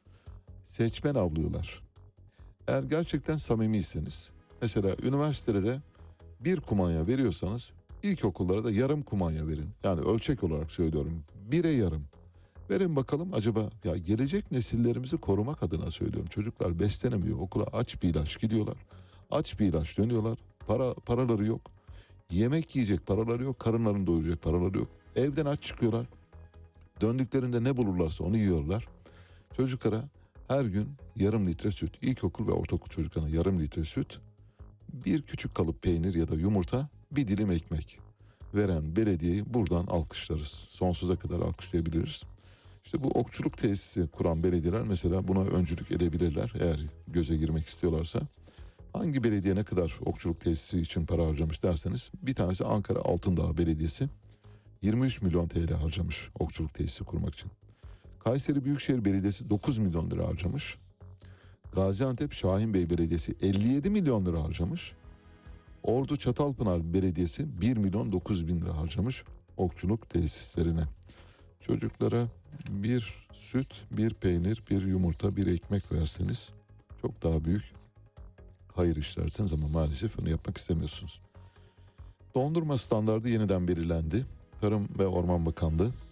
Seçmen avlıyorlar. Eğer gerçekten samimiyseniz, mesela üniversitelere bir kumanya veriyorsanız ilkokullara da yarım kumanya verin. Yani ölçek olarak söylüyorum. Bire yarım. Verin bakalım, acaba ya gelecek nesillerimizi korumak adına söylüyorum. Çocuklar beslenemiyor. Okula aç bir ilaç gidiyorlar. Aç bir ilaç dönüyorlar. Para, paraları yok. Yemek yiyecek paraları yok. Karınlarını doyuracak paraları yok. Evden aç çıkıyorlar. Döndüklerinde ne bulurlarsa onu yiyorlar. Çocuklara her gün yarım litre süt. İlkokul ve ortaokul çocuklarına yarım litre süt. Bir küçük kalıp peynir ya da yumurta, bir dilim ekmek veren belediyeyi buradan alkışlarız. Sonsuza kadar alkışlayabiliriz. İşte bu okçuluk tesisi kuran belediyeler mesela buna öncülük edebilirler eğer göze girmek istiyorlarsa. Hangi belediye ne kadar okçuluk tesisi için para harcamış derseniz, bir tanesi Ankara Altındağ Belediyesi yirmi üç milyon T L harcamış okçuluk tesisi kurmak için. Kayseri Büyükşehir Belediyesi dokuz milyon lira harcamış. Gaziantep Şahinbey Belediyesi elli yedi milyon lira harcamış. Ordu Çatalpınar Belediyesi bir milyon dokuz bin lira harcamış okçuluk tesislerine. Çocuklara bir süt, bir peynir, bir yumurta, bir ekmek verseniz çok daha büyük hayır işlersiniz ama maalesef onu yapmak istemiyorsunuz. Dondurma standardı yeniden belirlendi. Tarım ve Orman Bakanlığı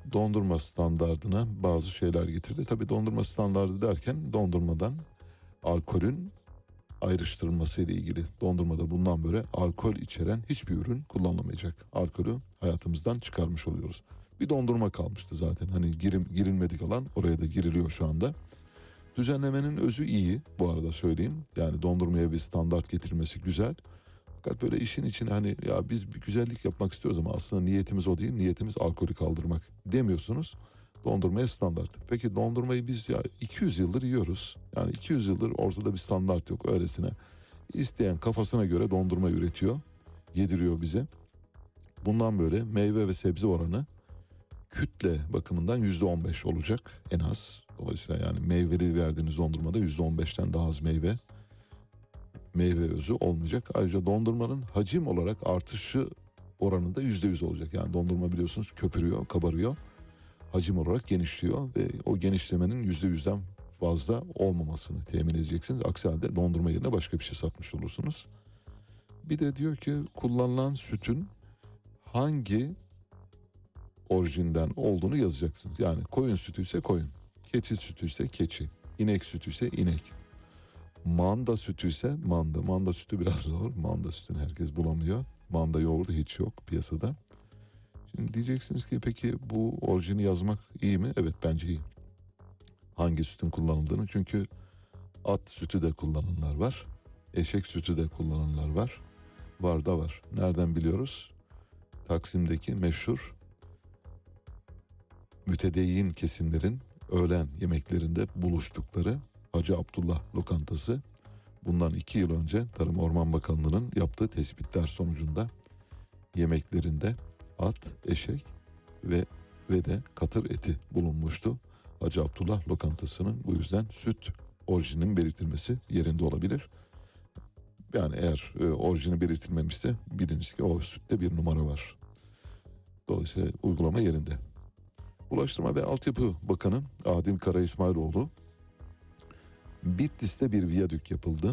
dondurma standardına bazı şeyler getirdi. Tabii dondurma standardı derken dondurmadan alkolün ayrıştırılması ile ilgili. Dondurmada bundan böyle alkol içeren hiçbir ürün kullanılamayacak. Alkolü hayatımızdan çıkarmış oluyoruz. Bir dondurma kalmıştı zaten. Hani girim, girilmedik alan, oraya da giriliyor şu anda. Düzenlemenin özü iyi bu arada söyleyeyim. Yani dondurmaya bir standart getirilmesi güzel. Fakat böyle işin içine hani ya biz bir güzellik yapmak istiyoruz ama aslında niyetimiz o değil. Niyetimiz alkolü kaldırmak demiyorsunuz. Dondurmaya standart. Peki dondurmayı biz ya iki yüz yıldır yiyoruz. Yani iki yüz yıldır ortada bir standart yok öylesine. İsteyen kafasına göre dondurma üretiyor. Yediriyor bize. Bundan böyle meyve ve sebze oranı kütle bakımından yüzde on beş olacak en az. Dolayısıyla yani meyveli verdiğiniz dondurmada yüzde on beşten daha az meyve meyve özü olmayacak. Ayrıca dondurmanın hacim olarak artışı oranında yüzde yüz olacak. Yani dondurma biliyorsunuz köpürüyor, kabarıyor. Hacim olarak genişliyor ve o genişlemenin yüzde yüzden fazla olmamasını temin edeceksiniz. Aksi halde dondurma yerine başka bir şey satmış olursunuz. Bir de diyor ki kullanılan sütün hangi orijinden olduğunu yazacaksınız. Yani koyun sütü ise koyun, keçi sütü ise keçi, inek sütü ise inek. Manda sütü ise manda. Manda sütü biraz zor. Manda sütünü herkes bulamıyor. Manda yoğurdu hiç yok piyasada. Şimdi diyeceksiniz ki peki bu orijini yazmak iyi mi? Evet bence iyi. Hangi sütün kullanıldığını. Çünkü at sütü de kullananlar var. Eşek sütü de kullananlar var. Var da var. Nereden biliyoruz? Taksim'deki meşhur mütedeyyin kesimlerin öğlen yemeklerinde buluştukları Hacı Abdullah lokantası bundan iki yıl önce Tarım Orman Bakanlığı'nın yaptığı tespitler sonucunda yemeklerinde at, eşek ve ve de katır eti bulunmuştu. Hacı Abdullah lokantasının bu yüzden süt orijinin belirtilmesi yerinde olabilir. Yani eğer e, orijini belirtilmemişse biliniz ki o sütte bir numara var. Dolayısıyla uygulama yerinde. Ulaştırma ve Altyapı Bakanı Adil Kara İsmailoğlu, Bitlis'te bir viyadük yapıldı.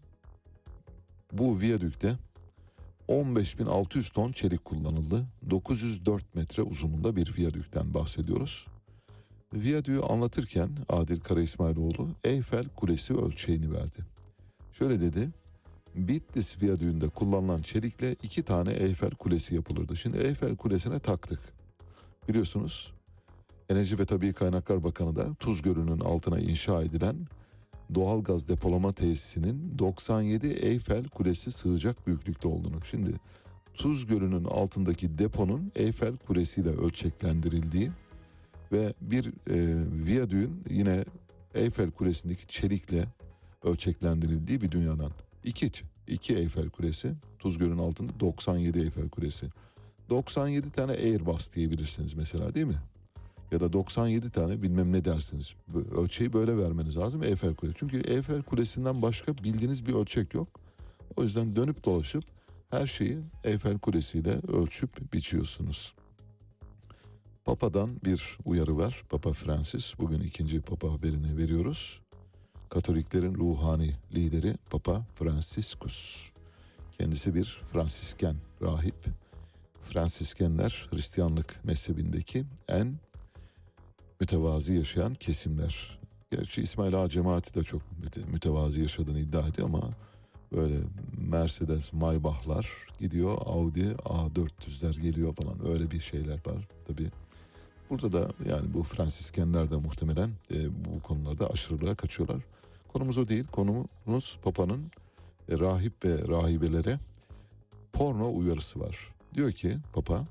Bu viyadükte on beş bin altı yüz ton çelik kullanıldı. dokuz yüz dört metre uzunluğunda bir viyadükten bahsediyoruz. Viyadüğü anlatırken Adil Kara İsmailoğlu Eyfel Kulesi ölçeğini verdi. Şöyle dedi: Bitlis viyadüğünde kullanılan çelikle iki tane Eyfel Kulesi yapılırdı. Şimdi Eyfel Kulesi'ne taktık. Biliyorsunuz Enerji ve Tabii Kaynaklar Bakanı da Tuz Gölü'nün altına inşa edilen doğalgaz depolama tesisinin doksan yedi Eyfel Kulesi sığacak büyüklükte olduğunu. Şimdi Tuz Gölü'nün altındaki deponun Eyfel Kulesi ile ölçeklendirildiği ve bir e, viyadüğün yine Eyfel Kulesi'ndeki çelikle ölçeklendirildiği bir dünyadan. İki, iki Eyfel Kulesi, Tuz Gölü'nün altında doksan yedi Eyfel Kulesi. doksan yedi tane Airbus diyebilirsiniz mesela, değil mi? Ya da doksan yedi tane bilmem ne dersiniz. Ölçeği böyle vermeniz lazım Eyfel Kulesi. Çünkü Eyfel Kulesi'nden başka bildiğiniz bir ölçek yok. O yüzden dönüp dolaşıp her şeyi Eyfel Kulesi ile ölçüp biçiyorsunuz. Papa'dan bir uyarı var. Papa Francis, bugün ikinci Papa haberini veriyoruz. Katoliklerin ruhani lideri Papa Franciscus. Kendisi bir Fransisken rahip. Fransiskenler Hristiyanlık mezhebindeki en mütevazi yaşayan kesimler. Gerçi İsmail Ağa cemaati de çok mütevazi yaşadığını iddia ediyor ama böyle Mercedes, Maybach'lar gidiyor, Audi A dört yüzler geliyor falan, öyle bir şeyler var. Tabii burada da yani bu Fransiskenler de muhtemelen e, bu konularda aşırılığa kaçıyorlar. Konumuz o değil. Konumuz Papa'nın e, rahip ve rahibelere porno uyarısı var. Diyor ki Papa,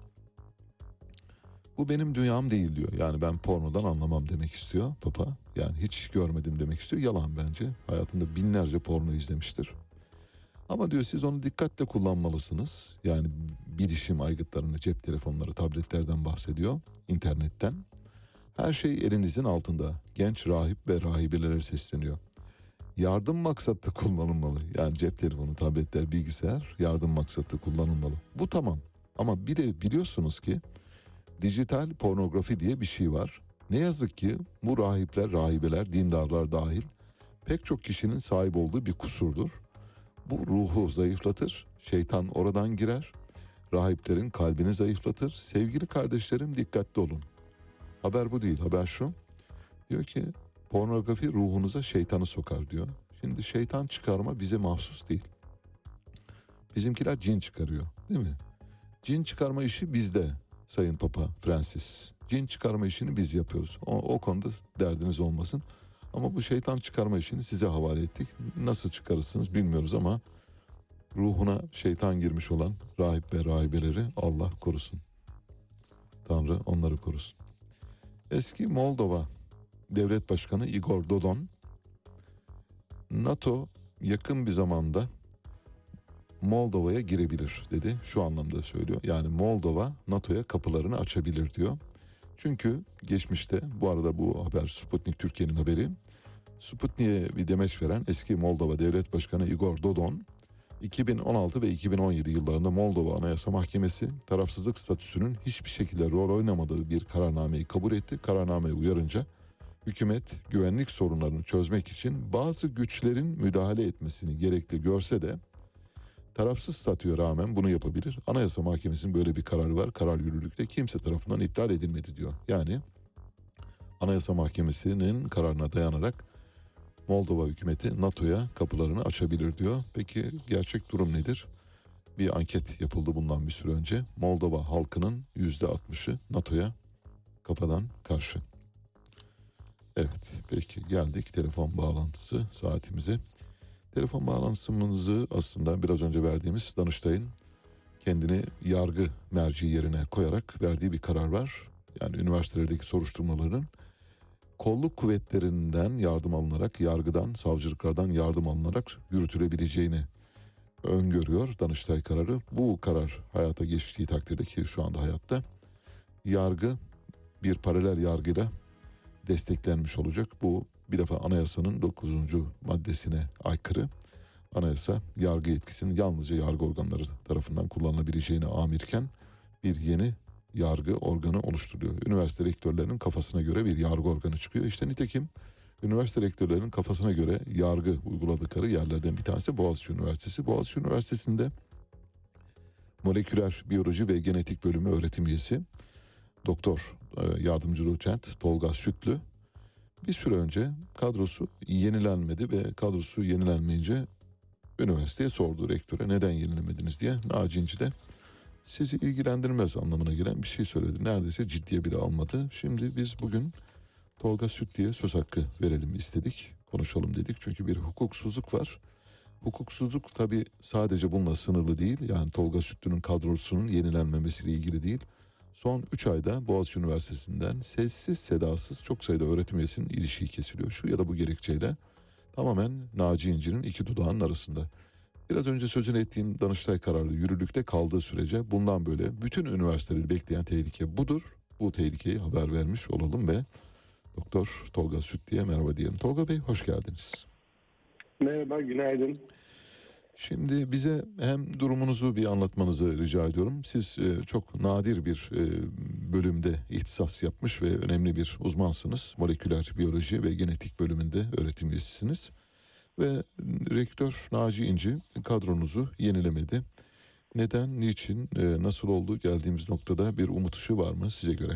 bu benim dünyam değil diyor. Yani ben pornodan anlamam demek istiyor Papa. Yani hiç görmedim demek istiyor. Yalan bence. Hayatında binlerce porno izlemiştir. Ama diyor siz onu dikkatle kullanmalısınız. Yani bilişim aygıtlarını, cep telefonları, tabletlerden bahsediyor. İnternetten. Her şey elinizin altında. Genç rahip ve rahibelere sesleniyor. Yardım maksatlı kullanılmalı. Yani cep telefonu, tabletler, bilgisayar yardım maksatlı kullanılmalı. Bu tamam. Ama bir de biliyorsunuz ki dijital pornografi diye bir şey var. Ne yazık ki bu rahipler, rahibeler, dindarlar dahil pek çok kişinin sahip olduğu bir kusurdur. Bu ruhu zayıflatır, şeytan oradan girer, rahiplerin kalbini zayıflatır. Sevgili kardeşlerim, dikkatli olun. Haber bu değil. Haber şu. Diyor ki pornografi ruhunuza şeytanı sokar diyor. Şimdi şeytan çıkarma bize mahsus değil. Bizimkiler cin çıkarıyor, değil mi? Cin çıkarma işi bizde Sayın Papa Francis. Cin çıkarma işini biz yapıyoruz. O, o konuda derdiniz olmasın. Ama bu şeytan çıkarma işini size havale ettik. Nasıl çıkarırsınız bilmiyoruz ama ruhuna şeytan girmiş olan rahip ve rahibeleri Allah korusun. Tanrı onları korusun. Eski Moldova Devlet Başkanı Igor Dodon, NATO yakın bir zamanda Moldova'ya girebilir dedi. Şu anlamda söylüyor. Yani Moldova NATO'ya kapılarını açabilir diyor. Çünkü geçmişte, bu arada bu haber Sputnik Türkiye'nin haberi, Sputnik'e bir demeç veren eski Moldova Devlet Başkanı Igor Dodon, iki bin on altı ve iki bin on yedi yıllarında Moldova Anayasa Mahkemesi tarafsızlık statüsünün hiçbir şekilde rol oynamadığı bir kararnameyi kabul etti. Kararnameye uyarınca hükümet güvenlik sorunlarını çözmek için bazı güçlerin müdahale etmesini gerekli görse de tarafsız statüye rağmen bunu yapabilir. Anayasa Mahkemesi'nin böyle bir kararı var. Karar yürürlükte kimse tarafından iptal edilmedi diyor. Yani Anayasa Mahkemesi'nin kararına dayanarak Moldova hükümeti NATO'ya kapılarını açabilir diyor. Peki gerçek durum nedir? Bir anket yapıldı bundan bir süre önce. Moldova halkının yüzde altmışı NATO'ya kafadan karşı. Evet, peki geldik telefon bağlantısı saatimize. Telefon bağlantımızı aslında biraz önce verdiğimiz Danıştay'ın kendini yargı merci yerine koyarak verdiği bir karar var. Yani üniversitelerdeki soruşturmaların kolluk kuvvetlerinden yardım alınarak, yargıdan, savcılıklardan yardım alınarak yürütülebileceğini öngörüyor Danıştay kararı. Bu karar hayata geçtiği takdirde, ki şu anda hayatta, yargı bir paralel yargıyla desteklenmiş olacak. Bu bir defa anayasanın dokuzuncu maddesine aykırı. Anayasa yargı yetkisinin yalnızca yargı organları tarafından kullanılabileceğini amirken bir yeni yargı organı oluşturuyor. Üniversite rektörlerinin kafasına göre bir yargı organı çıkıyor. İşte nitekim üniversite rektörlerinin kafasına göre yargı uyguladıkları yerlerden bir tanesi Boğaziçi Üniversitesi. Boğaziçi Üniversitesi'nde moleküler biyoloji ve genetik bölümü öğretim üyesi doktor yardımcı doçent Tolga Sütlü bir süre önce kadrosu yenilenmedi ve kadrosu yenilenmeyince üniversiteye sordu rektöre, neden yenilemediniz diye. Naci İnci de sizi ilgilendirmez anlamına gelen bir şey söyledi. Neredeyse ciddiye bile almadı. Şimdi biz bugün Tolga Sütlü'ye söz hakkı verelim istedik. Konuşalım dedik çünkü bir hukuksuzluk var. Hukuksuzluk tabii sadece bununla sınırlı değil. Yani Tolga Sütlü'nün kadrosunun yenilenmemesiyle ilgili değil. Son üç ayda Boğaziçi Üniversitesi'nden sessiz sedasız çok sayıda öğretim üyesinin ilişiği kesiliyor. Şu ya da bu gerekçeyle tamamen Naci İnci'nin iki dudağının arasında. Biraz önce sözünü ettiğim Danıştay kararı yürürlükte kaldığı sürece bundan böyle bütün üniversiteleri bekleyen tehlike budur. Bu tehlikeyi haber vermiş olalım ve Doktor Tolga Sütlü'ye merhaba diyelim. Tolga Bey hoş geldiniz. Merhaba, günaydın. Şimdi bize hem durumunuzu bir anlatmanızı rica ediyorum. Siz e, çok nadir bir e, bölümde ihtisas yapmış ve önemli bir uzmansınız. Moleküler biyoloji ve genetik bölümünde öğretim üyesisiniz. Ve rektör Naci İnci kadronuzu yenilemedi. Neden, niçin, e, nasıl oldu, geldiğimiz noktada bir umut ışığı var mı size göre?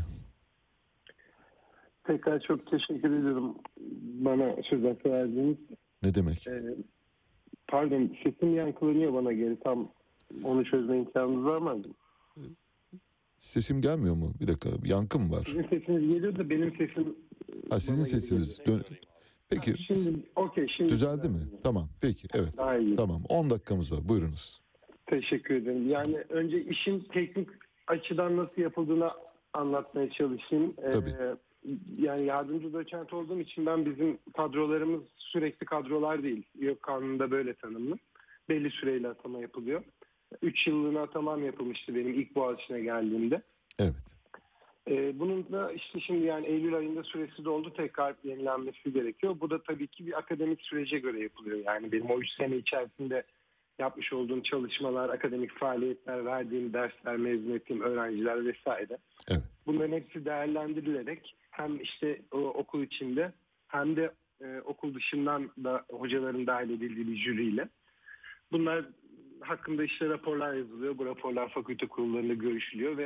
Tekrar çok teşekkür ediyorum bana söz hakkı verdiğiniz. Ne demek? Ee, pardon, sesim yankılanıyor bana geri, tam onu çözme imkanınız var mı? Sesim gelmiyor mu? Bir dakika, yankı mı var? Sizin sesiniz geliyor da benim sesim... Ha, sizin sesiniz... Dön- Peki, ha, şimdi, okay, şimdi düzeldi mi? Tamam, peki, evet. Tamam, on dakikamız var, buyurunuz. Teşekkür ederim. Yani önce işin teknik açıdan nasıl yapıldığını anlatmaya çalışayım. Tabii. Ee, yani yardımcı doçent olduğum için ben, bizim kadrolarımız sürekli kadrolar değil. YÖK kanununda böyle tanımlı. Belli süreyle atama yapılıyor. Üç yıllığına atamam yapılmıştı benim ilk Boğaziçi'ne geldiğimde. Evet. Ee, bunun da işte şimdi yani Eylül ayında süresi doldu, tekrar yenilenmesi gerekiyor. Bu da tabii ki bir akademik sürece göre yapılıyor. Yani benim o üç sene içerisinde yapmış olduğum çalışmalar, akademik faaliyetler, verdiğim dersler, mezun ettiğim öğrenciler vesaire. Evet. Bunların hepsi değerlendirilerek hem işte o, okul içinde hem de e, okul dışından da hocaların dahil edildiği bir jüriyle. Bunlar hakkında işte raporlar yazılıyor. Bu raporlar fakülte kurullarında görüşülüyor ve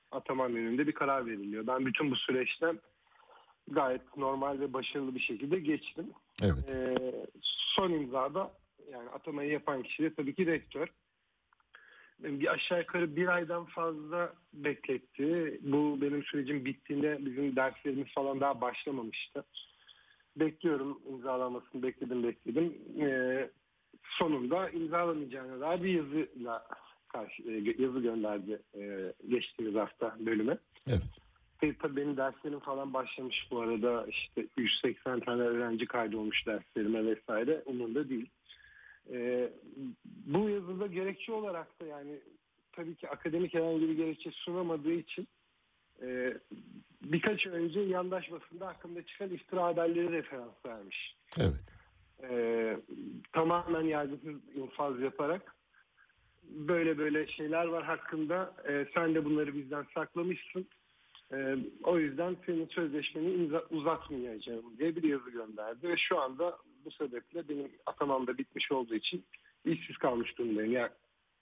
ataman yönünde bir karar veriliyor. Ben bütün bu süreçten gayet normal ve başarılı bir şekilde geçtim. Evet. Ee, son imzada yani atamayı yapan kişi de tabii ki rektör. Bir aşağı yukarı bir aydan fazla bekletti. Bu benim sürecim bittiğinde bizim derslerimiz falan daha başlamamıştı. Bekliyorum imzalanmasını, bekledim bekledim. Ee, sonunda imzalamayacağına dair bir yazıyla karşı, yazı gönderdi e, geçtiğimiz hafta bölüme. Evet. Ve tabii benim derslerim falan başlamış bu arada, işte yüz seksen tane öğrenci kaydolmuş derslerime vesaire, umurumda değil. Ee, bu yazıda gerekçe olarak da yani tabii ki akademik herhangi bir gerekçe sunamadığı için e, birkaç önce yandaş basında hakkında çıkan iftira haberleri referans vermiş. Evet. Ee, tamamen yargısız infaz yaparak böyle böyle şeyler var hakkında, e, sen de bunları bizden saklamışsın. Ee, o yüzden senin sözleşmeni imza, uzatmayacağım diye bir yazı gönderdi ve şu anda bu sebeple benim atamam da bitmiş olduğu için işsiz kalmış durumdayım. Yani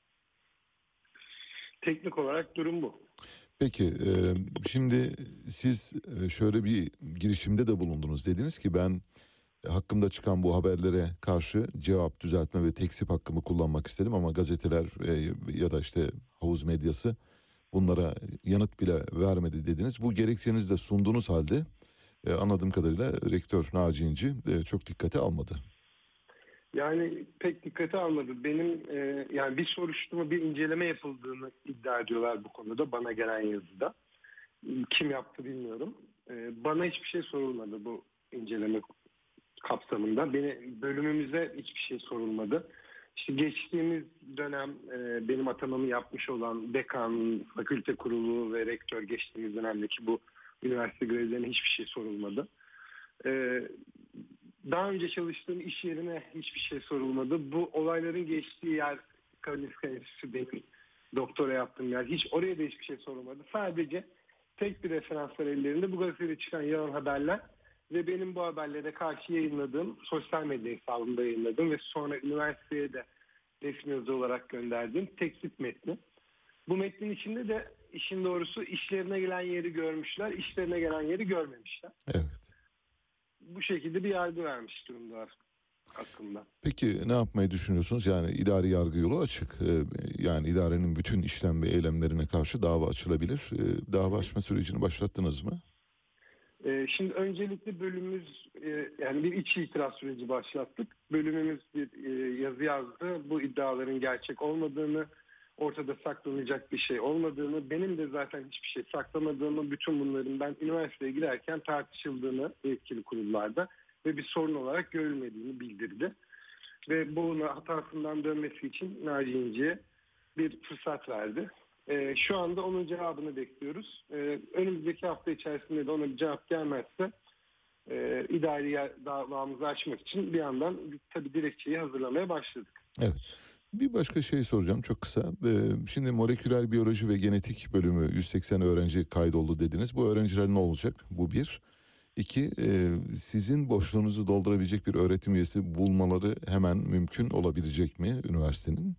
teknik olarak durum bu. Peki e, şimdi siz e, şöyle bir girişimde de bulundunuz. Dediniz ki ben e, hakkımda çıkan bu haberlere karşı cevap, düzeltme ve tekzip hakkımı kullanmak istedim ama gazeteler e, ya da işte havuz medyası bunlara yanıt bile vermedi dediniz. Bu gerekçenizi de sunduğunuz halde e, anladığım kadarıyla rektör Naci İnci e, çok dikkate almadı. Yani pek dikkate almadı. Benim e, yani bir soruşturma, bir inceleme yapıldığını iddia ediyorlar bu konuda bana gelen yazıda. Kim yaptı bilmiyorum. E, bana hiçbir şey sorulmadı bu inceleme kapsamında. Beni, bölümümüze hiçbir şey sorulmadı. İşte geçtiğimiz dönem e, benim atamamı yapmış olan dekan, fakülte kurulu ve rektör geçtiğimiz dönemdeki bu üniversite görevlilerine hiçbir şey sorulmadı. E, daha önce çalıştığım iş yerine hiçbir şey sorulmadı. Bu olayların geçtiği yer Karolinska Enstitüsü, benim doktora yaptığım yer. Hiç oraya da hiçbir şey sorulmadı. Sadece tek bir referans var ellerinde. Bu gazetede çıkan yalan haberler ve benim bu haberlere karşı yayınladığım, sosyal medya hesabımda yayınladığım ve sonra üniversiteye de resmi yazı olarak gönderdiğim tekzip metni. Bu metnin içinde de işin doğrusu işlerine gelen yeri görmüşler, işlerine gelen yeri görmemişler. Evet. Bu şekilde bir yargı vermiş durumdalar hakkında. Peki ne yapmayı düşünüyorsunuz? Yani idari yargı yolu açık. Ee, yani idarenin bütün işlem ve eylemlerine karşı dava açılabilir. Ee, dava açma sürecini başlattınız mı? Ee, şimdi öncelikle bölümümüz e, yani bir iç itiraz süreci başlattık. Bölümümüz bir e, yazı yazdı. Bu iddiaların gerçek olmadığını, ortada saklanacak bir şey olmadığını, benim de zaten hiçbir şey saklamadığımı, bütün bunların ben üniversiteye girerken tartışıldığını yetkili kurullarda ve bir sorun olarak görülmediğini bildirdi. Ve bu hatasından dönmesi için Naci İnci'ye bir fırsat verdi. Ee, şu anda onun cevabını bekliyoruz. Ee, önümüzdeki hafta içerisinde de ona bir cevap gelmezse e, idari davamızı açmak için bir yandan tabii dilekçeyi hazırlamaya başladık. Evet. Bir başka şey soracağım çok kısa. Ee, şimdi moleküler biyoloji ve genetik bölümü yüz seksen öğrenci kaydoldu dediniz. Bu öğrenciler ne olacak? Bu bir. İki, e, sizin boşluğunuzu doldurabilecek bir öğretim üyesi bulmaları hemen mümkün olabilecek mi üniversitenin?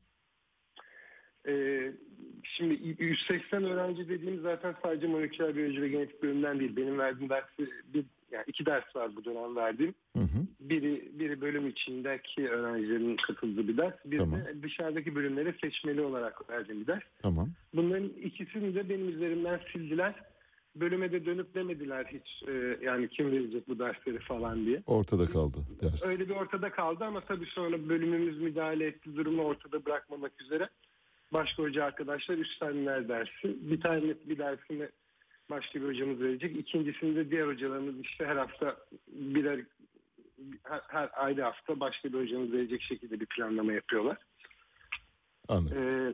Ee, şimdi yüz seksen öğrenci dediğim zaten sadece moleküler biyoloji ve genetik bölümünden değil. Benim verdiğim dersi bir, yani iki ders var bu dönem verdiğim. Hı hı. Biri biri bölüm içindeki öğrencilerin katıldığı bir ders. Bir Tamam. de dışarıdaki bölümlere seçmeli olarak verdiğim bir ders. Tamam. Bunların ikisini de benim üzerimden sildiler. Bölüme de dönüp demediler hiç e, yani kim verecek bu dersleri falan diye. Ortada kaldı ders. Öyle bir ortada kaldı ama tabii sonra bölümümüz müdahale etti, durumu ortada bırakmamak üzere. Başka hoca arkadaşlar üstlendiler dersi. Bir tane bir dersini başka bir hocamız verecek. İkincisini de diğer hocalarımız işte her hafta birer her, her ayrı hafta başka bir hocamız verecek şekilde bir planlama yapıyorlar. Anladım. Ee,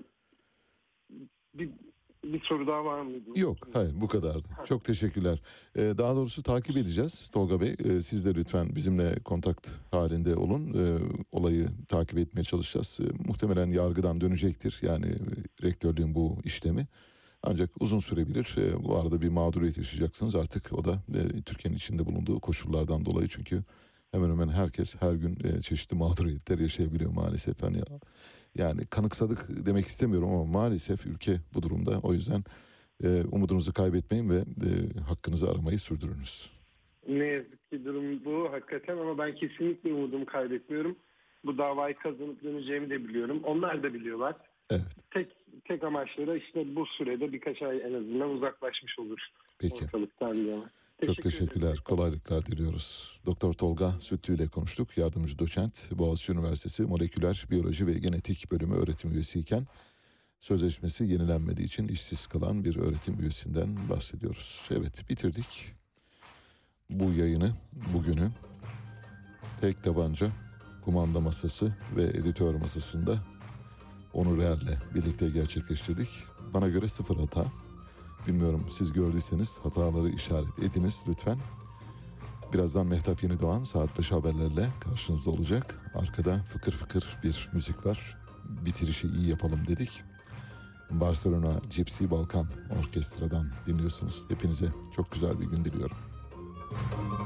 bir, bir soru daha var mıydı? Yok, hayır bu kadardı. Çok teşekkürler. Ee, daha doğrusu takip edeceğiz Tolga Bey. Ee, siz de lütfen bizimle kontakt halinde olun. Ee, olayı takip etmeye çalışacağız. Ee, muhtemelen yargıdan dönecektir. Yani e, rektörlüğün bu işlemi. Ancak uzun sürebilir. Ee, bu arada bir mağduriyet yaşayacaksınız. Artık o da e, Türkiye'nin içinde bulunduğu koşullardan dolayı. Çünkü hemen hemen herkes her gün e, çeşitli mağduriyetler yaşayabiliyor maalesef. Hani yani kanıksadık demek istemiyorum ama maalesef ülke bu durumda. O yüzden E, umudunuzu kaybetmeyin ve e, hakkınızı aramayı sürdürünüz. Ne yazık ki durum bu hakikaten ama ben kesinlikle umudumu kaybetmiyorum. Bu davayı kazanıp döneceğimi de biliyorum. Onlar da biliyorlar. Evet. Tek tek amaçları işte bu sürede birkaç ay en azından uzaklaşmış olur Peki. ortalıktan diyorlar. Çok teşekkürler. Kolaylıklar diliyoruz. Doktor Tolga Sütlü ile konuştuk. Yardımcı doçent, Boğaziçi Üniversitesi Moleküler Biyoloji ve Genetik Bölümü öğretim üyesiyken sözleşmesi yenilenmediği için işsiz kalan bir öğretim üyesinden bahsediyoruz. Evet, bitirdik bu yayını, bugünü. Tek tabanca kumanda masası ve editör masasında Onur Er'le birlikte gerçekleştirdik. Bana göre sıfır hata. Bilmiyorum, siz gördüyseniz hataları işaret ediniz lütfen. Birazdan Mehtap Yenidoğan saat beş haberlerle karşınızda olacak. Arkada fıkır fıkır bir müzik var. Bitirişi iyi yapalım dedik. Barcelona Gypsy Balkan Orkestra'dan dinliyorsunuz. Hepinize çok güzel bir gün diliyorum.